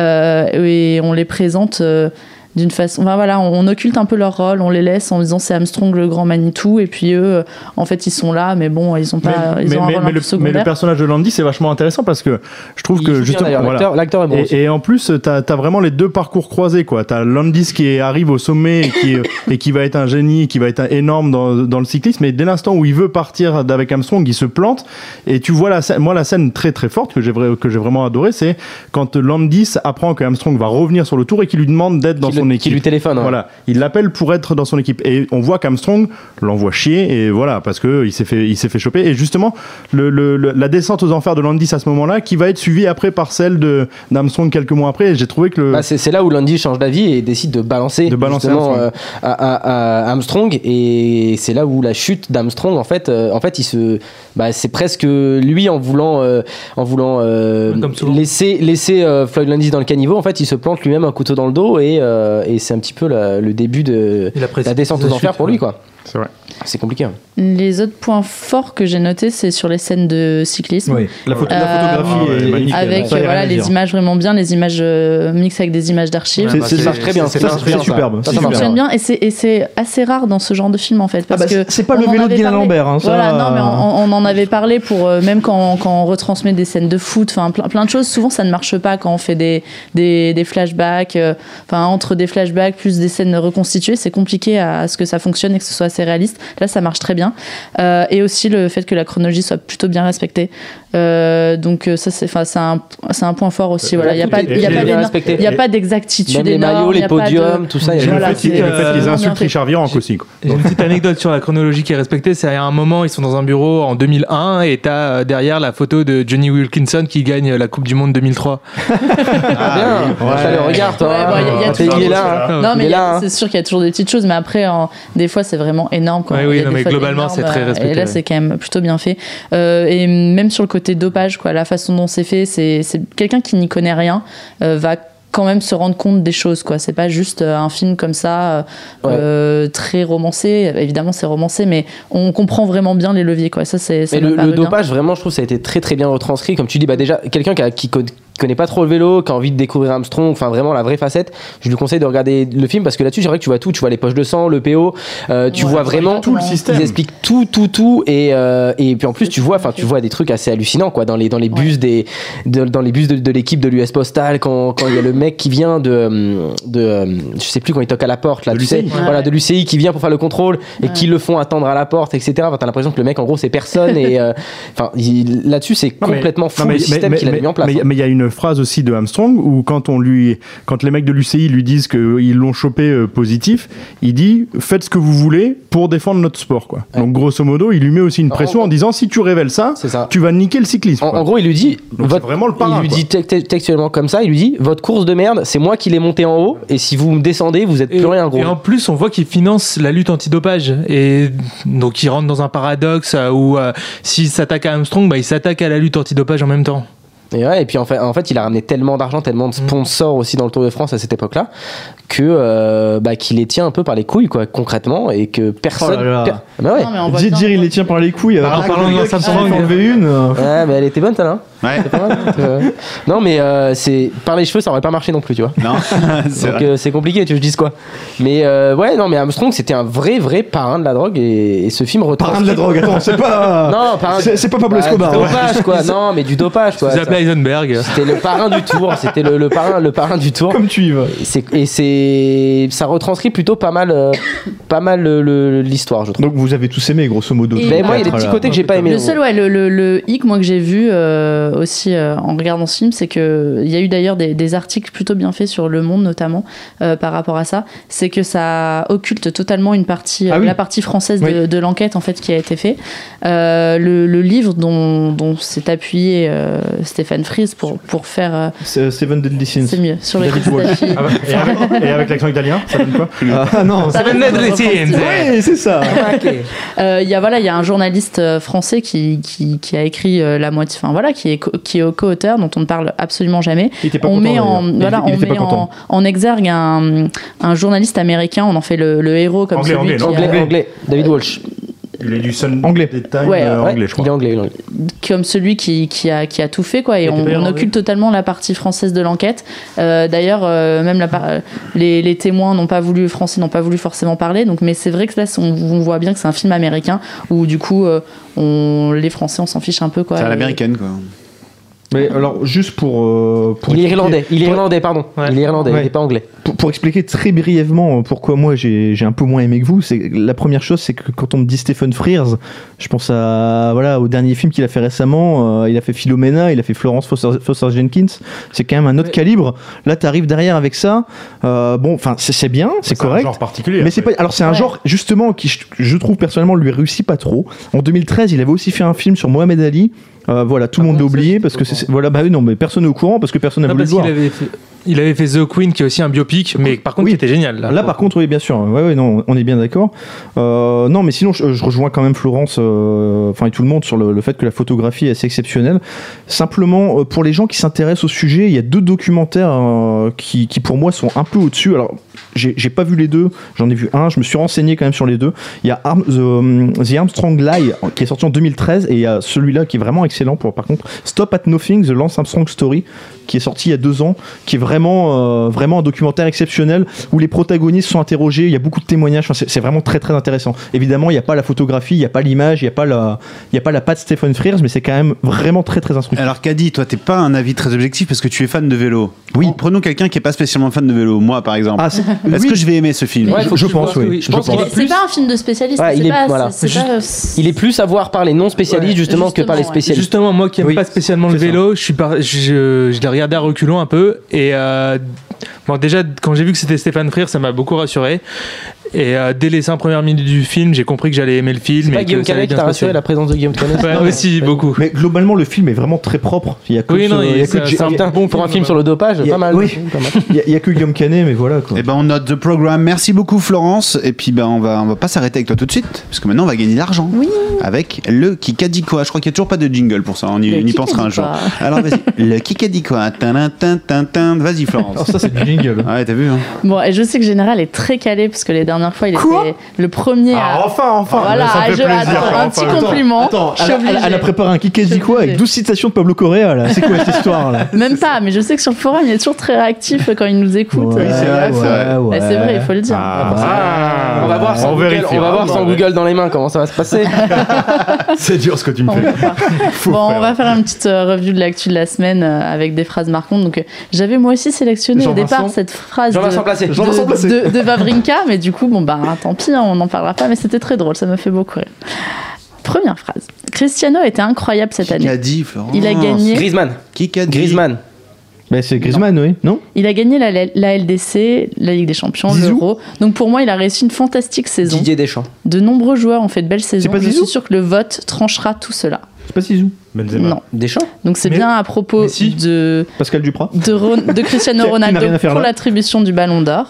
H: et on les présente d'une façon, on occulte un peu leur rôle, on les laisse en disant c'est Armstrong le grand Manitou, et puis eux en fait ils sont là, mais bon, ils ont pas un rôle un peu secondaire.
D: Mais le personnage de Landy, c'est vachement intéressant parce que je trouve que justement
F: l'acteur est bon aussi.
D: Et en plus t'as vraiment les deux parcours croisés, quoi. T'as Landis qui arrive au sommet et qui va être un génie, qui va être énorme dans le cyclisme, mais dès l'instant où il veut partir avec Armstrong, il se plante. Et tu vois la scène très très forte que j'ai vraiment adoré, c'est quand Landis apprend que Armstrong va revenir sur le Tour et qu'il lui demande d'être dans son équipe.
F: Qui lui téléphone.
D: Voilà, il l'appelle pour être dans son équipe, et on voit qu'Armstrong l'envoie chier, et voilà, parce que il s'est fait choper. Et justement, la descente aux enfers de Landis à ce moment-là, qui va être suivie après par celle d'Armstrong quelques mois après. Et j'ai trouvé que
F: c'est là où Landis change d'avis et décide de balancer Armstrong. À Armstrong, et c'est là où la chute d'Armstrong, en fait, c'est presque lui en voulant laisser Floyd Landis dans le caniveau. En fait, il se plante lui-même un couteau dans le dos, et c'est un petit peu le début de la descente aux enfers pour lui, quoi.
D: C'est vrai.
F: C'est compliqué.
H: Les autres points forts que j'ai notés, c'est sur les scènes de cyclisme.
E: Oui, la photographie est magnifique.
H: Avec les images vraiment bien, les images mixées avec des images d'archives.
E: Ça marche très bien. C'est superbe.
H: Ça fonctionne bien, et c'est assez rare dans ce genre de film, en fait. Parce que
E: c'est pas le vélo de Guérin Lambert.
H: Voilà, non, mais on en avait parlé pour même quand on retransmet des scènes de foot, enfin plein de choses. Souvent, ça ne marche pas quand on fait des flashbacks. Entre des flashbacks plus des scènes reconstituées, c'est compliqué à ce que ça fonctionne et que ce soit assez assez réaliste. Là, ça marche très bien. Et aussi le fait que la chronologie soit plutôt bien respectée. Donc ça, c'est un point fort aussi. Voilà, il n'y a pas d'exactitude.
F: Même les maillots, les podiums, tout ça.
D: Le fait qu'ils insultent Richard Virenque aussi.
I: J'ai une petite anecdote sur la chronologie qui est respectée. C'est à un moment, ils sont dans un bureau en 2001 et t'as derrière la photo de Johnny Wilkinson qui gagne la Coupe du Monde 2003.
F: Regarde, toi.
H: Il est là. Non, mais c'est sûr qu'il y a toujours des petites choses, mais après, des fois, c'est vraiment énorme.
I: Oui, mais globalement, c'est très respecté.
H: Et là, c'est quand même plutôt bien fait. Et même sur le côté dopage, quoi, la façon dont c'est fait, c'est quelqu'un qui n'y connaît rien va quand même se rendre compte des choses, quoi. C'est pas juste un film comme ça très romancé. Évidemment, c'est romancé, mais on comprend vraiment bien les leviers, quoi. Ça, c'est
F: le dopage, vraiment, je trouve ça a été très très bien retranscrit. Comme tu dis, déjà quelqu'un qui connaît pas trop le vélo, qui a envie de découvrir Armstrong, enfin vraiment la vraie facette, je lui conseille de regarder le film parce que là-dessus c'est vrai que tu vois tout, tu vois les poches de sang, le PO, tu vois vraiment
D: tout le système.
F: Ils expliquent tout et puis en plus tu vois des trucs assez hallucinants, quoi, dans les bus dans les bus de l'équipe de l'US Postal quand il y a le mec qui vient de je sais plus, quand il toque à la porte là, voilà, de l'UCI qui vient pour faire le contrôle et qui le font attendre à la porte, etc. Enfin, t'as l'impression que le mec en gros c'est personne et enfin là-dessus c'est complètement fou le système qu'il a mis en place.
D: Mais il y a une phrase aussi de Armstrong où quand les mecs de l'UCI lui disent qu'ils l'ont chopé positif, il dit faites ce que vous voulez pour défendre notre sport, quoi. Donc grosso modo il lui met aussi une pression en disant si tu révèles ça, tu vas niquer le cyclisme.
F: En gros il lui dit
D: vraiment le parrain,
F: il lui dit textuellement comme ça, il lui dit votre course de merde c'est moi qui l'ai montée en haut et si vous me descendez vous êtes plus rien, gros.
I: Et en plus on voit qu'il finance la lutte antidopage et donc il rentre dans un paradoxe où s'il s'attaque à Armstrong, il s'attaque à la lutte antidopage en même temps.
F: Et puis en fait il a ramené tellement d'argent, tellement de sponsors aussi dans le Tour de France à cette époque-là que qu'il les tient un peu par les couilles, quoi, concrètement, et que personne.
E: Dire il les tient par les couilles.
I: En parlant de Samsung,
E: il y avait une.
F: Ouais, mais elle était bonne, celle-là.
C: Ouais.
F: Non, mais c'est par les cheveux, ça aurait pas marché non plus, tu vois.
C: Non.
F: Donc c'est compliqué, tu veux que je dise quoi. Mais mais Armstrong c'était un vrai parrain de la drogue et ce film retranscrit.
E: Parrain de la drogue. Attends, c'est pas.
F: Non,
E: c'est pas Pablo Escobar.
F: Du dopage, quoi. Non, mais du dopage, quoi.
I: Heisenberg.
F: C'était le parrain du Tour, c'était le parrain du Tour.
E: Comme tu y vas.
F: Ça retranscrit plutôt pas mal l'histoire, je trouve.
E: Donc vous avez tous aimé, grosso modo.
F: Mais moi, il y a des petits côtés que j'ai pas aimé.
H: Le seul, le hic, moi, que j'ai vu aussi en regardant ce film, c'est que il y a eu d'ailleurs des articles plutôt bien faits sur Le Monde, notamment, par rapport à ça. C'est que ça occulte totalement une partie, la partie française de l'enquête, en fait, qui a été fait. Le livre dont s'est appuyé Stephen Frears pour faire.
E: Seven Deadly Sins.
H: C'est mieux. Sur les
D: Et avec l'accent italien, ça donne quoi?
E: Ah non,
I: Seven Deadly Sins.
E: Oui, c'est ça.
H: Il y a un journaliste français qui a écrit la moitié, qui est co-auteur, dont on ne parle absolument jamais. On met en exergue un journaliste américain, on en fait le héros comme
F: anglais, David Walsh.
D: Il est du anglais, anglais, je crois.
F: Il est anglais.
H: Comme celui qui a tout fait, quoi. Et on occulte totalement la partie française de l'enquête. D'ailleurs, même les témoins français n'ont pas voulu forcément parler. Donc, mais c'est vrai que là, on voit bien que c'est un film américain où du coup, les Français, on s'en fiche un peu, quoi.
C: C'est à l'américaine, quoi.
E: Mais alors, juste pour
F: il est irlandais, pardon. Ouais. Il est irlandais, il n'est pas anglais.
E: Pour expliquer très brièvement pourquoi moi j'ai un peu moins aimé que vous, c'est la première chose, c'est que quand on me dit Stephen Frears, je pense au dernier film qu'il a fait récemment. Il a fait Philomena, il a fait Florence Foster Jenkins. C'est quand même un autre calibre. Là, t'arrives derrière avec ça. C'est bien, c'est correct.
D: C'est un genre particulier.
E: Mais c'est pas. Alors c'est un genre justement qui, je trouve personnellement, lui réussit pas trop. En 2013, il avait aussi fait un film sur Mohamed Ali. Tout le monde l'a oublié parce que mais personne n'est au courant parce que personne n'a voulu le voir.
I: Il avait fait The Queen qui est aussi un biopic, mais par contre c'était génial.
E: Là par contre, oui, bien sûr. Non, on est bien d'accord. Non, mais sinon je rejoins quand même Florence, et tout le monde sur le fait que la photographie est assez exceptionnelle. Simplement, pour les gens qui s'intéressent au sujet, il y a 2 documentaires qui pour moi sont un peu au-dessus. Alors, j'ai pas vu les 2, j'en ai vu un, je me suis renseigné quand même sur les 2. Il y a The Armstrong Lie qui est sorti en 2013 et il y a celui-là qui est vraiment excellent par contre, Stop at Nothing, The Lance Armstrong Story, qui est sorti il y a 2 ans, qui est vraiment un documentaire exceptionnel où les protagonistes sont interrogés, il y a beaucoup de témoignages, enfin, c'est vraiment très très intéressant. Évidemment, il n'y a pas la photographie, il n'y a pas l'image, il n'y a pas la patte Stephen Frears, mais c'est quand même vraiment très très instructif.
C: Alors Caddy, toi t'es pas un avis très objectif parce que tu es fan de vélo. Oui. Prenons quelqu'un qui est pas spécialement fan de vélo, moi par exemple. Est-ce que je vais aimer ce film?
E: Je pense, oui.
H: C'est pas un film de spécialiste.
F: Il est plus à voir par les non spécialistes justement que par les spécialistes.
I: Justement, moi qui aime pas spécialement le vélo, je l'ai regardé à reculons un peu et bon, déjà quand j'ai vu que c'était Stephen Frears, ça m'a beaucoup rassuré. Et dès les 5 premières minutes du film, j'ai compris que j'allais aimer le film.
F: C'est pas Guillaume Canet qui t'a rassuré, la présence de Guillaume Canet?
I: Ouais, aussi, beaucoup.
E: Mais globalement, le film est vraiment très propre. Il y a que
F: c'est bon pour un film sur le dopage, pas mal.
E: Oui, il y a que Guillaume Canet, mais voilà quoi.
C: Et ben on note the programme. Merci beaucoup Florence. Et puis on va pas s'arrêter avec toi tout de suite, parce que maintenant on va gagner de l'argent.
H: Oui.
C: Avec le Kikadi quoi. Je crois qu'il y a toujours pas de jingle pour ça. On y pensera un jour. Alors vas-y, le Kikadi quoi. Vas-y Florence.
E: Alors ça c'est du jingle.
C: Ouais, t'as vu hein.
H: Bon, et je sais que Général est très calé parce que les dernières fois il était le premier à...
D: Enfin
H: voilà,
D: ça fait plaisir.
H: Un petit compliment.
E: Attends, elle a préparé un Kikadi quoi avec 12 citations de Pablo Correa là. C'est quoi cette histoire là?
H: Même pas, mais je sais que sur le forum il est toujours très réactif quand il nous écoute.
E: Ouais,
H: c'est vrai, il faut le dire.
F: On va voir sans Google dans les mains comment ça va se passer.
D: C'est dur ce que tu me fais.
H: Bon, on va faire une petite review de l'actu de la semaine avec des phrases marquantes. Donc j'avais moi aussi sélectionné au départ cette phrase de Wawrinka, mais du coup tant pis, on n'en parlera pas, mais c'était très drôle, ça me fait beaucoup rire. Première phrase. Cristiano était incroyable cette année.
C: Qui a dit Florence?
H: Il a gagné.
F: Griezmann.
C: Qui a dit?
F: Griezmann.
E: Ben c'est Griezmann, oui, non?
H: Il a gagné la LDC, la Ligue des Champions, l'Euro. Donc pour moi, il a réussi une fantastique saison.
F: Didier Deschamps.
H: De nombreux joueurs ont fait de belles saisons.
E: Pas
H: je suis sûr que le vote tranchera tout cela.
E: C'est pas Zizou.
D: Benzema.
H: Non.
F: Deschamps.
H: Donc c'est bien à propos de
E: Pascal Duprat.
H: de Cristiano Ronaldo pour l'attribution du Ballon d'Or.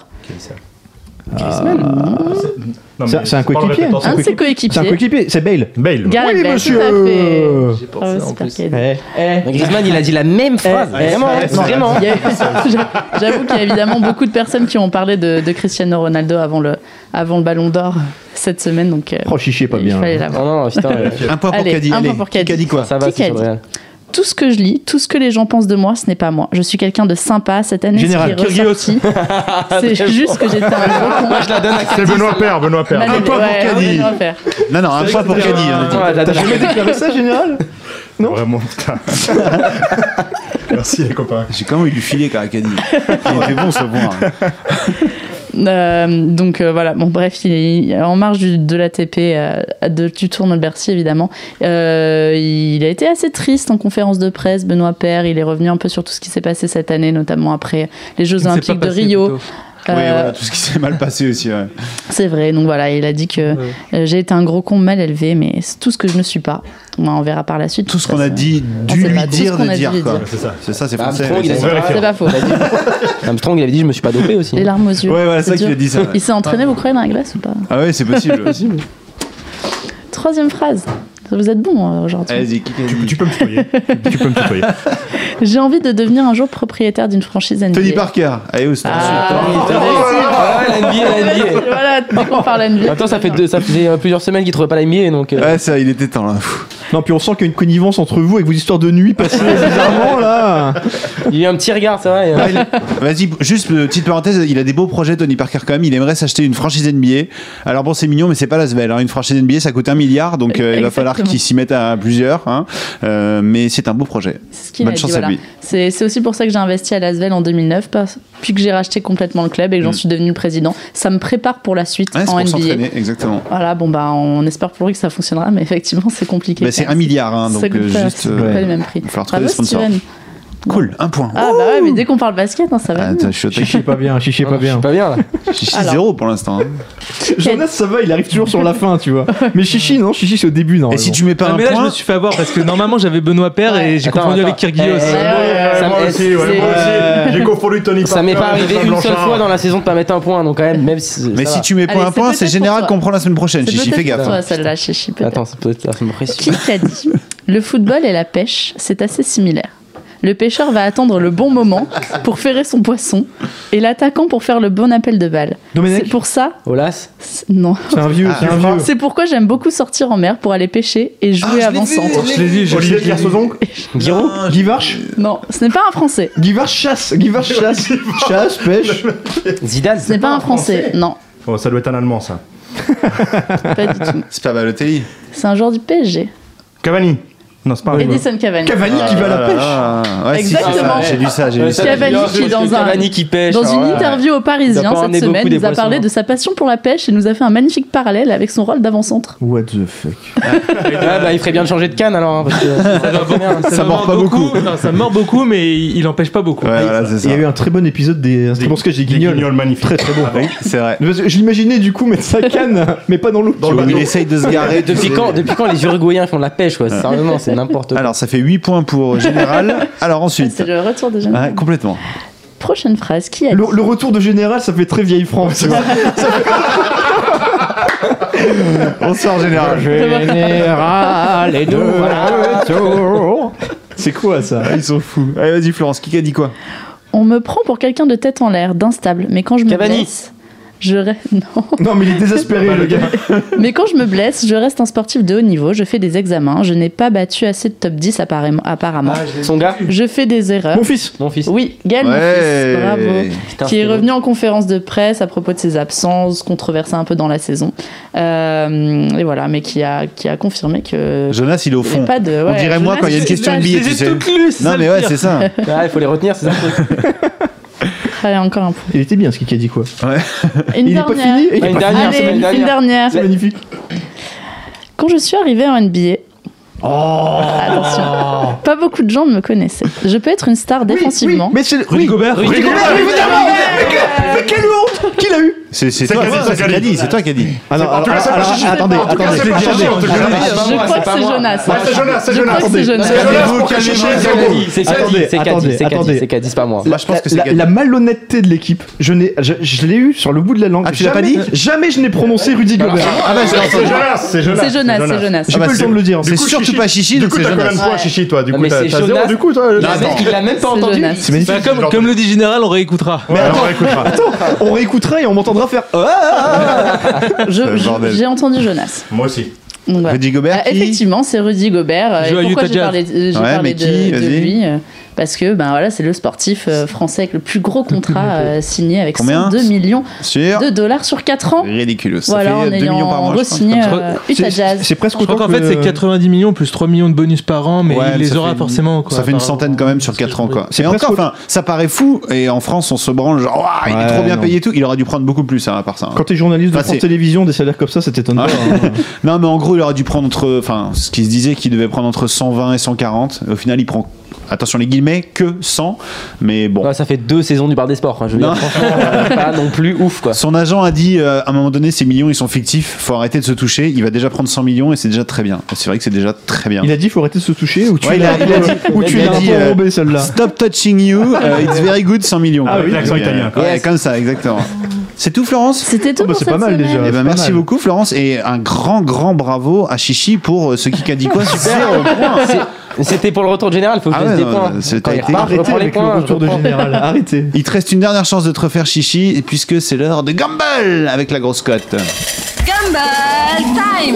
E: C'est un coéquipier.
H: Un de ses coéquipiers.
E: C'est un coéquipier, c'est Bale.
F: Gareth
H: Bale,
E: monsieur.
H: J'ai pensé en plus.
F: Griezmann, il a dit la même phrase. Vraiment.
H: J'avoue qu'il y a évidemment beaucoup de personnes qui ont parlé de Cristiano Ronaldo avant le Ballon d'Or cette semaine. Donc,
E: Chichi, pas bien.
F: Non, putain.
C: Un point pour Caddy.
H: Un point pour Caddy.
C: Caddy quoi?
F: Ça va, c'est vrai.
H: Tout ce que je lis, tout ce que les gens pensent de moi, ce n'est pas moi. Je suis quelqu'un de sympa. Cette année,
E: Général,
H: ce qui est ressorti, c'est juste que j'étais un gros con.
F: Moi, je la donne à Caddy.
D: C'est Benoît Père.
C: Un point pour Caddy. Non, un point pour Caddy.
E: T'as jamais déclaré ça, Général? Non.
D: Vraiment, putain. Merci les copains.
C: J'ai quand même eu du filet quand Caddy. Il était bon ce point.
H: Donc voilà, bon bref, il est en marge de l'ATP, du Tour de Bercy évidemment. Il a été assez triste en conférence de presse, Benoît Paire. Il est revenu un peu sur tout ce qui s'est passé cette année, notamment après les Jeux Olympiques de Rio.
C: Oui, voilà, tout ce qui s'est mal passé aussi. Ouais.
H: C'est vrai, donc voilà, il a dit que j'ai été un gros con mal élevé, mais c'est tout ce que je ne suis pas. On verra par la suite.
C: Tout ce qu'on a dit, dû lui dire de dire. C'est ça, c'est français.
H: C'est pas faux.
F: Armstrong, il avait dit je me suis pas dopé aussi.
H: Les larmes aux yeux.
C: Ouais, voilà, c'est ça qu'il a dit ça.
H: Il s'est entraîné, vous croyez, dans la glace ou pas?
C: Ah ouais, c'est possible.
H: Troisième phrase. Vous êtes bon aujourd'hui.
C: Allez-y,
D: tu peux me tutoyer. Tu peux me tutoyer.
H: J'ai envie de devenir un jour propriétaire d'une franchise NBA.
C: Tony Parker. Allez, où c'est
F: la NBA.
H: Voilà, dès qu'on parle NBA.
F: Attends, ça faisait plusieurs semaines qu'il trouvait pas la NBA, donc.
C: Ouais, ça, il était temps là.
E: Non, puis on sent qu'il y a une connivence entre vous avec vos histoires de nuit passées bizarrement là.
F: Il y a eu un petit regard, c'est vrai.
C: Vas-y, juste petite parenthèse, il a des beaux projets Tony Parker quand même. Il aimerait s'acheter une franchise NBA. Alors bon, c'est mignon, mais c'est pas l'Asvel. Une franchise NBA, ça coûte 1 milliard, donc il va falloir qu'ils s'y mettent à plusieurs. Mais c'est un beau projet. Bonne chance à lui.
H: C'est aussi pour ça que j'ai investi à l'Asvel en 2009, puis que j'ai racheté complètement le club et que j'en suis devenu le président. Ça me prépare pour la suite en NBA.
C: Exactement.
H: Voilà, bon on espère pour lui que ça fonctionnera, mais effectivement c'est compliqué.
C: C'est 1 milliard, donc
H: juste pas les mêmes prix.
C: Il va falloir trouver des sponsors. Cool, un point.
H: Ah bah ouais, mais dès qu'on parle basket, ça va.
E: Chichi pas bien, Chichi pas bien.
F: Pas bien là.
C: Chichi 0 pour l'instant.
E: Jonas ça va, il arrive toujours sur la fin, tu vois. Mais Chichi non, Chichi c'est au début non.
C: Et si tu mets pas un
I: mais
C: point,
I: là je me suis fait avoir parce que normalement j'avais Benoît Père et j'ai confondu avec Kyrgios.
D: Moi aussi, j'ai confondu Tony Parker.
F: Ça m'est pas arrivé une seule fois dans la saison de pas mettre un point, donc quand même
C: mais si tu mets pas un point, c'est général qu'on prend la semaine prochaine. Chichi, fais gaffe.
H: Toi celle-là, Chichi.
F: Attends, c'est peut-être la semaine prochaine.
H: Qui t'a dit? Le football et la pêche, c'est assez similaire. Le pêcheur va attendre le bon moment pour ferrer son poisson et l'attaquant pour faire le bon appel de balle.
E: Domenech.
H: C'est pour ça...
F: Olas.
H: Non.
E: C'est un vieux.
H: C'est pourquoi j'aime beaucoup sortir en mer pour aller pêcher et jouer avant-centre.
I: Je l'ai dit,
D: Olivier Kersauzon.
E: Guiraud. Guy Varche.
H: Non, ce n'est pas un Français.
E: Guy Varche chasse. Guy Varche chasse. Chasse, pêche.
F: Zidane.
H: Ce n'est pas un Français, non.
D: Oh, ça doit être un Allemand, ça.
H: Pas du tout.
C: C'est pas Balotelli.
H: C'est un joueur du PSG.
D: Cavani. Non, c'est pas un
H: Edison Cavani.
E: Cavani qui va à la pêche.
C: Ouais,
H: Exactement.
C: J'ai lu ça.
H: Cavani qui est
F: Cavani qui pêche.
H: dans une
F: alors là,
H: interview au
F: il doit
H: Parisien
F: pas
H: cette
F: emmener
H: semaine,
F: beaucoup
H: nous a
F: des
H: parlé
F: poissons.
H: de sa passion pour la pêche et nous a fait un magnifique parallèle avec son rôle d'avant-centre.
E: What the fuck.
F: il ferait bien de changer de canne alors. Hein, parce que
I: Ça
C: mord pas beaucoup.
I: Non, ça mord beaucoup, mais il empêche pas beaucoup.
C: Ouais, voilà, c'est
E: Il
C: ça.
E: y a eu un très bon épisode un très bon sketch des Guignols.
D: magnifiques.
E: Très très bon.
C: C'est vrai.
E: Je l'imaginais du coup mettre sa canne, mais pas dans l'eau.
C: Il essaye de se garer.
F: depuis quand les Uruguayens font de la pêche quoi. Sérieusement, c'est n'importe quoi.
C: Alors, ça fait 8 points pour Général. Alors ensuite.
H: C'est le retour de Général.
C: Ouais, complètement.
H: Prochaine phrase, qui a dit
E: Le retour de Général, ça fait très vieille France.
C: Bonsoir Général.
E: Général et de retour. C'est quoi ça?
C: Ils sont fous. Allez, vas-y Florence, qui a dit quoi?
H: On me prend pour quelqu'un de tête en l'air, d'instable, mais quand je me
F: Cavani.
H: blesse... Non.
E: Non, mais il est désespéré, le gars.
H: Mais quand je me blesse, je reste un sportif de haut niveau, je fais des examens, je n'ai pas battu assez de top 10 apparemment.
F: Son gars.
H: Je fais des erreurs.
E: Mon fils.
H: Oui, Gaël, mon fils, bravo.
F: Putain,
H: Qui est
F: c'est
H: revenu en conférence de presse à propos de ses absences, controversé un peu dans la saison. Et voilà, mais qui a confirmé que...
C: Jonas, il est au fond.
H: Pas de,
C: On dirait moi quand il y a une question de billet, tu sais.
I: lues,
C: Non mais ouais, c'est ça.
F: Il faut les retenir, c'est ça le truc.
H: Allez, encore un point.
E: Il était bien ce qu'il a dit quoi.
H: Une
E: Il est pas
H: dernière.
E: fini. Il est
F: Une
E: pas
F: dernière,
E: fini.
F: c'est une
H: Allez, une dernière.
E: C'est magnifique.
H: Quand je suis arrivée en NBA, attention, pas beaucoup de gens me connaissaient. Je peux être une star défensivement.
E: Mais c'est
I: Rudy Gobert.
E: Rudy Gobert, évidemment. Mais quelle honte. Qui l'a eu?
C: C'est toi qui as dit.
E: Ah non, attendez.
H: Je crois que c'est Jonas.
D: C'est
H: Je crois que c'est Jonas.
F: C'est Caddy, c'est pas moi.
C: Moi je pense que c'est
E: La malhonnêteté de l'équipe, je l'ai eu sur le bout de la langue.
C: Ah, tu l'as pas dit?
E: Jamais je n'ai prononcé Rudy Gobert.
C: Ah bah
H: C'est Jonas.
E: J'ai pas eu le temps de le dire.
C: c'est surtout pas Chichi, donc c'est
D: T'as combien de
C: Jonas.
D: points, Chichi, toi? Du coup,
F: Mais
D: t'as
F: c'est
D: 0
F: Jonas.
D: du coup, toi?
F: Il l'a même pas
H: C'est
F: entendu.
H: Jonas.
E: C'est magnifique.
I: Bah, comme le dit Général, on réécoutera.
D: Mais attends, on écoutera.
E: On réécoutera et on m'entendra faire.
C: bordel.
H: J'ai entendu Jonas.
D: Moi aussi.
H: Donc, voilà.
C: Rudy Gobert qui
H: Effectivement, c'est Rudy Gobert.
I: Il joue à
H: Et pourquoi
I: Utah
H: j'ai
I: Jazz.
H: parlé
C: mais qui,
H: de
C: vas-y.
H: lui parce que voilà, c'est le sportif français avec le plus gros contrat signé avec
C: Combien
H: 102 millions
C: Sûr.
H: de dollars sur 4 ans.
C: Ridicule. Ça
H: Voilà, en
C: fait 2 millions par
H: ayant
C: mois. je pense,
H: re-signé
C: comme ça.
H: Utah Jazz.
E: C'est presque
I: Je crois
E: autant
I: qu'en fait, c'est 90 millions plus 3 millions de bonus par an, mais
C: Ouais,
I: il les
C: ça
I: aura
C: fait
I: forcément. Quoi,
C: Ça fait une
I: apparemment.
C: centaine quand même sur 4 ans quoi.
E: C'est
C: Et
E: presque
C: encore, enfin, ça paraît fou et en France on se branle genre ouah, il est
E: Ouais,
C: trop bien
E: non.
C: payé et tout. Il aurait dû prendre beaucoup plus à part ça.
E: Quand t'es journaliste de
C: Enfin,
E: France
C: c'est-
E: Télévisions, des salaires comme ça t'étonne pas. hein.
C: Non mais en gros il aurait dû prendre entre, enfin ce qui se disait qu'il devait prendre entre 120 et 140. Au final il prend, attention les guillemets, que 100. Mais bon.
F: Ouais, ça fait 2 saisons du bar des sports. Je veux
C: Non.
F: dire, franchement, pas non plus ouf quoi.
C: Son agent a dit à un moment donné ces millions ils sont fictifs, faut arrêter de se toucher. Il va déjà prendre 100 millions et c'est déjà très bien. C'est vrai que c'est déjà très bien.
E: Il a dit faut arrêter de se toucher ou tu
C: Ouais, il a dit,
E: ou tu
C: il a
E: l'as
C: dit,
E: un peu enrobé celle-là.
C: Stop touching you, it's very good 100 millions.
E: Ah oui,
D: l'accent italien, quoi.
C: Ouais,
F: Yes.
C: comme ça, exactement. C'est tout Florence.
H: C'était tout
E: Oh, bah,
H: pour
E: c'est
H: cette
E: pas mal,
H: semaine.
E: déjà.
C: Eh ben,
E: pas
C: merci
E: mal.
C: beaucoup Florence et un grand bravo à Chichi pour ce qui a dit quoi super.
F: C'était pour le retour de Général, faut que
C: Ah
F: je
C: ouais,
F: laisse des
C: non,
F: points.
C: c'est-
F: Quand
C: t'as
F: il
C: été-
F: repart, je
E: Arrêtez
F: reprends les
E: avec le
F: points.
E: retour de Général. Arrêtez.
C: Il te reste une dernière chance de te refaire Chichi et puisque c'est l'heure de Gumball avec la grosse cote.
G: Gumball time.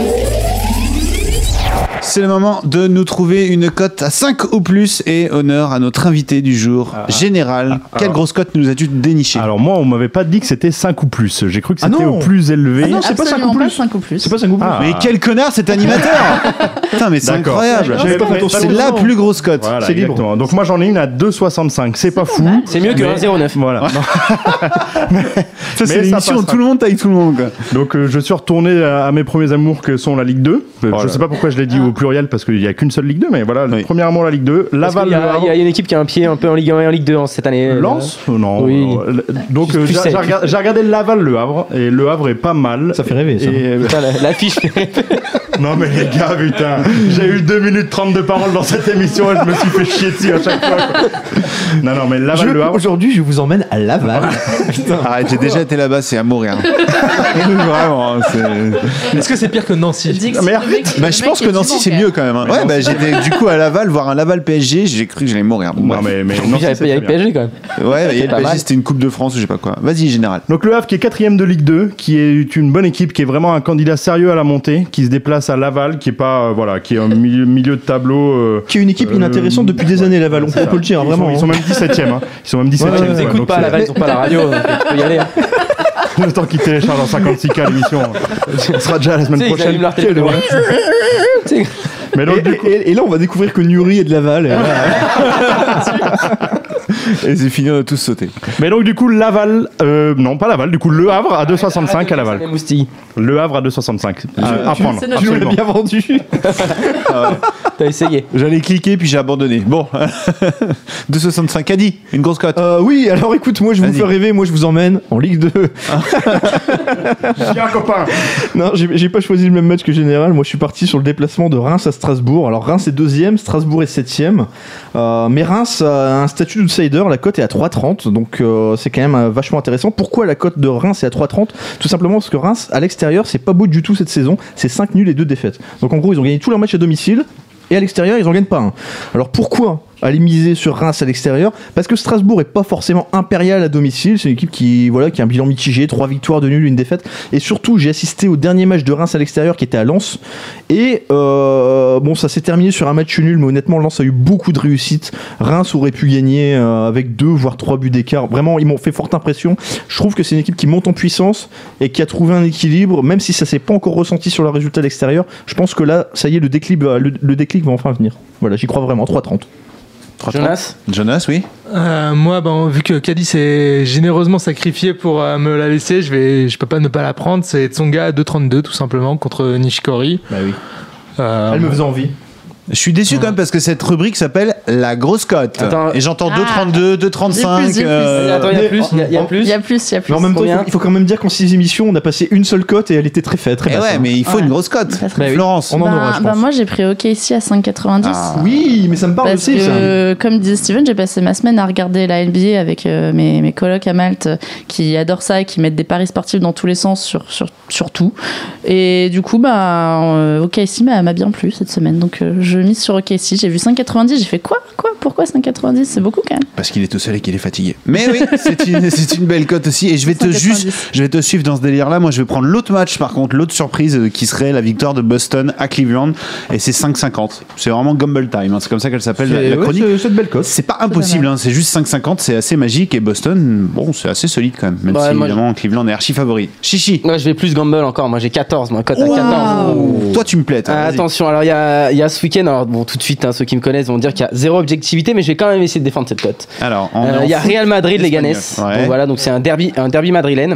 C: C'est le moment de nous trouver une cote à 5 ou plus et honneur à notre invité du jour, Général. Quelle grosse cote nous as-tu déniché?
D: Alors moi, on m'avait pas dit que c'était 5 ou plus. J'ai cru que
E: Ah
D: c'était
E: non.
D: au plus élevé.
E: Ah non, c'est pas 5
H: Absolument
E: ou
H: pas
E: plus.
H: 5 ou plus.
E: C'est pas 5 ou plus.
D: Ah.
C: Mais quel connard cet animateur. Putain mais c'est
D: D'accord.
C: incroyable.
E: J'avais pas fait attention.
C: C'est la plus grosse cote.
D: Voilà,
E: C'est libre.
D: exactement. Donc moi j'en ai une à 2,65. C'est pas fou.
F: C'est mieux que
D: Mais-
F: 1,09.
D: Voilà.
C: Ça
D: Mais
C: c'est
D: ça
C: l'émission où
D: passera.
C: tout le monde taille tout le monde quoi.
D: Donc je suis retourné à mes premiers amours que sont la Ligue 2. Je sais pas pourquoi je l'ai dit au pluriel parce qu'il y a qu'une seule Ligue 2, mais voilà, le premier amour la Ligue 2.
F: Parce
D: Laval,
F: qu'il y a une équipe qui a un pied un peu en Ligue 1 et en Ligue 2 cette année.
D: Lens Non.
F: Oui.
D: Donc
F: Tu
D: j'ai
F: sais.
D: j'ai regardé Laval Le Havre et Le Havre est pas mal.
E: Ça fait rêver ça.
D: Et,
F: Putain, l'affiche.
D: non mais les gars, putain, j'ai eu 2 minutes 30 de parole dans cette émission et je me suis fait chier dessus à chaque fois. Quoi. Non mais Laval Le Havre.
E: Aujourd'hui, je vous emmène à Laval.
C: Arrête, j'ai déjà été là-bas, c'est à mourir. Vraiment, c'est...
I: Est-ce que c'est pire que Nancy?
C: Bah, je pense que Nancy c'est mieux quand même. Hein. Ouais, bah j'étais du coup à Laval, voir un Laval PSG, j'ai cru que j'allais mourir. Bon,
D: non, mais
F: il y avait PSG quand même.
C: Ouais, et le PSG, c'était une Coupe de France ou je sais pas quoi. Vas-y, général.
D: Donc le Havre qui est 4ème de Ligue 2, qui est une bonne équipe, qui est vraiment un candidat sérieux à la montée, qui se déplace à Laval, qui est pas qui est au milieu de tableau.
E: Qui est une équipe inintéressante depuis des années, Laval. On peut le dire, vraiment.
D: Ils sont même 17ème. Hein. Ils sont même 17ème.
F: Ils n'écoutent pas Laval, ils sont pas à la radio. Il faut y aller.
D: Le temps qu'ils téléchargent en 56K l'émission. On sera déjà la semaine prochaine.
E: Mais donc, et là, on va découvrir que Nuri est de Laval.
C: Et c'est fini, on a tous sauté.
D: Mais donc, du coup, Laval, non, pas Laval, du coup, Le Havre à 2,65 à Laval. Le Havre à 2,65. À prendre.
E: Tu l'as bien vendu.
F: T'as essayé.
C: J'allais cliquer, puis j'ai abandonné. Bon, 2,65 Caddy, une grosse cote.
E: Oui, alors écoute, moi, je vous fais rêver, moi, je vous emmène en Ligue 2.
D: Tiens, copain.
E: Non, j'ai pas choisi le même match que Général. Moi, je suis parti sur le déplacement de Reims à Strasbourg. Alors, Reims est 2ème, Strasbourg est 7ème. Mais Reims a un statut d'outsider. La cote est à 3,30. Donc, c'est quand même vachement intéressant. Pourquoi la cote de Reims est à 3,30 ? Tout simplement parce que Reims, à l'extérieur, c'est pas beau du tout cette saison. C'est 5 nuls et 2 défaites. Donc, en gros, ils ont gagné tous leurs matchs à domicile. Et à l'extérieur, ils en gagnent pas un. Alors, pourquoi aller miser sur Reims à l'extérieur? Parce que Strasbourg est pas forcément impérial à domicile. C'est une équipe qui a un bilan mitigé, 3 victoires, 2 nuls, 1 défaite. Et surtout, j'ai assisté au dernier match de Reims à l'extérieur qui était à Lens. Et bon, ça s'est terminé sur un match nul, mais honnêtement, Lens a eu beaucoup de réussite. Reims aurait pu gagner avec 2 voire 3 buts d'écart. Vraiment, ils m'ont fait forte impression. Je trouve que c'est une équipe qui monte en puissance et qui a trouvé un équilibre, même si ça s'est pas encore ressenti sur le résultat à l'extérieur. Je pense que là, ça y est, le déclic va enfin venir. Voilà, j'y crois vraiment. 3,30.
C: Jonas, oui.
I: Moi, vu que Caddy s'est généreusement sacrifié pour me la laisser, je peux pas ne pas la prendre. C'est Tsonga à 2,32 tout simplement contre Nishikori.
E: Bah oui. Elle me faisait envie.
C: Je suis déçu quand même parce que cette rubrique s'appelle la grosse cote. Et j'entends 2,32, 2,35.
F: Attends, il y a plus.
E: Mais en même temps, il faut quand même dire qu'en 6 émissions, on a passé une seule cote et elle était très basse.
C: Ouais, mais il faut une grosse cote. Florence,
E: on en aura, je pense.
H: Moi, j'ai pris OKC à 5,90.
E: Oui, mais ça me parle aussi.
H: Comme disait Steven, j'ai passé ma semaine à regarder la NBA avec mes colocs à Malte qui adorent ça et qui mettent des paris sportifs dans tous les sens sur tout. Et du coup, OKC m'a bien plu cette semaine. Donc, je mise sur OKC. J'ai vu 5,90. J'ai fait quoi Pourquoi 5,90 ? C'est beaucoup quand même.
C: Parce qu'il est tout seul et qu'il est fatigué. Mais oui, c'est une belle cote aussi. Et je vais te suivre dans ce délire-là. Moi, je vais prendre l'autre match, par contre, l'autre surprise qui serait la victoire de Boston à Cleveland. Et c'est 5,50. C'est vraiment Gumble Time. Hein. C'est comme ça qu'elle s'appelle la chronique.
E: C'est une belle cote.
C: C'est pas impossible. C'est juste 5,50. C'est assez magique. Et Boston, bon, c'est assez solide quand même. Même si évidemment, Cleveland est archi favori. Chichi.
F: Moi, je vais plus Gamble encore. Moi, j'ai 14. Moi, cote à 14.
C: Toi, tu me plais.
F: Attention. Alors, il y a ce week-end. Alors, bon, tout de suite, ceux qui me connaissent vont dire qu'il y a zéro objectivité, mais je vais quand même essayer de défendre cette cote.
C: Alors,
F: il y a Real Madrid, Leganés.
C: Ouais.
F: Donc voilà, donc c'est un derby madrilène.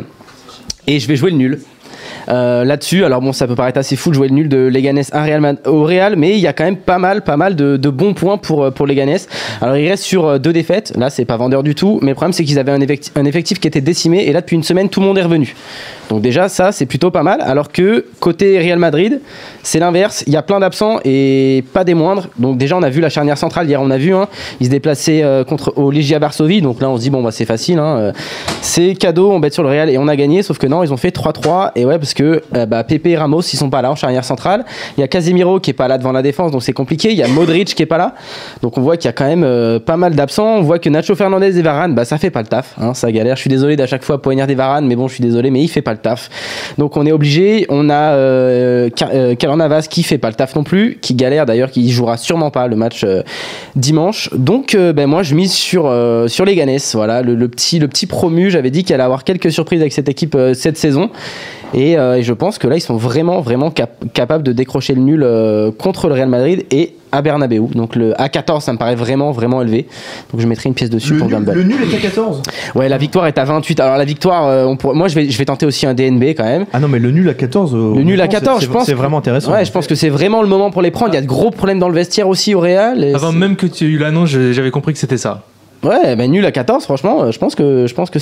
F: Et je vais jouer le nul. Là-dessus, alors bon, ça peut paraître assez fou de jouer le nul de Leganés au Real, mais il y a quand même pas mal de bons points pour Leganés. Alors il reste sur 2 défaites, là c'est pas vendeur du tout, mais le problème c'est qu'ils avaient un effectif qui était décimé, et là depuis une semaine tout le monde est revenu. Donc déjà ça c'est plutôt pas mal, alors que côté Real Madrid c'est l'inverse, il y a plein d'absents et pas des moindres. Donc déjà on a vu la charnière centrale, hier on a vu, ils se déplaçaient au Legia Varsovie, donc là on se dit bon c'est facile, c'est cadeau, on bête sur le Real et on a gagné, sauf que non, ils ont fait 3-3, et ouais, parce que Pepe et Ramos ils sont pas là en charnière centrale, il y a Casemiro qui est pas là devant la défense, donc c'est compliqué, il y a Modric qui est pas là, donc on voit qu'il y a quand même pas mal d'absents. On voit que Nacho Fernandez et Varane, ça fait pas le taf, ça galère. Je suis désolé d'à chaque fois poignarder Varane, mais bon, je suis désolé, mais il fait pas le taf, donc on est obligé. On a Keylor Navas qui fait pas le taf non plus, qui galère d'ailleurs, qui jouera sûrement pas le match dimanche. Donc moi je mise sur Leganés, voilà, le petit promu. J'avais dit qu'il allait avoir quelques surprises avec cette équipe cette saison. Et je pense que là, ils sont vraiment capables de décrocher le nul contre le Real Madrid et à Bernabeu. Donc le A14, ça me paraît vraiment élevé. Donc je mettrai une pièce dessus pour Gamble.
E: Le nul est à 14 ?
F: Ouais, la victoire est à 28. Alors la victoire, moi je vais tenter aussi un DNB quand même.
E: Ah non, mais le nul à 14.
F: Le nul à 14, je pense.
E: C'est vraiment intéressant.
F: Ouais, je pense que c'est vraiment le moment pour les prendre. Il y a de gros problèmes dans le vestiaire aussi au Real.
I: Avant même que tu aies eu l'annonce, j'avais compris que c'était ça.
F: Ouais, nul à 14, franchement, je pense que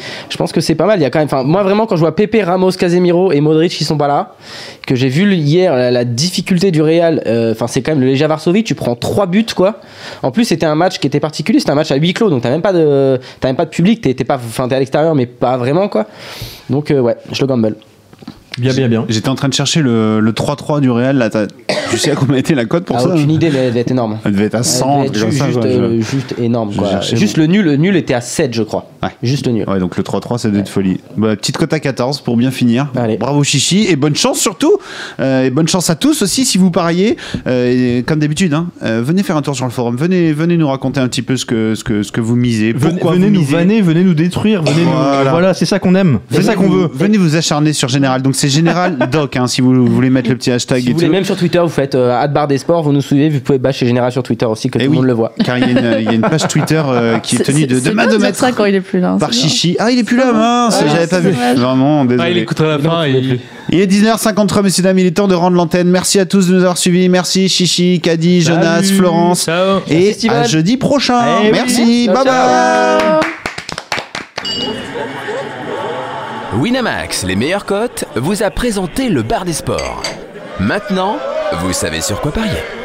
F: c'est pas mal. Il y a quand même, moi vraiment, quand je vois Pepe, Ramos, Casemiro et Modric qui sont pas là, que j'ai vu hier la difficulté du Real, c'est quand même le Legia Varsovie, tu prends 3 buts quoi. En plus, c'était un match qui était particulier, c'était un match à huis clos, donc t'as même pas de public, t'es à l'extérieur, mais pas vraiment quoi. Donc ouais, je le gamble.
E: Bien.
C: J'étais en train de chercher le 3-3 du Real. Là, Tu sais à combien était la cote pour ça?
F: Aucune idée, mais elle devait être énorme.
C: Elle devait être à 100,
F: juste énorme. Quoi. Juste le nul était à 7, je crois.
C: Ouais.
F: Juste le nul.
C: Ouais, donc le 3-3, c'est de folie. Bah, petite cote à 14 pour bien finir.
F: Allez.
C: Bravo Chichi, et bonne chance surtout. Et bonne chance à tous aussi si vous pariez. Et comme d'habitude, venez faire un tour sur le forum. Venez nous raconter un petit peu ce que vous misez.
E: Venez nous vanner, venez nous détruire. Voilà, c'est ça qu'on aime. C'est ça qu'on veut.
C: Venez vous acharner sur Général. Donc c'est Général Doc, si vous voulez mettre le petit hashtag.
F: Si vous voulez, même sur Twitter, vous faites @bardesports, vous nous suivez, vous pouvez bâcher Général sur Twitter aussi, que tout le monde le voit.
C: Car il y a une page Twitter qui est tenue de main de maître.
H: C'est ça quand il est plus là.
C: Par Chichi. Ah, il est plus là, mince, j'avais pas vu. Vraiment, désolé.
I: Il écoutera la fin.
D: Il
C: est 19h53, messieurs, dames, il est temps de rendre l'antenne. Merci à tous de nous avoir suivis. Merci Chichi, Caddy, Jonas, Florence.
I: Ciao.
C: Et à jeudi prochain. Merci, bye bye.
A: Winamax, les meilleures cotes, vous a présenté le bar des sports. Maintenant, vous savez sur quoi parier.